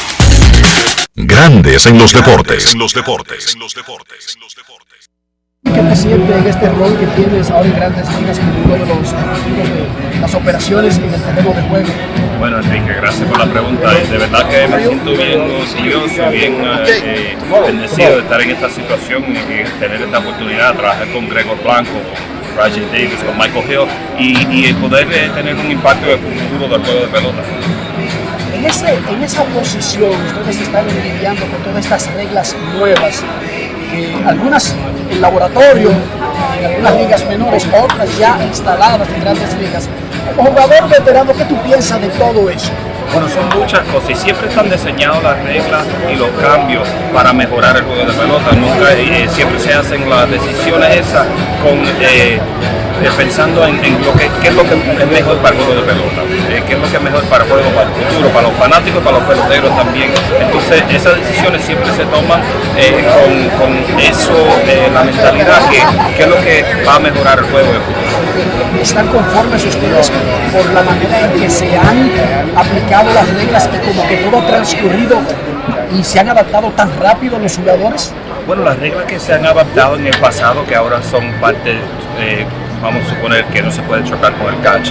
Speaker 1: Grandes en los deportes. En los deportes. En los deportes.
Speaker 4: ¿Qué te sientes en este rol que tienes ahora en Grandes Ligas como uno de los ejecutivos de las operaciones en el terreno de juego?
Speaker 9: Bueno, Enrique, gracias por la pregunta. De verdad que me siento bien orgulloso, bien eh, bendecido de estar en esta situación y tener esta oportunidad de trabajar con Gregor Blanco, con Rajay Davis, con Michael Hill y, y poder eh, tener un impacto en el futuro del juego de pelota.
Speaker 4: En, ese, en esa posición, ustedes están lidiando con todas estas reglas nuevas, que algunas en laboratorio, en algunas ligas menores, otras ya instaladas en Grandes Ligas. Como jugador veterano, ¿qué tú piensas de todo eso?
Speaker 9: Bueno, son muchas cosas y siempre están diseñadas las reglas y los cambios para mejorar el juego de pelota. Nunca, eh, siempre se hacen las decisiones esas con, eh, eh, pensando en, en lo que, qué es lo que es mejor para el juego de pelota, eh, qué es lo que es mejor para el juego, para el futuro, para los fanáticos y para los peloteros también. Entonces esas decisiones siempre se toman eh, con, con eso, eh, la mentalidad que, que es lo que va a mejorar el juego de futuro.
Speaker 4: ¿Están conformes ustedes por la manera en que se han aplicado las reglas, que como que todo ha transcurrido y se han adaptado tan rápido los jugadores?
Speaker 9: Bueno, las reglas que se han adaptado en el pasado, que ahora son parte, eh, vamos a suponer que no se puede chocar con el catcher,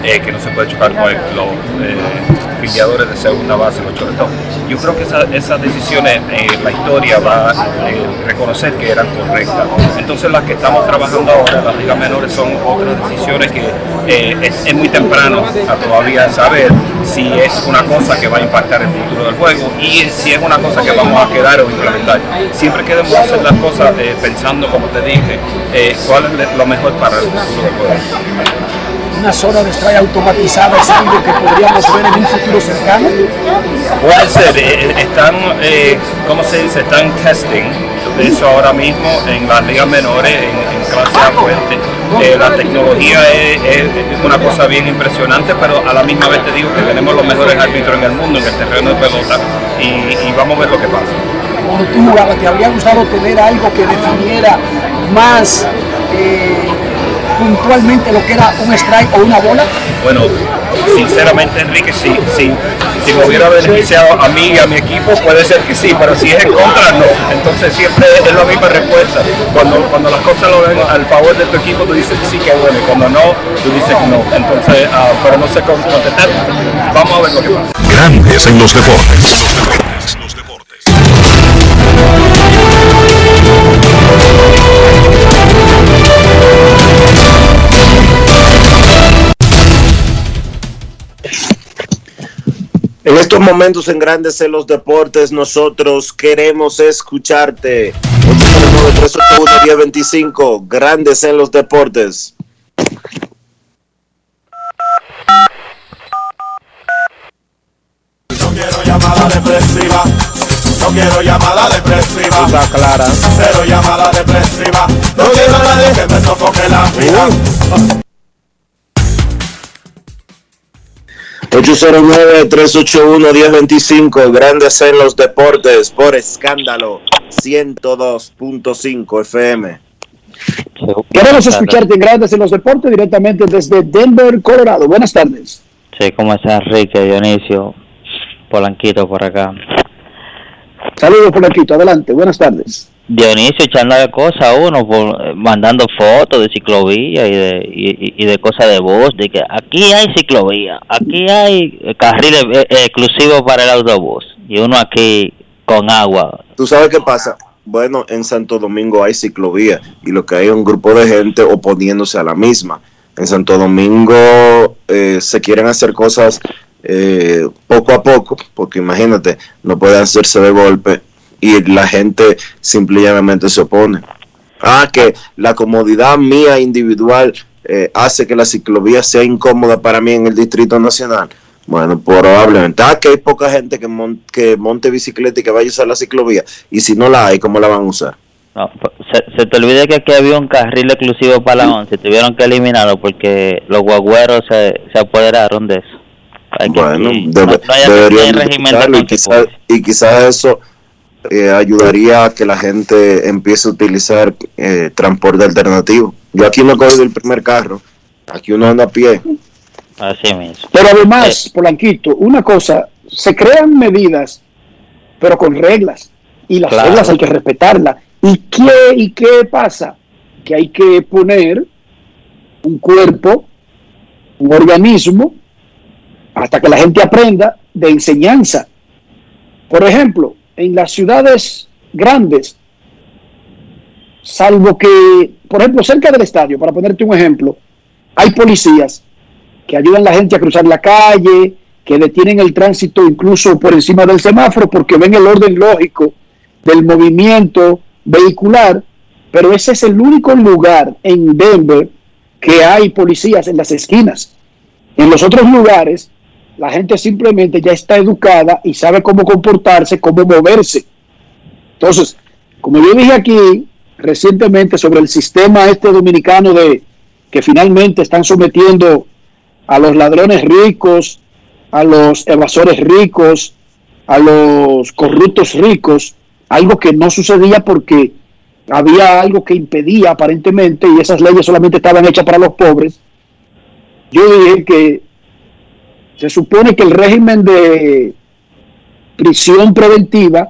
Speaker 9: eh, que no se puede chocar con el, los eh, filiadores de segunda base, los shortstop. Yo creo que esa, esas decisiones eh, la historia va a eh, reconocer que eran correctas. Entonces las que estamos trabajando ahora, las ligas menores, son otras decisiones que eh, es, es muy temprano a todavía saber si es una cosa que va a impactar el futuro del juego y si es una cosa que vamos a quedar o implementar. Siempre que debemos hacer las cosas eh, pensando, como te dije, eh, cuál es lo mejor para el futuro del juego.
Speaker 4: Una zona de strike automatizada es algo que podríamos ver en un futuro cercano.
Speaker 9: Puede ser, eh, están, eh, ¿cómo se dice? Están testing de eso ahora mismo en las ligas menores, en, en clase A fuerte. Eh, la tecnología es, es una cosa bien impresionante, pero a la misma vez te digo que tenemos los mejores árbitros en el mundo en el terreno de pelota y, y vamos a ver lo que pasa.
Speaker 4: Cuando tú jugabas, ¿te habría gustado tener algo que definiera más eh, puntualmente lo que era un strike o una bola?
Speaker 9: Bueno, sinceramente, Enrique, si, si, si me hubiera beneficiado a mí y a mi equipo, puede ser que sí, pero si es en contra, no. Entonces siempre es la misma respuesta. Cuando, cuando las cosas lo ven al favor de tu equipo, tú dices sí, que bueno, y cuando no, tú dices no. Entonces, uh, pero no sé cómo contestar. Vamos a ver lo que pasa.
Speaker 1: Grandes en los deportes.
Speaker 3: En estos momentos en Grandes en los Deportes, nosotros queremos escucharte. ocho cero nueve, tres ocho uno, uno cero dos cinco, Grandes en los Deportes.
Speaker 14: No quiero llamada depresiva. No quiero llamada depresiva.
Speaker 7: Está clara.
Speaker 14: Cero llamada depresiva. No quiero a nadie que me sofoque la vida.
Speaker 3: ocho cero nueve, tres ocho uno, uno cero dos cinco, Grandes en los Deportes, por Escándalo ciento dos punto cinco F M.
Speaker 5: Queremos escucharte en Grandes en los Deportes directamente desde Denver, Colorado. Buenas tardes.
Speaker 10: Sí, ¿cómo está Enrique, Dionisio, Polanquito por acá?
Speaker 5: Saludos, Polanquito, adelante, buenas tardes.
Speaker 10: Dionisio, echando de cosas a uno, por, mandando fotos de ciclovía y de y, y de cosas de voz, de que aquí hay ciclovía, aquí hay carriles eh, exclusivos para el autobús, y uno aquí con agua.
Speaker 3: ¿Tú sabes qué pasa? Bueno, en Santo Domingo hay ciclovía, y lo que hay es un grupo de gente oponiéndose a la misma. En Santo Domingo eh, se quieren hacer cosas eh, poco a poco, porque imagínate, no puede hacerse de golpe, y la gente simplemente se opone. Ah, que la comodidad mía individual eh, hace que la ciclovía sea incómoda para mí en el Distrito Nacional. Bueno, probablemente. Ah, que hay poca gente que, mon que monte bicicleta y que vaya a usar la ciclovía. Y si no la hay, ¿cómo la van a usar?
Speaker 10: No, se, se te olvida que aquí había un carril exclusivo para la once. Tuvieron que eliminarlo porque los guagüeros se, se apoderaron de eso. Hay que,
Speaker 3: bueno,
Speaker 10: y,
Speaker 3: debe,
Speaker 10: no, no
Speaker 3: deberían y quizás y quizás eso eh, ayudaría a que la gente empiece a utilizar eh, transporte alternativo. Yo aquí no he cogido el primer carro, aquí uno anda a pie.
Speaker 10: Así mismo.
Speaker 5: Pero además, eh. Polanquito, una cosa, se crean medidas, pero con reglas, y las claro. reglas hay que respetarlas. ¿Y qué, ¿Y qué pasa? Que hay que poner un cuerpo, un organismo, hasta que la gente aprenda, de enseñanza. Por ejemplo, en las ciudades grandes, salvo que, por ejemplo, cerca del estadio, para ponerte un ejemplo, hay policías que ayudan a la gente a cruzar la calle, que detienen el tránsito incluso por encima del semáforo porque ven el orden lógico del movimiento vehicular, pero ese es el único lugar en Denver que hay policías en las esquinas. En los otros lugares, la gente simplemente ya está educada y sabe cómo comportarse, cómo moverse. Entonces, como yo dije aquí recientemente sobre el sistema este dominicano de que finalmente están sometiendo a los ladrones ricos, a los evasores ricos, a los corruptos ricos, algo que no sucedía porque había algo que impedía aparentemente y esas leyes solamente estaban hechas para los pobres. Yo dije que se supone que el régimen de prisión preventiva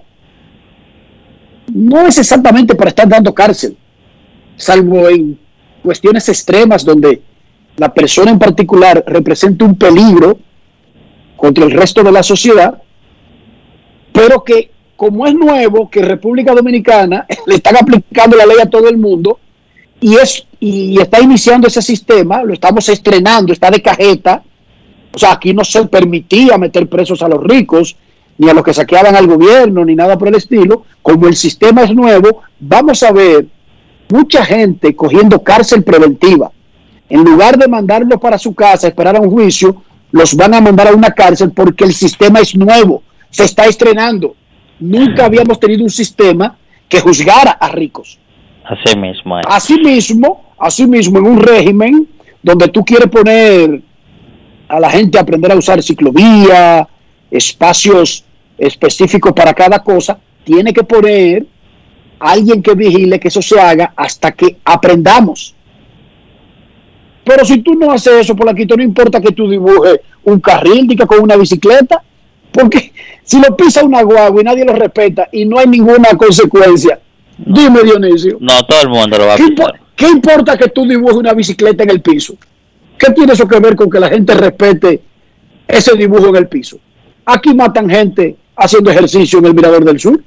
Speaker 5: no es exactamente para estar dando cárcel, salvo en cuestiones extremas donde la persona en particular representa un peligro contra el resto de la sociedad, pero que como es nuevo, que República Dominicana le están aplicando la ley a todo el mundo y, es, y está iniciando ese sistema, lo estamos estrenando, está de cajeta. O sea, aquí no se permitía meter presos a los ricos, ni a los que saqueaban al gobierno, ni nada por el estilo. Como el sistema es nuevo, vamos a ver mucha gente cogiendo cárcel preventiva. En lugar de mandarlos para su casa, esperar a un juicio, los van a mandar a una cárcel porque el sistema es nuevo, se está estrenando. Nunca habíamos tenido un sistema que juzgara a ricos.
Speaker 10: Así mismo. Eh.
Speaker 5: Así mismo, así mismo, en un régimen donde tú quieres poner a la gente a aprender a usar ciclovía, espacios específicos para cada cosa, tiene que poner a alguien que vigile que eso se haga hasta que aprendamos. Pero si tú no haces eso, por aquí no importa que tú dibujes un carril diga, con una bicicleta, porque si lo pisa una guagua y nadie lo respeta y no hay ninguna consecuencia, no. Dime, Dionisio.
Speaker 10: No, todo el mundo lo va a
Speaker 5: ¿Qué,
Speaker 10: pisar.
Speaker 5: ¿Qué importa que tú dibujes una bicicleta en el piso? ¿Qué tiene eso que ver con que la gente respete ese dibujo en el piso? Aquí matan gente haciendo ejercicio en el Mirador del Sur.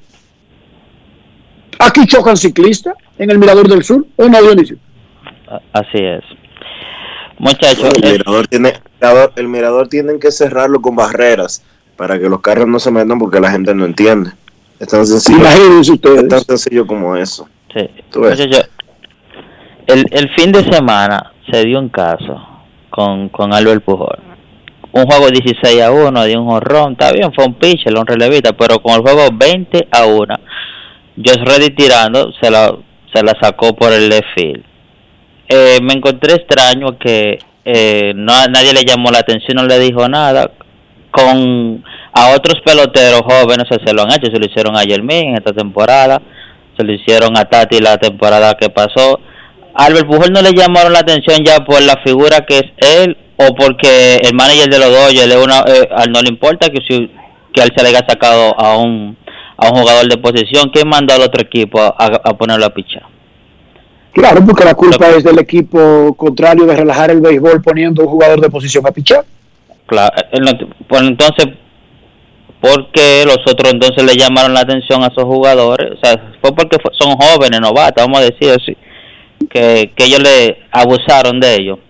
Speaker 5: Aquí chocan ciclistas en el Mirador del Sur. ¿O no, Dionisio?
Speaker 10: Así es. Muchachos.
Speaker 3: El mirador tiene, el mirador, el mirador tienen que cerrarlo con barreras para que los carros no se metan porque la gente no entiende. Es tan sencillo.
Speaker 5: Imagínense ustedes.
Speaker 3: Es tan sencillo como eso.
Speaker 10: Sí. Muchachos, el, el fin de semana se dio un caso con, con Albert Pujol. Un juego dieciséis a uno de un jorrón, está bien, fue un pitcher, un relevista, pero con el juego veinte a uno, Josh Reddy tirando, se la, se la sacó por el left field. Eh, me encontré extraño que eh, no, nadie le llamó la atención, no le dijo nada. Con a otros peloteros jóvenes se lo han hecho, se lo hicieron a Yermín en esta temporada, se lo hicieron a Tati la temporada que pasó. A Albert Pujol no le llamaron la atención ya por la figura que es él o porque el manager de los Dodgers una, eh, a él no le importa que, si, que él se le haya sacado a un a un jugador de posición. ¿Quién mandó al otro equipo a, a ponerlo a pichar?
Speaker 5: Claro, porque la culpa es del equipo contrario de relajar el béisbol poniendo un jugador de posición a pichar.
Speaker 10: Claro, pues entonces, ¿por qué los otros entonces le llamaron la atención a esos jugadores? O sea, fue porque son jóvenes, novatos, vamos a decir así, que, que ellos le abusaron de ellos.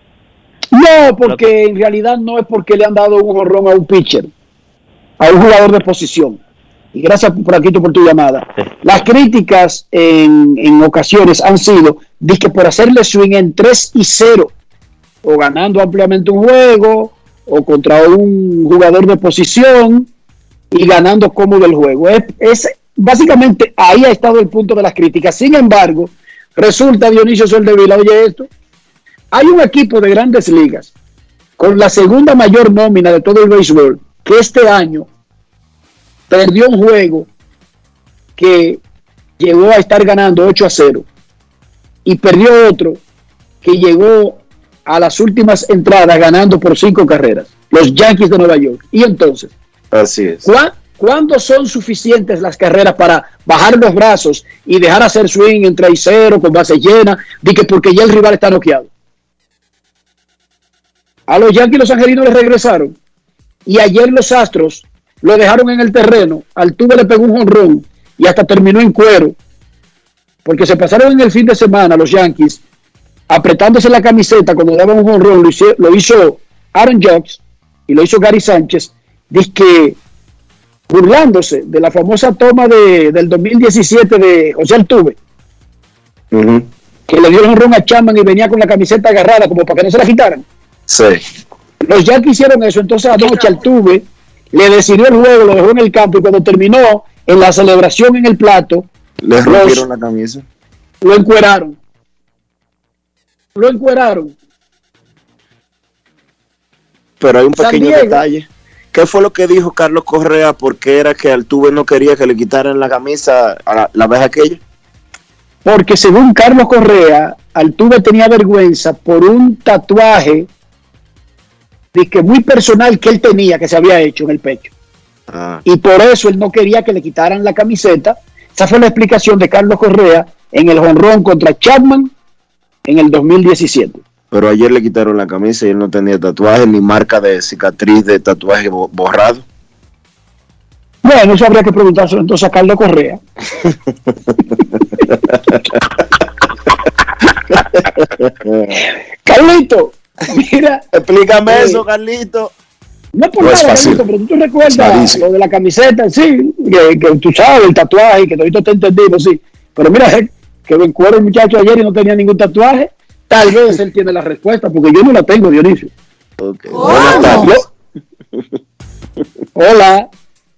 Speaker 5: No, porque en realidad no es porque le han dado un jorrón a un pitcher, a un jugador de posición. Y gracias por aquí por tu llamada. Sí. Las críticas en, en ocasiones han sido de que por hacerle swing en tres y cero, o ganando ampliamente un juego, o contra un jugador de posición, y ganando cómodo el juego. Es, es básicamente ahí ha estado el punto de las críticas. Sin embargo, resulta, Dionisio Soldevila, oye esto, hay un equipo de Grandes Ligas con la segunda mayor nómina de todo el béisbol que este año perdió un juego que llegó a estar ganando ocho a cero y perdió otro que llegó a las últimas entradas ganando por cinco carreras, los Yankees de Nueva York. Y entonces,
Speaker 3: así es.
Speaker 5: ¿cu- ¿cuándo son suficientes las carreras para bajar los brazos y dejar hacer swing en tres y cero con base llena, de que porque ya el rival está noqueado? A los Yankees los angelinos les regresaron y ayer los Astros lo dejaron en el terreno. Altuve le pegó un jonrón y hasta terminó en cuero porque se pasaron en el fin de semana los Yankees apretándose la camiseta cuando daban un jonrón. Lo hizo, lo hizo Aaron Judge y lo hizo Gary Sánchez, dizque burlándose de la famosa toma de, del dos mil diecisiete de José Altuve, uh-huh, que le dio el jonrón a Chapman y venía con la camiseta agarrada como para que no se la quitaran.
Speaker 3: Sí.
Speaker 5: Los Yankees hicieron eso. Entonces anoche Altuve le decidió el juego, lo dejó en el campo y cuando terminó en la celebración en el plato,
Speaker 3: le rompieron la camisa,
Speaker 5: lo encueraron. Lo encueraron.
Speaker 3: Pero hay un pequeño detalle. ¿Qué fue lo que dijo Carlos Correa? ¿Por qué era que Altuve no quería que le quitaran la camisa a la, la vez aquella?
Speaker 5: Porque según Carlos Correa, Altuve tenía vergüenza por un tatuaje de que muy personal que él tenía, que se había hecho en el pecho. Ah. Y por eso él no quería que le quitaran la camiseta. Esa fue la explicación de Carlos Correa en el jonrón contra Chapman en el dos mil diecisiete.
Speaker 3: pero ayer le quitaron la camisa y él no tenía tatuaje ni marca de cicatriz de tatuaje borrado.
Speaker 5: Bueno, eso habría que preguntárselo entonces a Carlos Correa. Carlito, mira.
Speaker 3: Explícame
Speaker 5: eh,
Speaker 3: eso, Carlito.
Speaker 5: No por
Speaker 3: No
Speaker 5: nada,
Speaker 3: es fácil.
Speaker 5: Carlito, pero tú te recuerdas lo de la camiseta, sí, que, que tú sabes, el tatuaje, que todito te entendido, sí. Pero mira, eh, que me encuentro el muchacho ayer y no tenía ningún tatuaje. Tal vez él tiene la respuesta, porque yo no la tengo, Dionisio.
Speaker 3: Okay.
Speaker 5: Buenas tardes. Hola.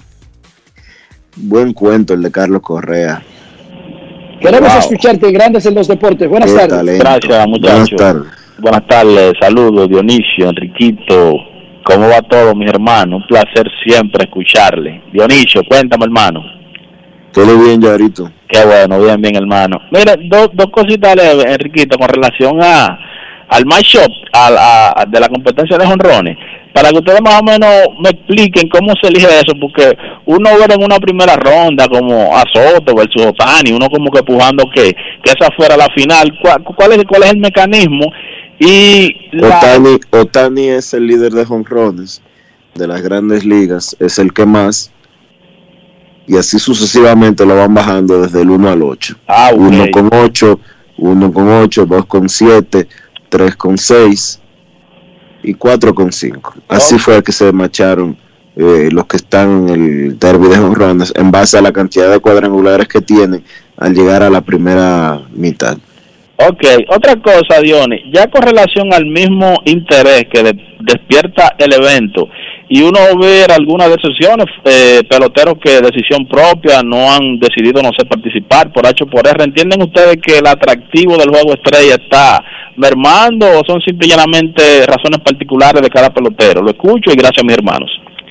Speaker 3: Buen cuento el de Carlos Correa.
Speaker 5: Queremos
Speaker 11: Wow.
Speaker 5: escucharte en Grandes en los Deportes. Buenas
Speaker 3: Qué
Speaker 5: tardes.
Speaker 3: talento.
Speaker 11: Gracias, muchachos.
Speaker 3: Buenas tardes.
Speaker 11: Buenas tardes, saludos, Dionisio, Enriquito. ¿Cómo va todo, mis hermanos? Un placer siempre escucharle. Dionisio, cuéntame, hermano.
Speaker 3: Todo bien, Yarito.
Speaker 11: Qué bueno, bien, bien, hermano. Mira, dos dos cositas leves, Enriquito, con relación a al matchup a, a, de la competencia de jonrones, para que ustedes más o menos me expliquen cómo se elige eso, porque uno ve en una primera ronda como a Soto versus Otani, uno como que pujando que, que esa fuera la final. ¿Cuál, cuál, es, ¿Cuál es el mecanismo? Y la...
Speaker 3: Otani, Otani es el líder de jonrones de las grandes ligas, es el que más, y así sucesivamente lo van bajando desde el uno al ocho.
Speaker 11: Ah, okay.
Speaker 3: uno con ocho, uno con ocho, dos con siete, tres con seis y cuatro con cinco. Así
Speaker 11: Okay.
Speaker 3: fue que se marcharon eh, los que están en el derby de jonrones en base a la cantidad de cuadrangulares que tienen al llegar a la primera mitad.
Speaker 11: Ok, otra cosa, Dionis, ya con relación al mismo interés que de, despierta el evento, y uno ver algunas decisiones, eh, peloteros que de decisión propia no han decidido no sé participar por H o por R, ¿entienden ustedes que el atractivo del juego estrella está mermando o son simple y llanamente razones particulares de cada pelotero? Lo escucho y gracias, mis hermanos.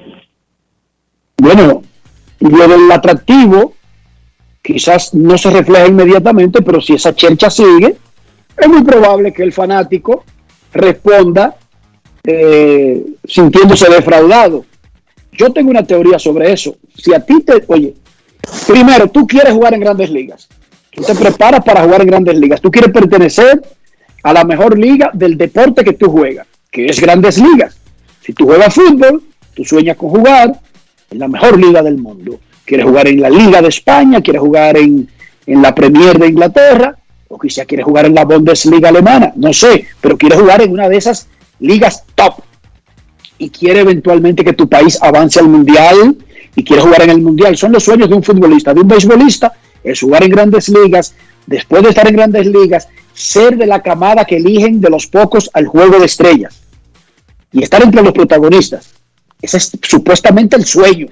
Speaker 5: Bueno, lo del atractivo quizás no se refleja inmediatamente, pero si esa chercha sigue, es muy probable que el fanático responda eh, sintiéndose defraudado. Yo tengo una teoría sobre eso. Si a ti te... Oye, primero, tú quieres jugar en Grandes Ligas. Tú te preparas para jugar en Grandes Ligas. Tú quieres pertenecer a la mejor liga del deporte que tú juegas, que es Grandes Ligas. Si tú juegas fútbol, tú sueñas con jugar en la mejor liga del mundo. Quieres jugar en la Liga de España, quieres jugar en, en la Premier de Inglaterra, o quizá quieres jugar en la Bundesliga alemana, no sé, pero quieres jugar en una de esas ligas top y quiere eventualmente que tu país avance al mundial y quiere jugar en el mundial. Son los sueños de un futbolista, de un beisbolista, es jugar en Grandes Ligas, después de estar en Grandes Ligas, ser de la camada que eligen de los pocos al juego de estrellas y estar entre los protagonistas. Ese es supuestamente el sueño.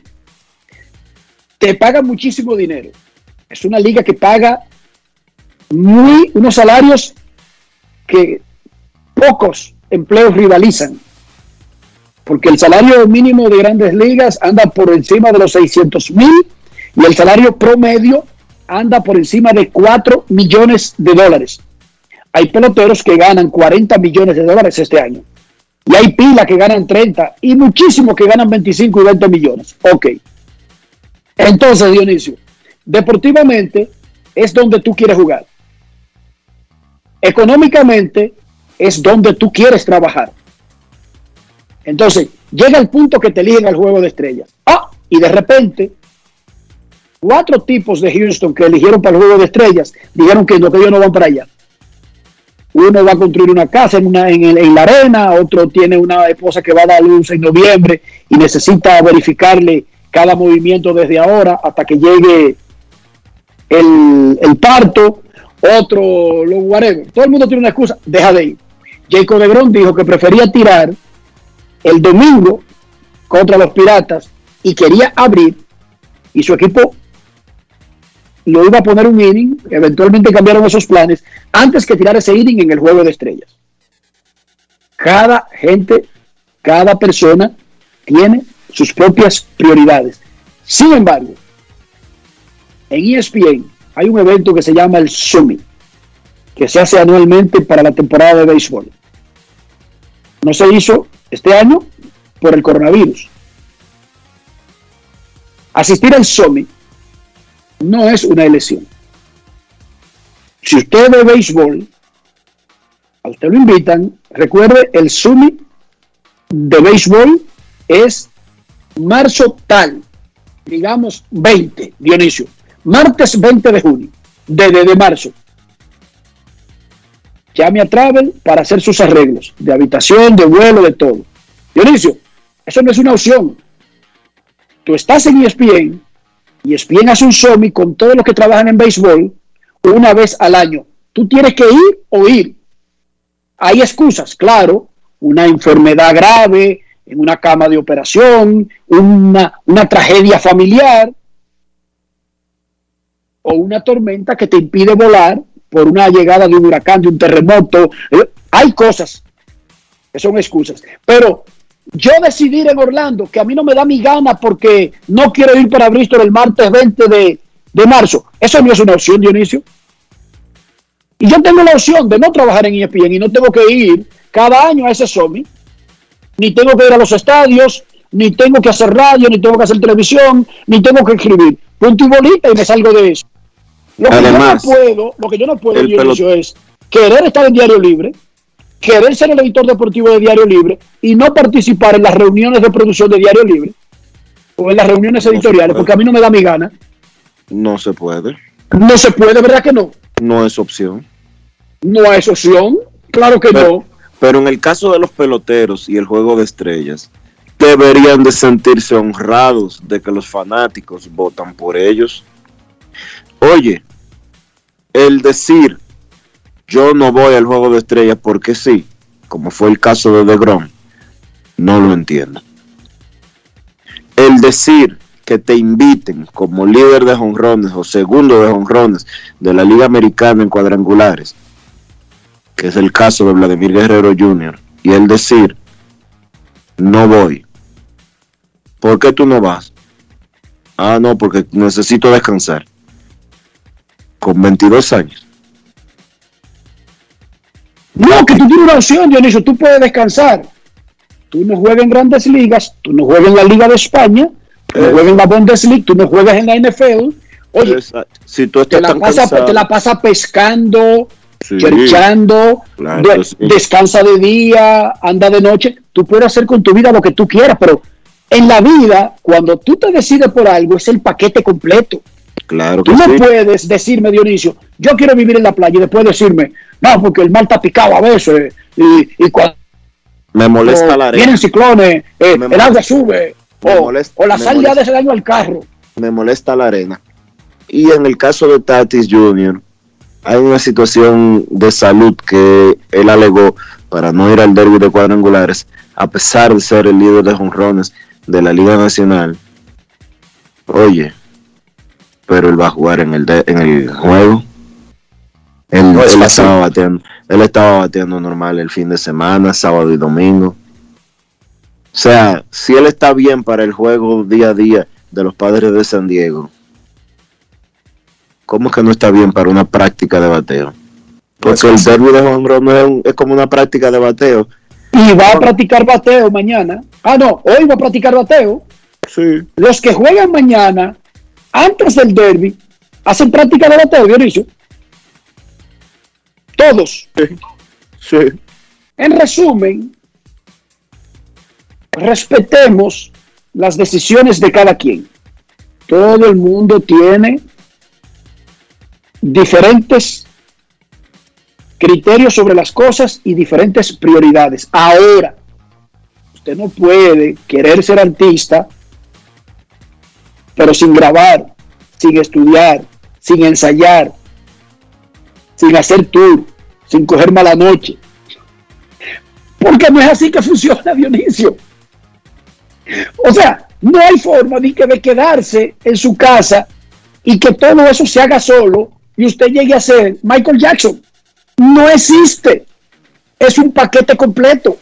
Speaker 5: Te pagan muchísimo dinero. Es una liga que paga muy unos salarios que pocos empleos rivalizan, porque el salario mínimo de Grandes Ligas anda por encima de los seiscientos mil y el salario promedio anda por encima de cuatro millones de dólares. Hay peloteros que ganan cuarenta millones de dólares este año y hay pila que ganan treinta y muchísimos que ganan veinticinco y veinte millones. Ok. Entonces, Dionisio, deportivamente es donde tú quieres jugar. Económicamente es donde tú quieres trabajar. Entonces, llega el punto que te eligen al juego de estrellas. Ah, y de repente, cuatro tipos de Houston que eligieron para el juego de estrellas dijeron que no, que ellos no van para allá. Uno va a construir una casa en, una, en, el, en la arena, otro tiene una esposa que va a dar luz en noviembre y necesita verificarle cada movimiento desde ahora hasta que llegue el, el parto, otro, lo whatever. Todo el mundo tiene una excusa, deja de ir. Jacob deGrom dijo que prefería tirar el domingo contra los Piratas y quería abrir, y su equipo lo iba a poner un inning, eventualmente cambiaron esos planes, antes que tirar ese inning en el juego de estrellas. Cada gente, cada persona tiene sus propias prioridades. Sin embargo, en E S P N hay un evento que se llama el Summit, que se hace anualmente para la temporada de béisbol. No se hizo este año por el coronavirus. Asistir al Summit no es una elección. Si usted ve béisbol, a usted lo invitan, Recuerde, el Summit de béisbol es marzo tal, digamos veinte, Dionisio, martes veinte de junio, de, de, de marzo. Llame a Travel para hacer sus arreglos de habitación, de vuelo, de todo. Dionisio, eso no es una opción. Tú estás en E S P N y E S P N hace un Summit con todos los que trabajan en béisbol una vez al año. Tú tienes que ir o ir. Hay excusas, claro, una enfermedad grave, en una cama de operación, una, una tragedia familiar o una tormenta que te impide volar por una llegada de un huracán, de un terremoto. Eh, hay cosas que son excusas. Pero yo decidí ir en Orlando, que a mí no me da mi gana porque no quiero ir para Bristol el martes veinte de, de marzo. Eso no es una opción, Dionisio. Y yo tengo la opción de no trabajar en E S P N y no tengo que ir cada año a ese Summit, ni tengo que ir a los estadios, ni tengo que hacer radio, ni tengo que hacer televisión, ni tengo que escribir. Punto y bolita y me salgo de eso. Lo que Además, yo no puedo, lo que yo no puedo, Dionisio, pelot- es querer estar en Diario Libre, querer ser el editor deportivo de Diario Libre y no participar en las reuniones de producción de Diario Libre o en las reuniones editoriales, porque a mí no me da mi gana.
Speaker 3: No se puede.
Speaker 5: No se puede, ¿verdad que no?
Speaker 3: No es opción.
Speaker 5: No es opción, claro que
Speaker 3: pero,
Speaker 5: no.
Speaker 3: Pero en el caso de los peloteros y el juego de estrellas, deberían de sentirse honrados de que los fanáticos votan por ellos. Oye, el decir yo no voy al juego de estrellas porque sí, como fue el caso de DeGrom, no lo entiendo. El decir que te inviten como líder de jonrones o segundo de jonrones de la Liga Americana en cuadrangulares, que es el caso de Vladimir Guerrero junior, y el decir no voy. ¿Por qué tú no vas? Ah, no, porque necesito descansar. Con veintidós años.
Speaker 5: No, que tú tienes una opción, Dionisio, tú puedes descansar. Tú no juegas en Grandes Ligas, tú no juegas en la Liga de España, tú no juegas en la Bundesliga, tú no juegas en la N F L. Oye,
Speaker 3: si tú estás
Speaker 5: te, la
Speaker 3: tan
Speaker 5: pasa,
Speaker 3: cansado,
Speaker 5: te la pasa pescando,
Speaker 3: sí,
Speaker 5: cherchando,
Speaker 3: claro,
Speaker 5: de,
Speaker 3: sí.
Speaker 5: descansa de día, anda de noche. Tú puedes hacer con tu vida lo que tú quieras, pero en la vida, cuando tú te decides por algo, es el paquete completo.
Speaker 3: Claro que
Speaker 5: tú no
Speaker 3: sí.
Speaker 5: puedes decirme, Dionisio, yo quiero vivir en la playa y después decirme, no, porque el mar está picado a veces y, y cuando
Speaker 3: me molesta la arena.
Speaker 5: Vienen ciclones, eh,
Speaker 3: Me
Speaker 5: el agua sube, o,
Speaker 3: molesta,
Speaker 5: o la
Speaker 3: me
Speaker 5: sal le
Speaker 3: molesta.
Speaker 5: hace daño al carro.
Speaker 3: Me molesta la arena. Y en el caso de Tatis junior, hay una situación de salud que él alegó para no ir al derbi de cuadrangulares, a pesar de ser el líder de jonrones de la Liga Nacional. Oye, pero él va a jugar en el de, en el juego. Él,
Speaker 12: No es
Speaker 3: él
Speaker 12: fácil.
Speaker 3: estaba bateando, él estaba bateando normal el fin de semana, sábado y domingo. O sea, si él está bien para el juego día a día de los Padres de San Diego, ¿cómo es que no está bien para una práctica de bateo? Porque el derbi de jonrones es, un- es como una práctica de bateo.
Speaker 5: Y va a practicar bateo mañana. Ah, no, hoy va a practicar bateo.
Speaker 3: Sí.
Speaker 5: Los que juegan mañana, antes del derby, hacen práctica de bateo, Dionisio. Todos.
Speaker 3: Sí.
Speaker 5: En resumen, respetemos las decisiones de cada quien. Todo el mundo tiene diferentes criterios sobre las cosas y diferentes prioridades. Ahora, usted no puede querer ser artista, pero sin grabar, sin estudiar, sin ensayar, sin hacer tour, sin coger mala noche. Porque no es así que funciona, Dionisio. O sea, no hay forma de, que de quedarse en su casa y que todo eso se haga solo y usted llegue a ser Michael Jackson. No existe. Es un paquete completo.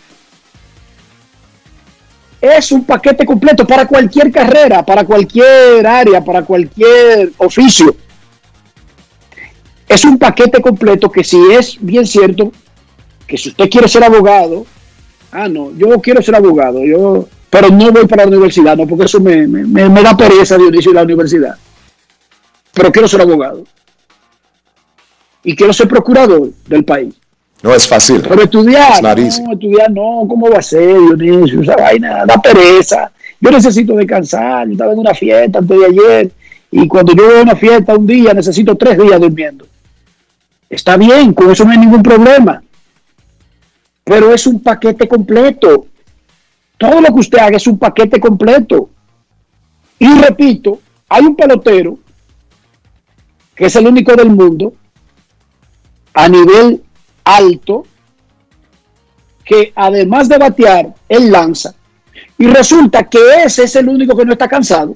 Speaker 5: Es un paquete completo para cualquier carrera, para cualquier área, para cualquier oficio. Es un paquete completo que si es bien cierto que si usted quiere ser abogado, ah no, yo quiero ser abogado, yo, pero no voy para la universidad, no, porque eso me, me, me da pereza, Dionisio, de la universidad. Pero quiero ser abogado. Y quiero ser procurador del país.
Speaker 12: No es fácil.
Speaker 4: Pero estudiar, no,
Speaker 12: easy.
Speaker 4: estudiar no, ¿cómo va a ser, Dionisio? Esa vaina da pereza. Yo necesito descansar, yo estaba en una fiesta antes de ayer, y cuando yo voy a una fiesta un día, necesito tres días durmiendo. Está bien, con eso no hay ningún problema. Pero es un paquete completo. Todo lo que usted haga es un paquete completo. Y repito, hay un pelotero que es el único del mundo a nivel alto que además de batear, él lanza. Y resulta que ese es el único que no está cansado.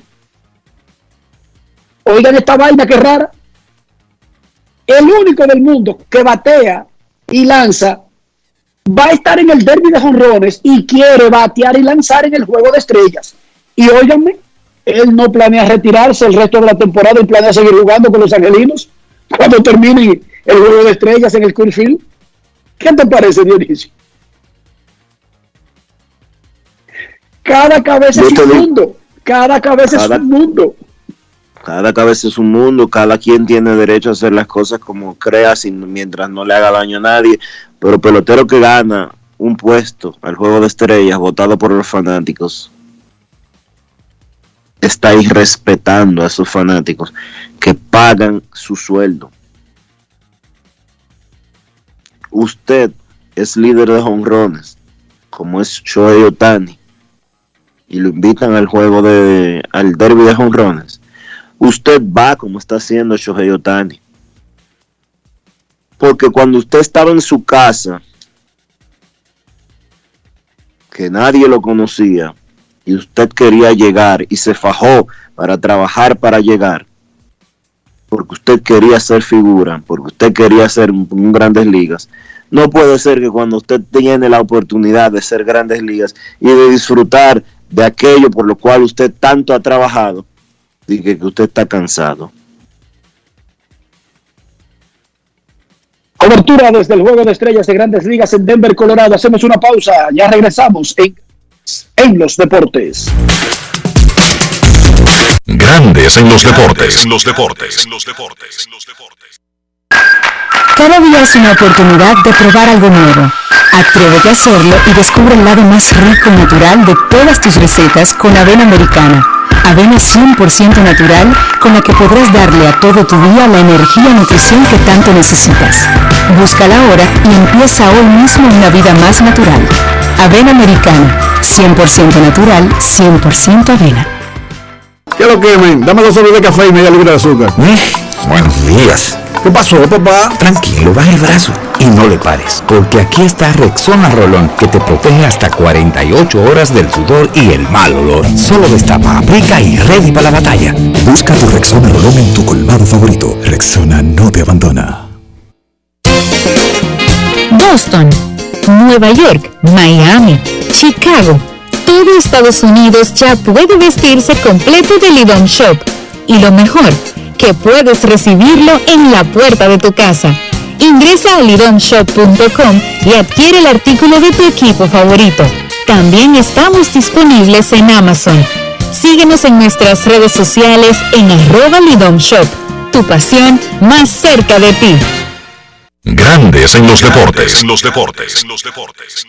Speaker 4: Oigan esta vaina que rara. El único del mundo que batea y lanza va a estar en el derbi de jonrones y quiere batear y lanzar en el juego de estrellas. Y óiganme, él no planea retirarse el resto de la temporada y planea seguir jugando con los angelinos cuando termine el juego de estrellas en el Coors Field. ¿Qué te parece, Dionisio? Cada cabeza es un mundo. Cada cabeza es un mundo.
Speaker 3: Cada cabeza es un mundo, cada quien tiene derecho a hacer las cosas como crea, sin, mientras no le haga daño a nadie. Pero pelotero que gana un puesto al juego de estrellas votado por los fanáticos está irrespetando a esos fanáticos que pagan su sueldo. Usted es líder de jonrones, como es Shohei Ohtani, y lo invitan al juego de al derbi de jonrones. Usted va como está haciendo Shohei Ohtani. Porque cuando usted estaba en su casa, que nadie lo conocía, y usted quería llegar y se fajó para trabajar para llegar, porque usted quería ser figura, porque usted quería ser un, un Grandes Ligas, no puede ser que cuando usted tiene la oportunidad de ser Grandes Ligas y de disfrutar de aquello por lo cual usted tanto ha trabajado, diga que usted está cansado.
Speaker 4: Cobertura desde el Juego de Estrellas de Grandes Ligas en Denver, Colorado. Hacemos una pausa, ya regresamos en, en los deportes.
Speaker 1: Grandes en los deportes. En los deportes. En los deportes.
Speaker 20: Cada día es una oportunidad de probar algo nuevo. Atrévete a hacerlo y descubre el lado más rico y natural de todas tus recetas con avena americana. Avena cien por ciento natural con la que podrás darle a todo tu día la energía y nutrición que tanto necesitas. Búscala ahora y empieza hoy mismo una vida más natural. Avena americana, cien por ciento natural, cien por ciento avena.
Speaker 13: ¿Qué lo que, men? Dame dos sobres de café y media libra de azúcar.
Speaker 15: Mm, buenos días.
Speaker 13: ¿Qué pasó, papá?
Speaker 15: Tranquilo, baja el brazo y no le pares, porque aquí está Rexona Rolón, que te protege hasta cuarenta y ocho horas del sudor y el mal olor. Solo destapa, aplica y ready para la batalla.
Speaker 19: Busca tu Rexona Rolón en tu colmado favorito. Rexona no te abandona.
Speaker 23: Boston, Nueva York, Miami, Chicago. Todo Estados Unidos ya puede vestirse completo de Lidom Shop. Y lo mejor, que puedes recibirlo en la puerta de tu casa. Ingresa a lidom shop punto com y adquiere el artículo de tu equipo favorito. También estamos disponibles en Amazon. Síguenos en nuestras redes sociales en arroba Lidom Shop. Tu pasión más cerca de ti.
Speaker 1: Grandes en los deportes. En los deportes. En los deportes.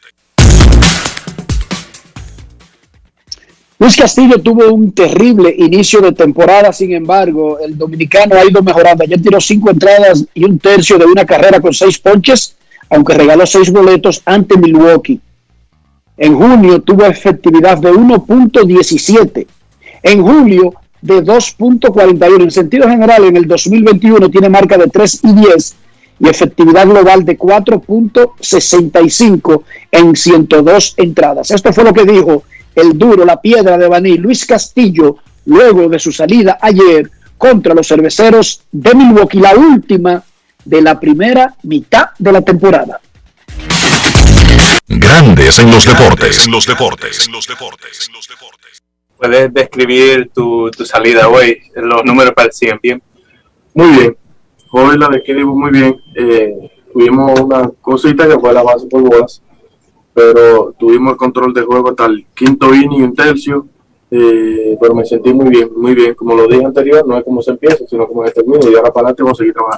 Speaker 4: Luis Castillo tuvo un terrible inicio de temporada, sin embargo, el dominicano ha ido mejorando. Ayer tiró cinco entradas y un tercio de una carrera con seis ponches, aunque regaló seis boletos ante Milwaukee. En junio tuvo efectividad de uno punto diecisiete. En julio de dos punto cuarenta y uno. En sentido general, en el dos mil veintiuno tiene marca de tres y diez y efectividad global de cuatro punto sesenta y cinco en ciento dos entradas. Esto fue lo que dijo el duro, la piedra de Baní, Luis Castillo, luego de su salida ayer contra los Cerveceros de Milwaukee, la última de la primera mitad de la temporada.
Speaker 1: Grandes en los deportes. En los deportes. En los deportes.
Speaker 16: Puedes describir tu, tu salida hoy, los números parecían bien.
Speaker 25: Muy bien, hoy la describimos muy bien. Eh, tuvimos una cosita que fue la base por bolas, pero tuvimos el control de juego hasta el quinto inning y un tercio, eh, pero me sentí muy bien, muy bien. Como lo dije anterior, no es como se empieza, sino como se termina, y ahora para adelante vamos a seguir trabajando.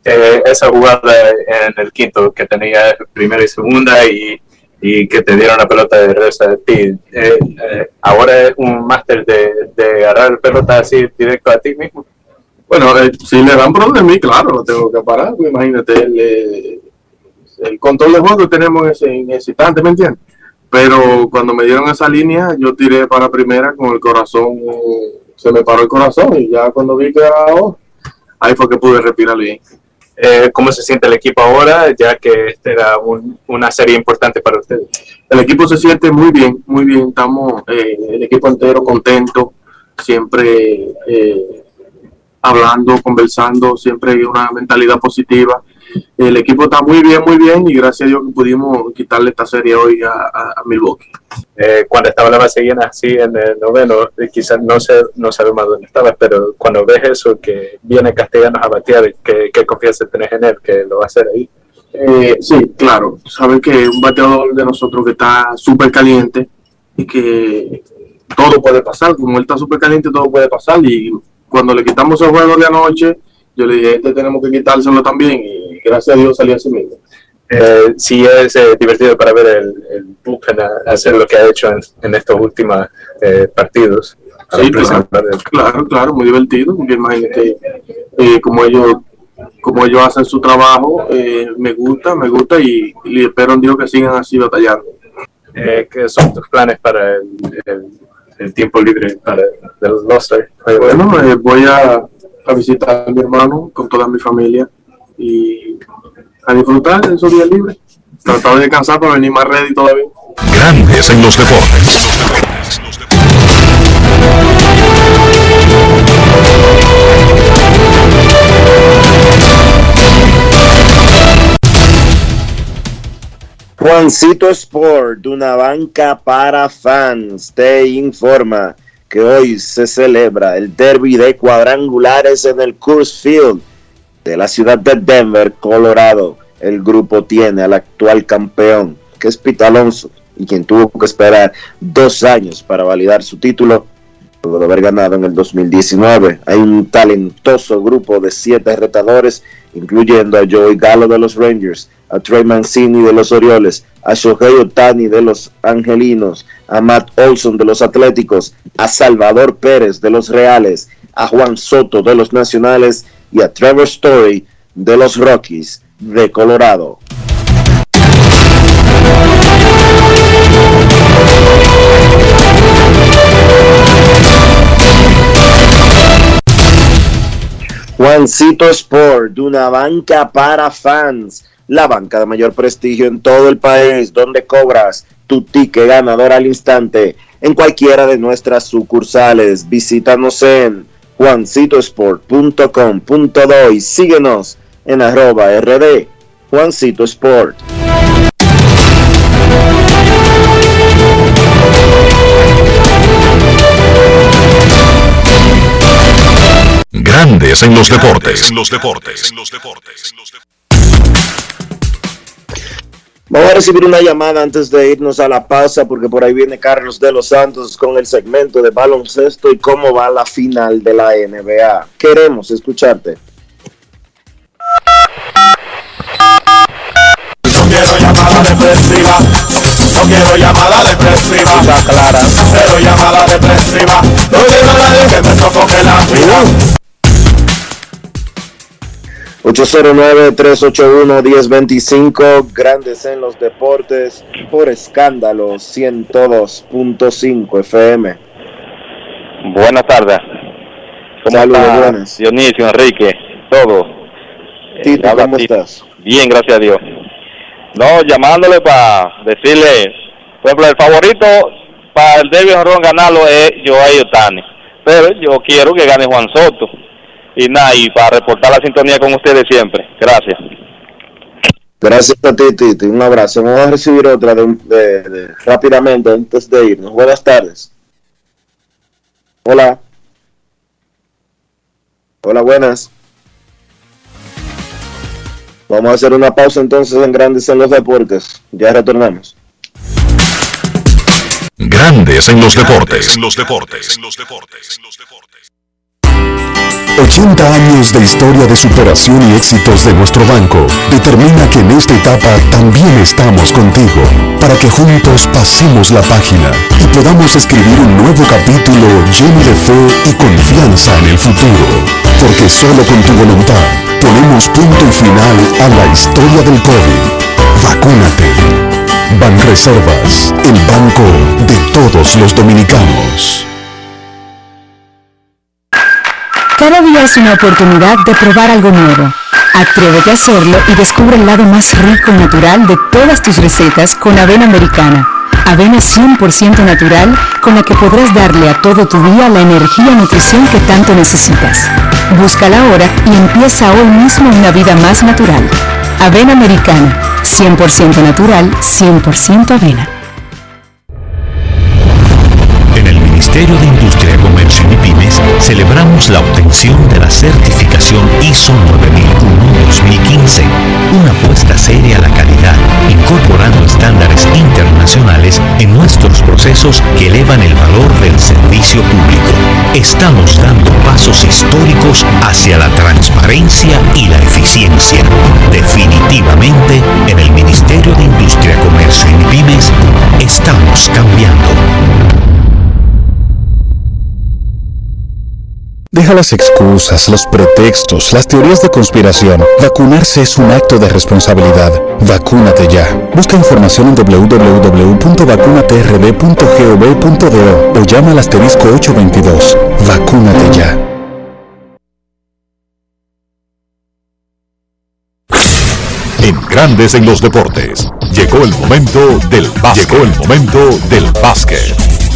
Speaker 16: eh, esa jugada en el quinto que tenía primera y segunda y, y que te dieron la pelota de reversa de ti. Eh, eh, ahora es un máster de, de agarrar la pelota así directo a ti mismo.
Speaker 25: Bueno, eh, si le dan problema a mí, claro, lo tengo que parar. Pues imagínate, el, eh, el control de juego que tenemos en ese, en ese instante, ¿me entiendes? Pero cuando me dieron esa línea, yo tiré para primera con el corazón, eh, se me paró el corazón y ya cuando vi que era oh, ahí fue que pude respirar bien.
Speaker 16: Eh, ¿Cómo se siente el equipo ahora, ya que esta era un, una serie importante para ustedes?
Speaker 25: El equipo se siente muy bien, muy bien. Estamos eh, el equipo entero contento, siempre eh, hablando, conversando, siempre una mentalidad positiva. El equipo está muy bien, muy bien y gracias a Dios que pudimos quitarle esta serie hoy a, a, a Milwaukee.
Speaker 16: Eh, cuando estaba la base llena así en el noveno, quizás no sé, no sabemos dónde estabas, pero cuando ves eso, que viene Castellanos a batear, ¿qué, qué confianza tenés en él, que lo va a hacer ahí?
Speaker 25: Eh, sí, claro. Saben que es un bateador de nosotros que está súper caliente y que todo puede pasar. Como él está súper caliente, todo puede pasar. Y cuando le quitamos el juego de anoche, yo le dije, este tenemos que quitárselo también. Y gracias a Dios salió así mismo.
Speaker 16: Eh, sí es eh, divertido para ver el, el bullpen hacer lo que ha hecho en, en estos últimos eh, partidos.
Speaker 25: Sí, claro, claro, claro, muy divertido. Porque imagínate eh, como ellos como ellos hacen su trabajo, eh, me gusta, me gusta y, y espero en Dios que sigan así batallando.
Speaker 16: Eh, ¿Qué son tus planes para el, el, el tiempo libre para el All-Star?
Speaker 25: Bueno, eh, voy a, a visitar a mi hermano con toda mi familia y a disfrutar de esos días libres. Tratar de descansar para venir más ready todavía.
Speaker 1: Grandes en los deportes.
Speaker 3: Juancito Sport, una banca para fans, te informa que hoy se celebra el derby de cuadrangulares en el Coors Field de la ciudad de Denver, Colorado. El grupo tiene al actual campeón, que es Pete Alonso, y quien tuvo que esperar dos años para validar su título, luego de haber ganado en el dos mil diecinueve. Hay un talentoso grupo de siete retadores, incluyendo a Joey Gallo de los Rangers, a Trey Mancini de los Orioles, a Shohei Ohtani de los Angelinos, a Matt Olson de los Atléticos, a Salvador Pérez de los Reales, a Juan Soto de los Nacionales y a Trevor Story de los Rockies de Colorado. Juancito Sport, una banca para fans, la banca de mayor prestigio en todo el país, donde cobras tu ticket ganador al instante en cualquiera de nuestras sucursales. Visítanos en juancito sport punto com punto do y síguenos en arroba rd Juancito Sport.
Speaker 1: Grandes en los deportes. En los deportes.
Speaker 3: Vamos a recibir una llamada antes de irnos a la pausa, porque por ahí viene Carlos de los Santos con el segmento de baloncesto y cómo va la final de la N B A. Queremos escucharte.
Speaker 14: No quiero llamada depresiva, no quiero llamada depresiva, clara. Cero llamada depresiva, no quiero nadie que me sofoque la vida.
Speaker 3: ocho cero nueve, tres ocho uno, uno cero dos cinco, Grandes en los Deportes, por Escándalo ciento dos punto cinco F M.
Speaker 12: Buenas tardes. ¿Cómo
Speaker 3: Saludos,
Speaker 12: está
Speaker 3: buenas.
Speaker 12: Dionisio, Enrique, todo?
Speaker 3: Tito,
Speaker 12: Eh,
Speaker 3: ¿cómo
Speaker 12: Tito.
Speaker 3: estás?
Speaker 12: Bien, gracias a Dios. No, llamándole para decirle, por ejemplo, el favorito para el derbi jonrón ganarlo es Shohei Ohtani, pero yo quiero que gane Juan Soto. Y nada, y para reportar la sintonía con ustedes siempre. Gracias.
Speaker 3: Gracias a ti, Tito. Un abrazo. Vamos a recibir otra de, de, de, rápidamente antes de irnos. Buenas tardes. Hola. Hola, buenas. Vamos a hacer una pausa entonces en Grandes en los Deportes. Ya retornamos.
Speaker 1: Grandes en los deportes. En los deportes. En los deportes.
Speaker 19: ochenta años de historia de superación y éxitos de nuestro banco determina que en esta etapa también estamos contigo, para que juntos pasemos la página y podamos escribir un nuevo capítulo lleno de fe y confianza en el futuro. Porque solo con tu voluntad ponemos punto y final a la historia del COVID. Vacúnate. Banreservas, el banco de todos los dominicanos.
Speaker 20: Cada día es una oportunidad de probar algo nuevo. Atrévete a hacerlo y descubre el lado más rico y natural de todas tus recetas con avena americana. Avena cien por ciento natural con la que podrás darle a todo tu día la energía y nutrición que tanto necesitas. Búscala ahora y empieza hoy mismo una vida más natural. Avena americana, cien por ciento natural, cien por ciento avena.
Speaker 1: En el Ministerio de Industria, Comercio y Pymes celebramos la obtención de la certificación I S O nueve mil uno dos mil quince, una apuesta seria a la calidad, incorporando estándares internacionales en nuestros procesos que elevan el valor del servicio público. Estamos dando pasos históricos hacia la transparencia y la eficiencia. Definitivamente, en el Ministerio de Industria, Comercio y Pymes estamos cambiando.
Speaker 17: Deja las excusas, los pretextos, las teorías de conspiración. Vacunarse es un acto de responsabilidad. Vacúnate ya. Busca información en doble u doble u doble u punto vacunate r d punto gov punto do o llama al asterisco ocho veintidós. Vacúnate ya.
Speaker 1: En Grandes en los Deportes, llegó el momento del básquet. Llegó el momento del básquet.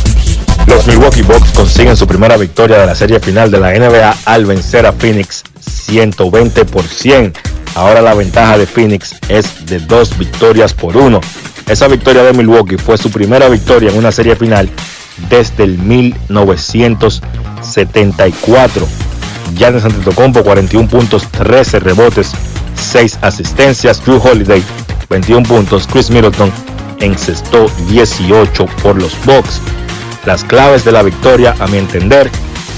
Speaker 18: Los Milwaukee Bucks consiguen su primera victoria de la serie final de la N B A al vencer a Phoenix ciento veinte por cien. Ahora la ventaja de Phoenix es de dos victorias por uno. Esa victoria de Milwaukee fue su primera victoria en una serie final desde el mil novecientos setenta y cuatro. Giannis Antetokounmpo, cuarenta y uno puntos, trece rebotes, seis asistencias. Jrue Holiday, veintiuno puntos. Chris Middleton encestó dieciocho por los Bucks. Las claves de la victoria, a mi entender,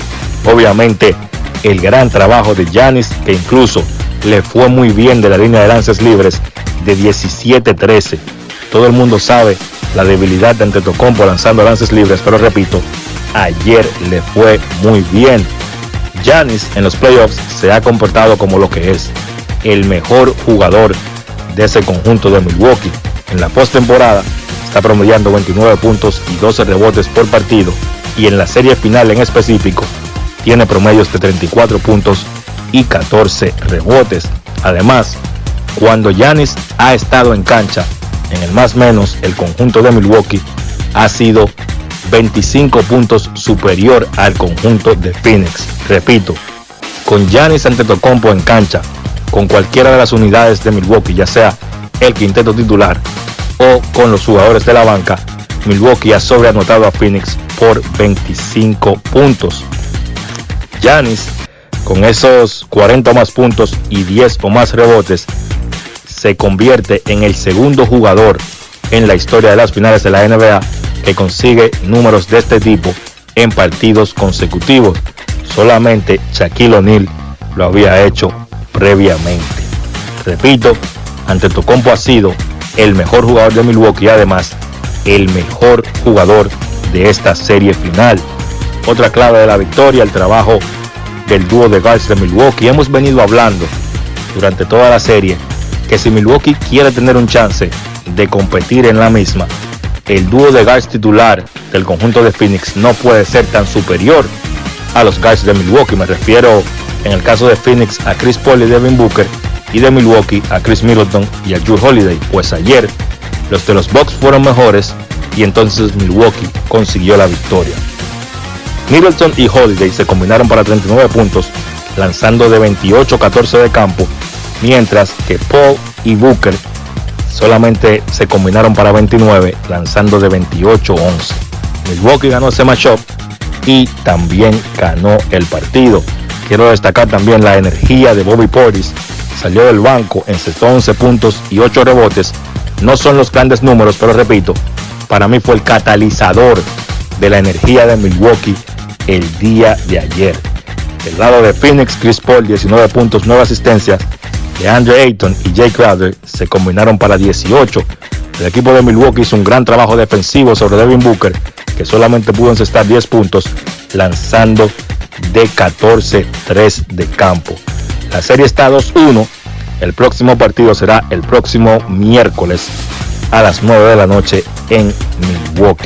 Speaker 18: obviamente el gran trabajo de Giannis, que incluso le fue muy bien de la línea de lances libres de diecisiete trece. Todo el mundo sabe la debilidad de Antetokounmpo lanzando lances libres, pero repito, ayer le fue muy bien. Giannis en los playoffs se ha comportado como lo que es, el mejor jugador de ese conjunto de Milwaukee. En la postemporada está promediando veintinueve puntos y doce rebotes por partido, y en la serie final en específico tiene promedios de treinta y cuatro puntos y catorce rebotes. Además, cuando Giannis ha estado en cancha, en el más menos el conjunto de Milwaukee ha sido veinticinco puntos superior al conjunto de Phoenix. Repito, con Giannis Antetokounmpo en cancha, con cualquiera de las unidades de Milwaukee, ya sea el quinteto titular o con los jugadores de la banca, Milwaukee ha sobreanotado a Phoenix por veinticinco puntos. Giannis, con esos cuarenta o más puntos y diez o más rebotes, se convierte en el segundo jugador en la historia de las finales de la N B A que consigue números de este tipo en partidos consecutivos. Solamente Shaquille O'Neal lo había hecho previamente. Repito, Antetokounmpo ha sido el mejor jugador de Milwaukee y además el mejor jugador de esta serie final. Otra clave de la victoria, el trabajo del dúo de guards de Milwaukee. Hemos venido hablando durante toda la serie que si Milwaukee quiere tener un chance de competir en la misma, el dúo de guards titular del conjunto de Phoenix no puede ser tan superior a los guards de Milwaukee. Me refiero, en el caso de Phoenix, a Chris Paul y Devin Booker, y de Milwaukee a Chris Middleton y a Jrue Holiday. Pues ayer los de los Bucks fueron mejores y entonces Milwaukee consiguió la victoria. Middleton y Holiday se combinaron para treinta y nueve puntos, lanzando de veintiocho a catorce de campo, mientras que Paul y Booker solamente se combinaron para veintinueve, lanzando de veintiocho a once. Milwaukee ganó ese matchup y también ganó el partido. Quiero destacar también la energía de Bobby Portis. Salió del banco, encestó once puntos y ocho rebotes. No son los grandes números, pero repito, para mí fue el catalizador de la energía de Milwaukee el día de ayer. Del lado de Phoenix, Chris Paul, diecinueve puntos, nueve asistencias. De Andre Ayton y Jay Crowder se combinaron para dieciocho. El equipo de Milwaukee hizo un gran trabajo defensivo sobre Devin Booker, que solamente pudo encestar diez puntos, lanzando de catorce tres de campo. La serie está dos uno. El próximo partido será el próximo miércoles a las nueve de la noche en Milwaukee.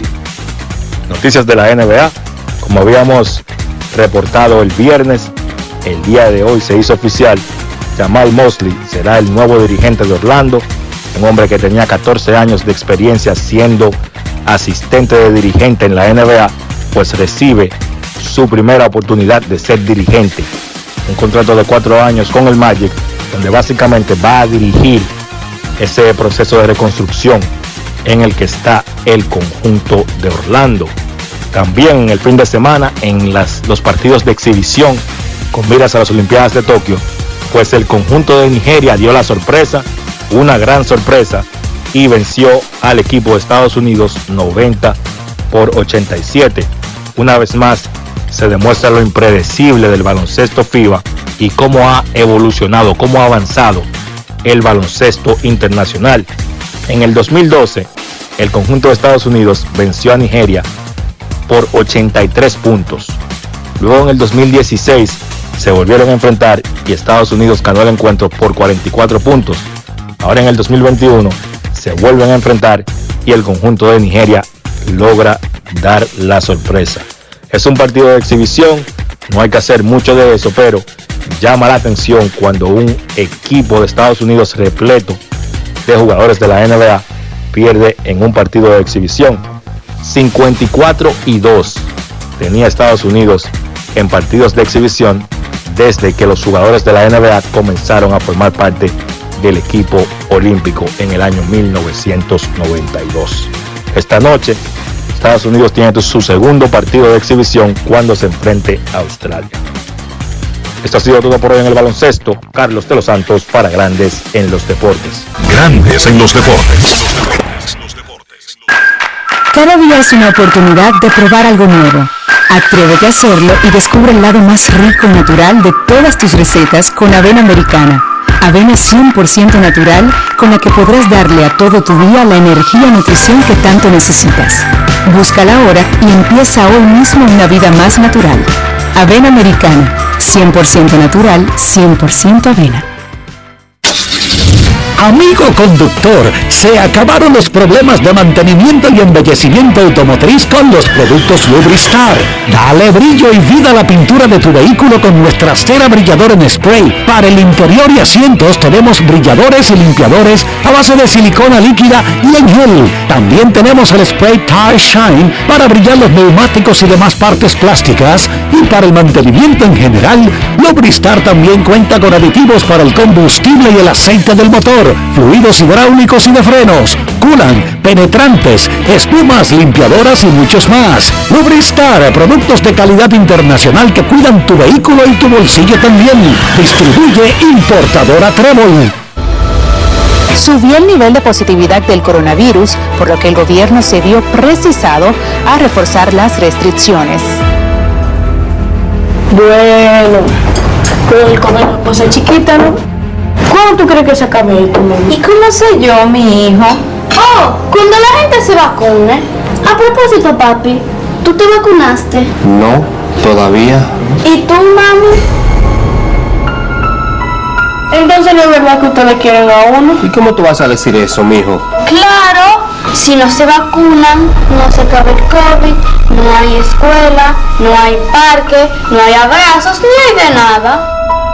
Speaker 18: Noticias de la N B A. Como habíamos reportado el viernes, el día de hoy se hizo oficial. Jamal Mosley será el nuevo dirigente de Orlando, un hombre que tenía catorce años de experiencia siendo asistente de dirigente en la N B A, pues recibe su primera oportunidad de ser dirigente. Un contrato de cuatro años con el Magic, donde básicamente va a dirigir ese proceso de reconstrucción en el que está el conjunto de Orlando. También en el fin de semana, en las, los partidos de exhibición con miras a las Olimpiadas de Tokio, pues el conjunto de Nigeria dio la sorpresa, una gran sorpresa, y venció al equipo de Estados Unidos noventa por ochenta y siete. Una vez más se demuestra lo impredecible del baloncesto FIBA y cómo ha evolucionado, cómo ha avanzado el baloncesto internacional. En el dos mil doce, el conjunto de Estados Unidos venció a Nigeria por ochenta y tres puntos. Luego en el dos mil dieciséis se volvieron a enfrentar y Estados Unidos ganó el encuentro por cuarenta y cuatro puntos. Ahora en el dos mil veintiuno se vuelven a enfrentar y el conjunto de Nigeria logra dar la sorpresa. Es un partido de exhibición, no hay que hacer mucho de eso, pero llama la atención cuando un equipo de Estados Unidos repleto de jugadores de la N B A pierde en un partido de exhibición. cincuenta y cuatro y dos tenía Estados Unidos en partidos de exhibición desde que los jugadores de la N B A comenzaron a formar parte del equipo olímpico en el año mil novecientos noventa y dos. Esta noche, Estados Unidos tiene su segundo partido de exhibición cuando se enfrente a Australia. Esto ha sido todo por hoy en el baloncesto. Carlos de los Santos para Grandes en los Deportes.
Speaker 1: Grandes en los Deportes.
Speaker 20: Cada día es una oportunidad de probar algo nuevo. Atrévete a hacerlo y descubre el lado más rico y natural de todas tus recetas con avena americana. Avena cien por ciento natural con la que podrás darle a todo tu día la energía y nutrición que tanto necesitas. Búscala ahora y empieza hoy mismo una vida más natural. Avena americana, cien por ciento natural, cien por ciento avena.
Speaker 2: Amigo conductor, se acabaron los problemas de mantenimiento y embellecimiento automotriz con los productos Lubristar. Dale brillo y vida a la pintura de tu vehículo con nuestra cera brilladora en spray. Para el interior y asientos tenemos brilladores y limpiadores a base de silicona líquida y en gel. También tenemos el spray Tire Shine para brillar los neumáticos y demás partes plásticas. Y para el mantenimiento en general, Lubristar también cuenta con aditivos para el combustible y el aceite del motor, fluidos hidráulicos y de frenos, culan, penetrantes, espumas, limpiadoras y muchos más. Lubristar, productos de calidad internacional que cuidan tu vehículo y tu bolsillo también. Distribuye importadora Trébol.
Speaker 23: Subió el nivel de positividad del coronavirus, por lo que el gobierno se vio precisado a reforzar las restricciones.
Speaker 6: Bueno, pero el comer pues es chiquita, ¿no? ¿Cuándo tú crees que se acabe esto, mami?
Speaker 21: ¿Y cómo sé yo, mi hijo? Oh, cuando la gente se vacune. A propósito, papi, ¿tú te vacunaste?
Speaker 22: No, todavía.
Speaker 21: ¿Y tú, mami?
Speaker 6: Entonces no es verdad que ustedes quieren a uno.
Speaker 22: ¿Y cómo tú vas a decir eso, mijo?
Speaker 21: Claro, si no se vacunan, no se acaba el COVID, no hay escuela, no hay parque, no hay abrazos, ni hay de nada.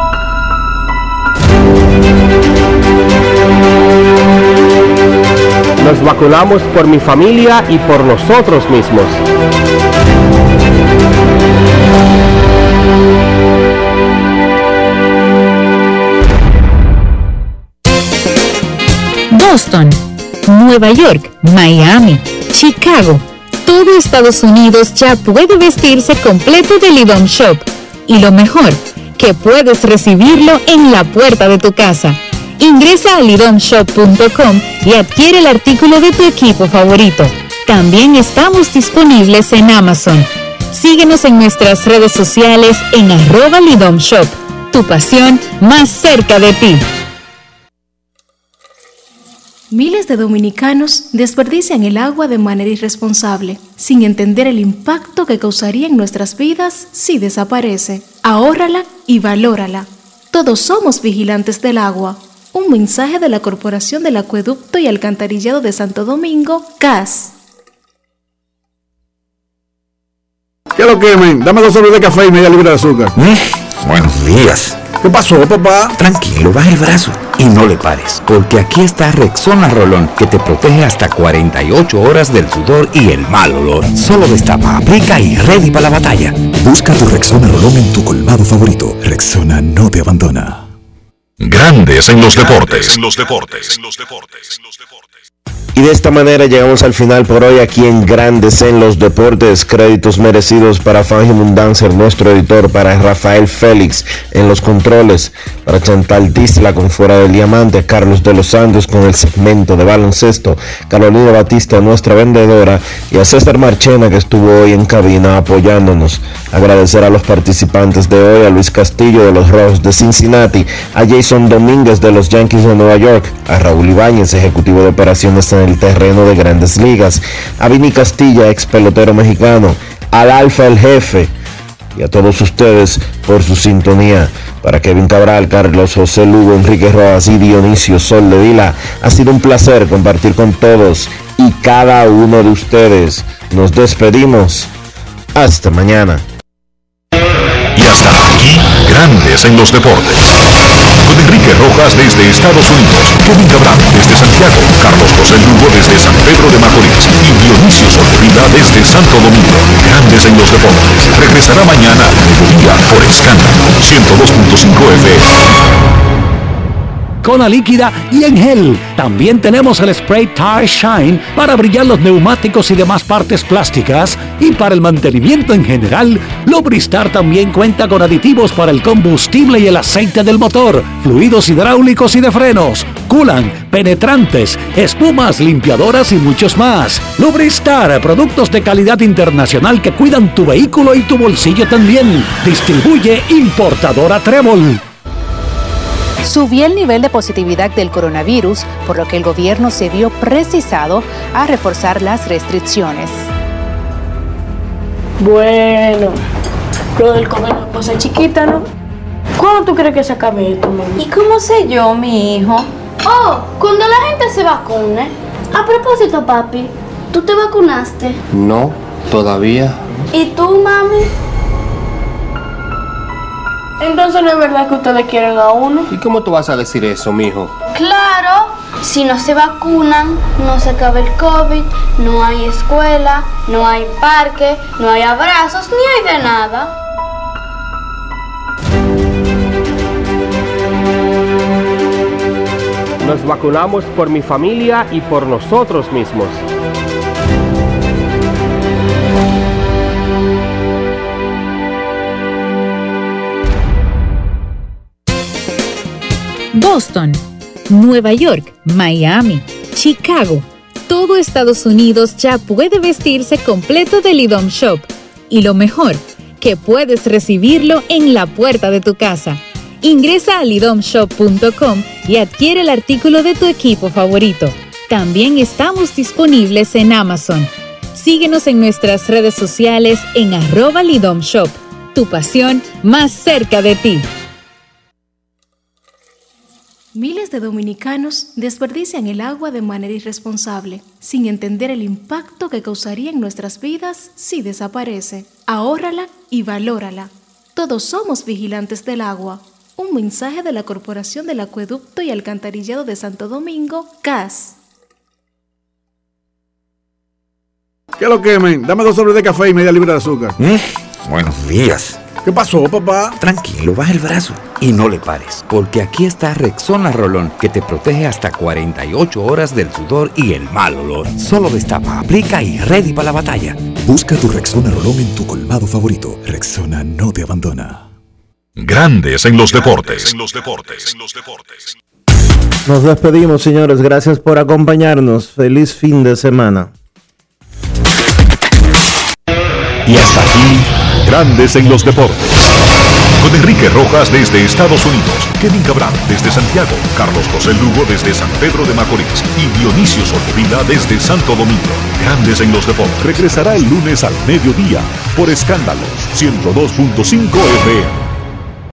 Speaker 7: Nos vacunamos por mi familia y por nosotros mismos.
Speaker 23: Boston, Nueva York, Miami, Chicago. Todo Estados Unidos ya puede vestirse completo de Lidom Shop. Y lo mejor, que puedes recibirlo en la puerta de tu casa. Ingresa a lidom shop punto com y adquiere el artículo de tu equipo favorito. También estamos disponibles en Amazon. Síguenos en nuestras redes sociales en arroba Lidom Shop. Tu pasión más cerca de ti.
Speaker 8: Miles de dominicanos desperdician el agua de manera irresponsable, sin entender el impacto que causaría en nuestras vidas si desaparece. Ahórrala y valórala. Todos somos vigilantes del agua. Un mensaje de la Corporación del Acueducto y Alcantarillado de Santo Domingo, C A S.
Speaker 13: ¿Qué lo quemen? Dame dos sobres de café y media libra de azúcar.
Speaker 15: Mm, buenos días.
Speaker 13: ¿Qué pasó, papá?
Speaker 15: Tranquilo, baja el brazo y no le pares, porque aquí está Rexona Rolón, que te protege hasta cuarenta y ocho horas del sudor y el mal olor. Solo destapa, aplica y ready para la batalla.
Speaker 19: Busca tu Rexona Rolón en tu colmado favorito. Rexona no te abandona.
Speaker 1: Grandes en los deportes. En los deportes. En los deportes.
Speaker 3: Y de esta manera llegamos al final por hoy aquí en Grandes en los Deportes. Créditos merecidos para Fangio Mundanzer, nuestro editor, para Rafael Félix en los controles, para Chantal Tisla con Fuera del Diamante, Carlos de los Santos con el segmento de baloncesto, Carolina Batista, nuestra vendedora, y a César Marchena, que estuvo hoy en cabina apoyándonos. Agradecer a los participantes de hoy, a Luis Castillo de los Rojos de Cincinnati, a Jason Domínguez de los Yankees de Nueva York, a Raúl Ibáñez, ejecutivo de operaciones en el terreno de Grandes Ligas, a Vini Castilla, ex pelotero mexicano, al Alfa el Jefe, y a todos ustedes por su sintonía. Para Kevin Cabral, Carlos José Lugo, Enrique Rojas y Dionisio Sol de Vila, ha sido un placer compartir con todos y cada uno de ustedes. Nos despedimos. Hasta mañana.
Speaker 1: Y hasta aquí, Grandes en los Deportes. Con Enrique Rojas desde Estados Unidos, Kevin Cabral desde Santiago, Carlos José Lugo desde San Pedro de Macorís y Dionisio Solterida desde Santo Domingo. Grandes en los Deportes. Regresará mañana a mediodía por Escándalo ciento dos punto cinco F M.
Speaker 2: Cona líquida y en gel. También tenemos el spray Tire Shine para brillar los neumáticos y demás partes plásticas. Y para el mantenimiento en general, Lubristar también cuenta con aditivos para el combustible y el aceite del motor, fluidos hidráulicos y de frenos, culan, penetrantes, espumas, limpiadoras y muchos más. Lubristar, productos de calidad internacional que cuidan tu vehículo y tu bolsillo también. Distribuye importadora Trébol.
Speaker 23: Subió el nivel de positividad del coronavirus, por lo que el gobierno se vio precisado a reforzar las restricciones.
Speaker 6: Bueno, lo del comer no pasa chiquita, ¿no? ¿Cuándo tú crees que se acabe esto, mami?
Speaker 21: ¿Y cómo sé yo, mi hijo? Oh, cuando la gente se vacune. A propósito, papi, ¿tú te vacunaste?
Speaker 22: No, todavía.
Speaker 21: ¿Y tú, mami?
Speaker 6: Entonces no es verdad que ustedes quieren a uno.
Speaker 22: ¿Y cómo tú vas a decir eso, mijo?
Speaker 21: Claro, si no se vacunan, no se acaba el COVID, no hay escuela, no hay parque, no hay abrazos, ni hay de nada.
Speaker 7: Nos vacunamos por mi familia y por nosotros mismos.
Speaker 23: Boston, Nueva York, Miami, Chicago. Todo Estados Unidos ya puede vestirse completo de Lidom Shop. Y lo mejor, que puedes recibirlo en la puerta de tu casa. Ingresa a lidom shop punto com y adquiere el artículo de tu equipo favorito. También estamos disponibles en Amazon. Síguenos en nuestras redes sociales en arroba Lidom Shop. Tu pasión más cerca de ti.
Speaker 8: Miles de dominicanos desperdician el agua de manera irresponsable, sin entender el impacto que causaría en nuestras vidas si desaparece. Ahórrala y valórala. Todos somos vigilantes del agua. Un mensaje de la Corporación del Acueducto y Alcantarillado de Santo Domingo, C A S.
Speaker 13: ¿Qué lo quemen? Dame dos sobres de café y media libra de azúcar.
Speaker 15: Mm, buenos días.
Speaker 13: ¿Qué pasó, papá?
Speaker 15: Tranquilo, baja el brazo y no le pares, porque aquí está Rexona Rolón, que te protege hasta cuarenta y ocho horas del sudor y el mal olor. Solo destapa, aplica y ready para la batalla.
Speaker 19: Busca tu Rexona Rolón en tu colmado favorito. Rexona no te abandona.
Speaker 1: Grandes en los deportes. En los deportes. En los deportes.
Speaker 9: Nos despedimos, señores. Gracias por acompañarnos. Feliz fin de semana.
Speaker 1: Y hasta aquí, Grandes en los Deportes. Con Enrique Rojas desde Estados Unidos, Kevin Cabral desde Santiago, Carlos José Lugo desde San Pedro de Macorís y Dionisio Solterida desde Santo Domingo. Grandes en los Deportes regresará el lunes al mediodía por Escándalos ciento dos punto cinco F M.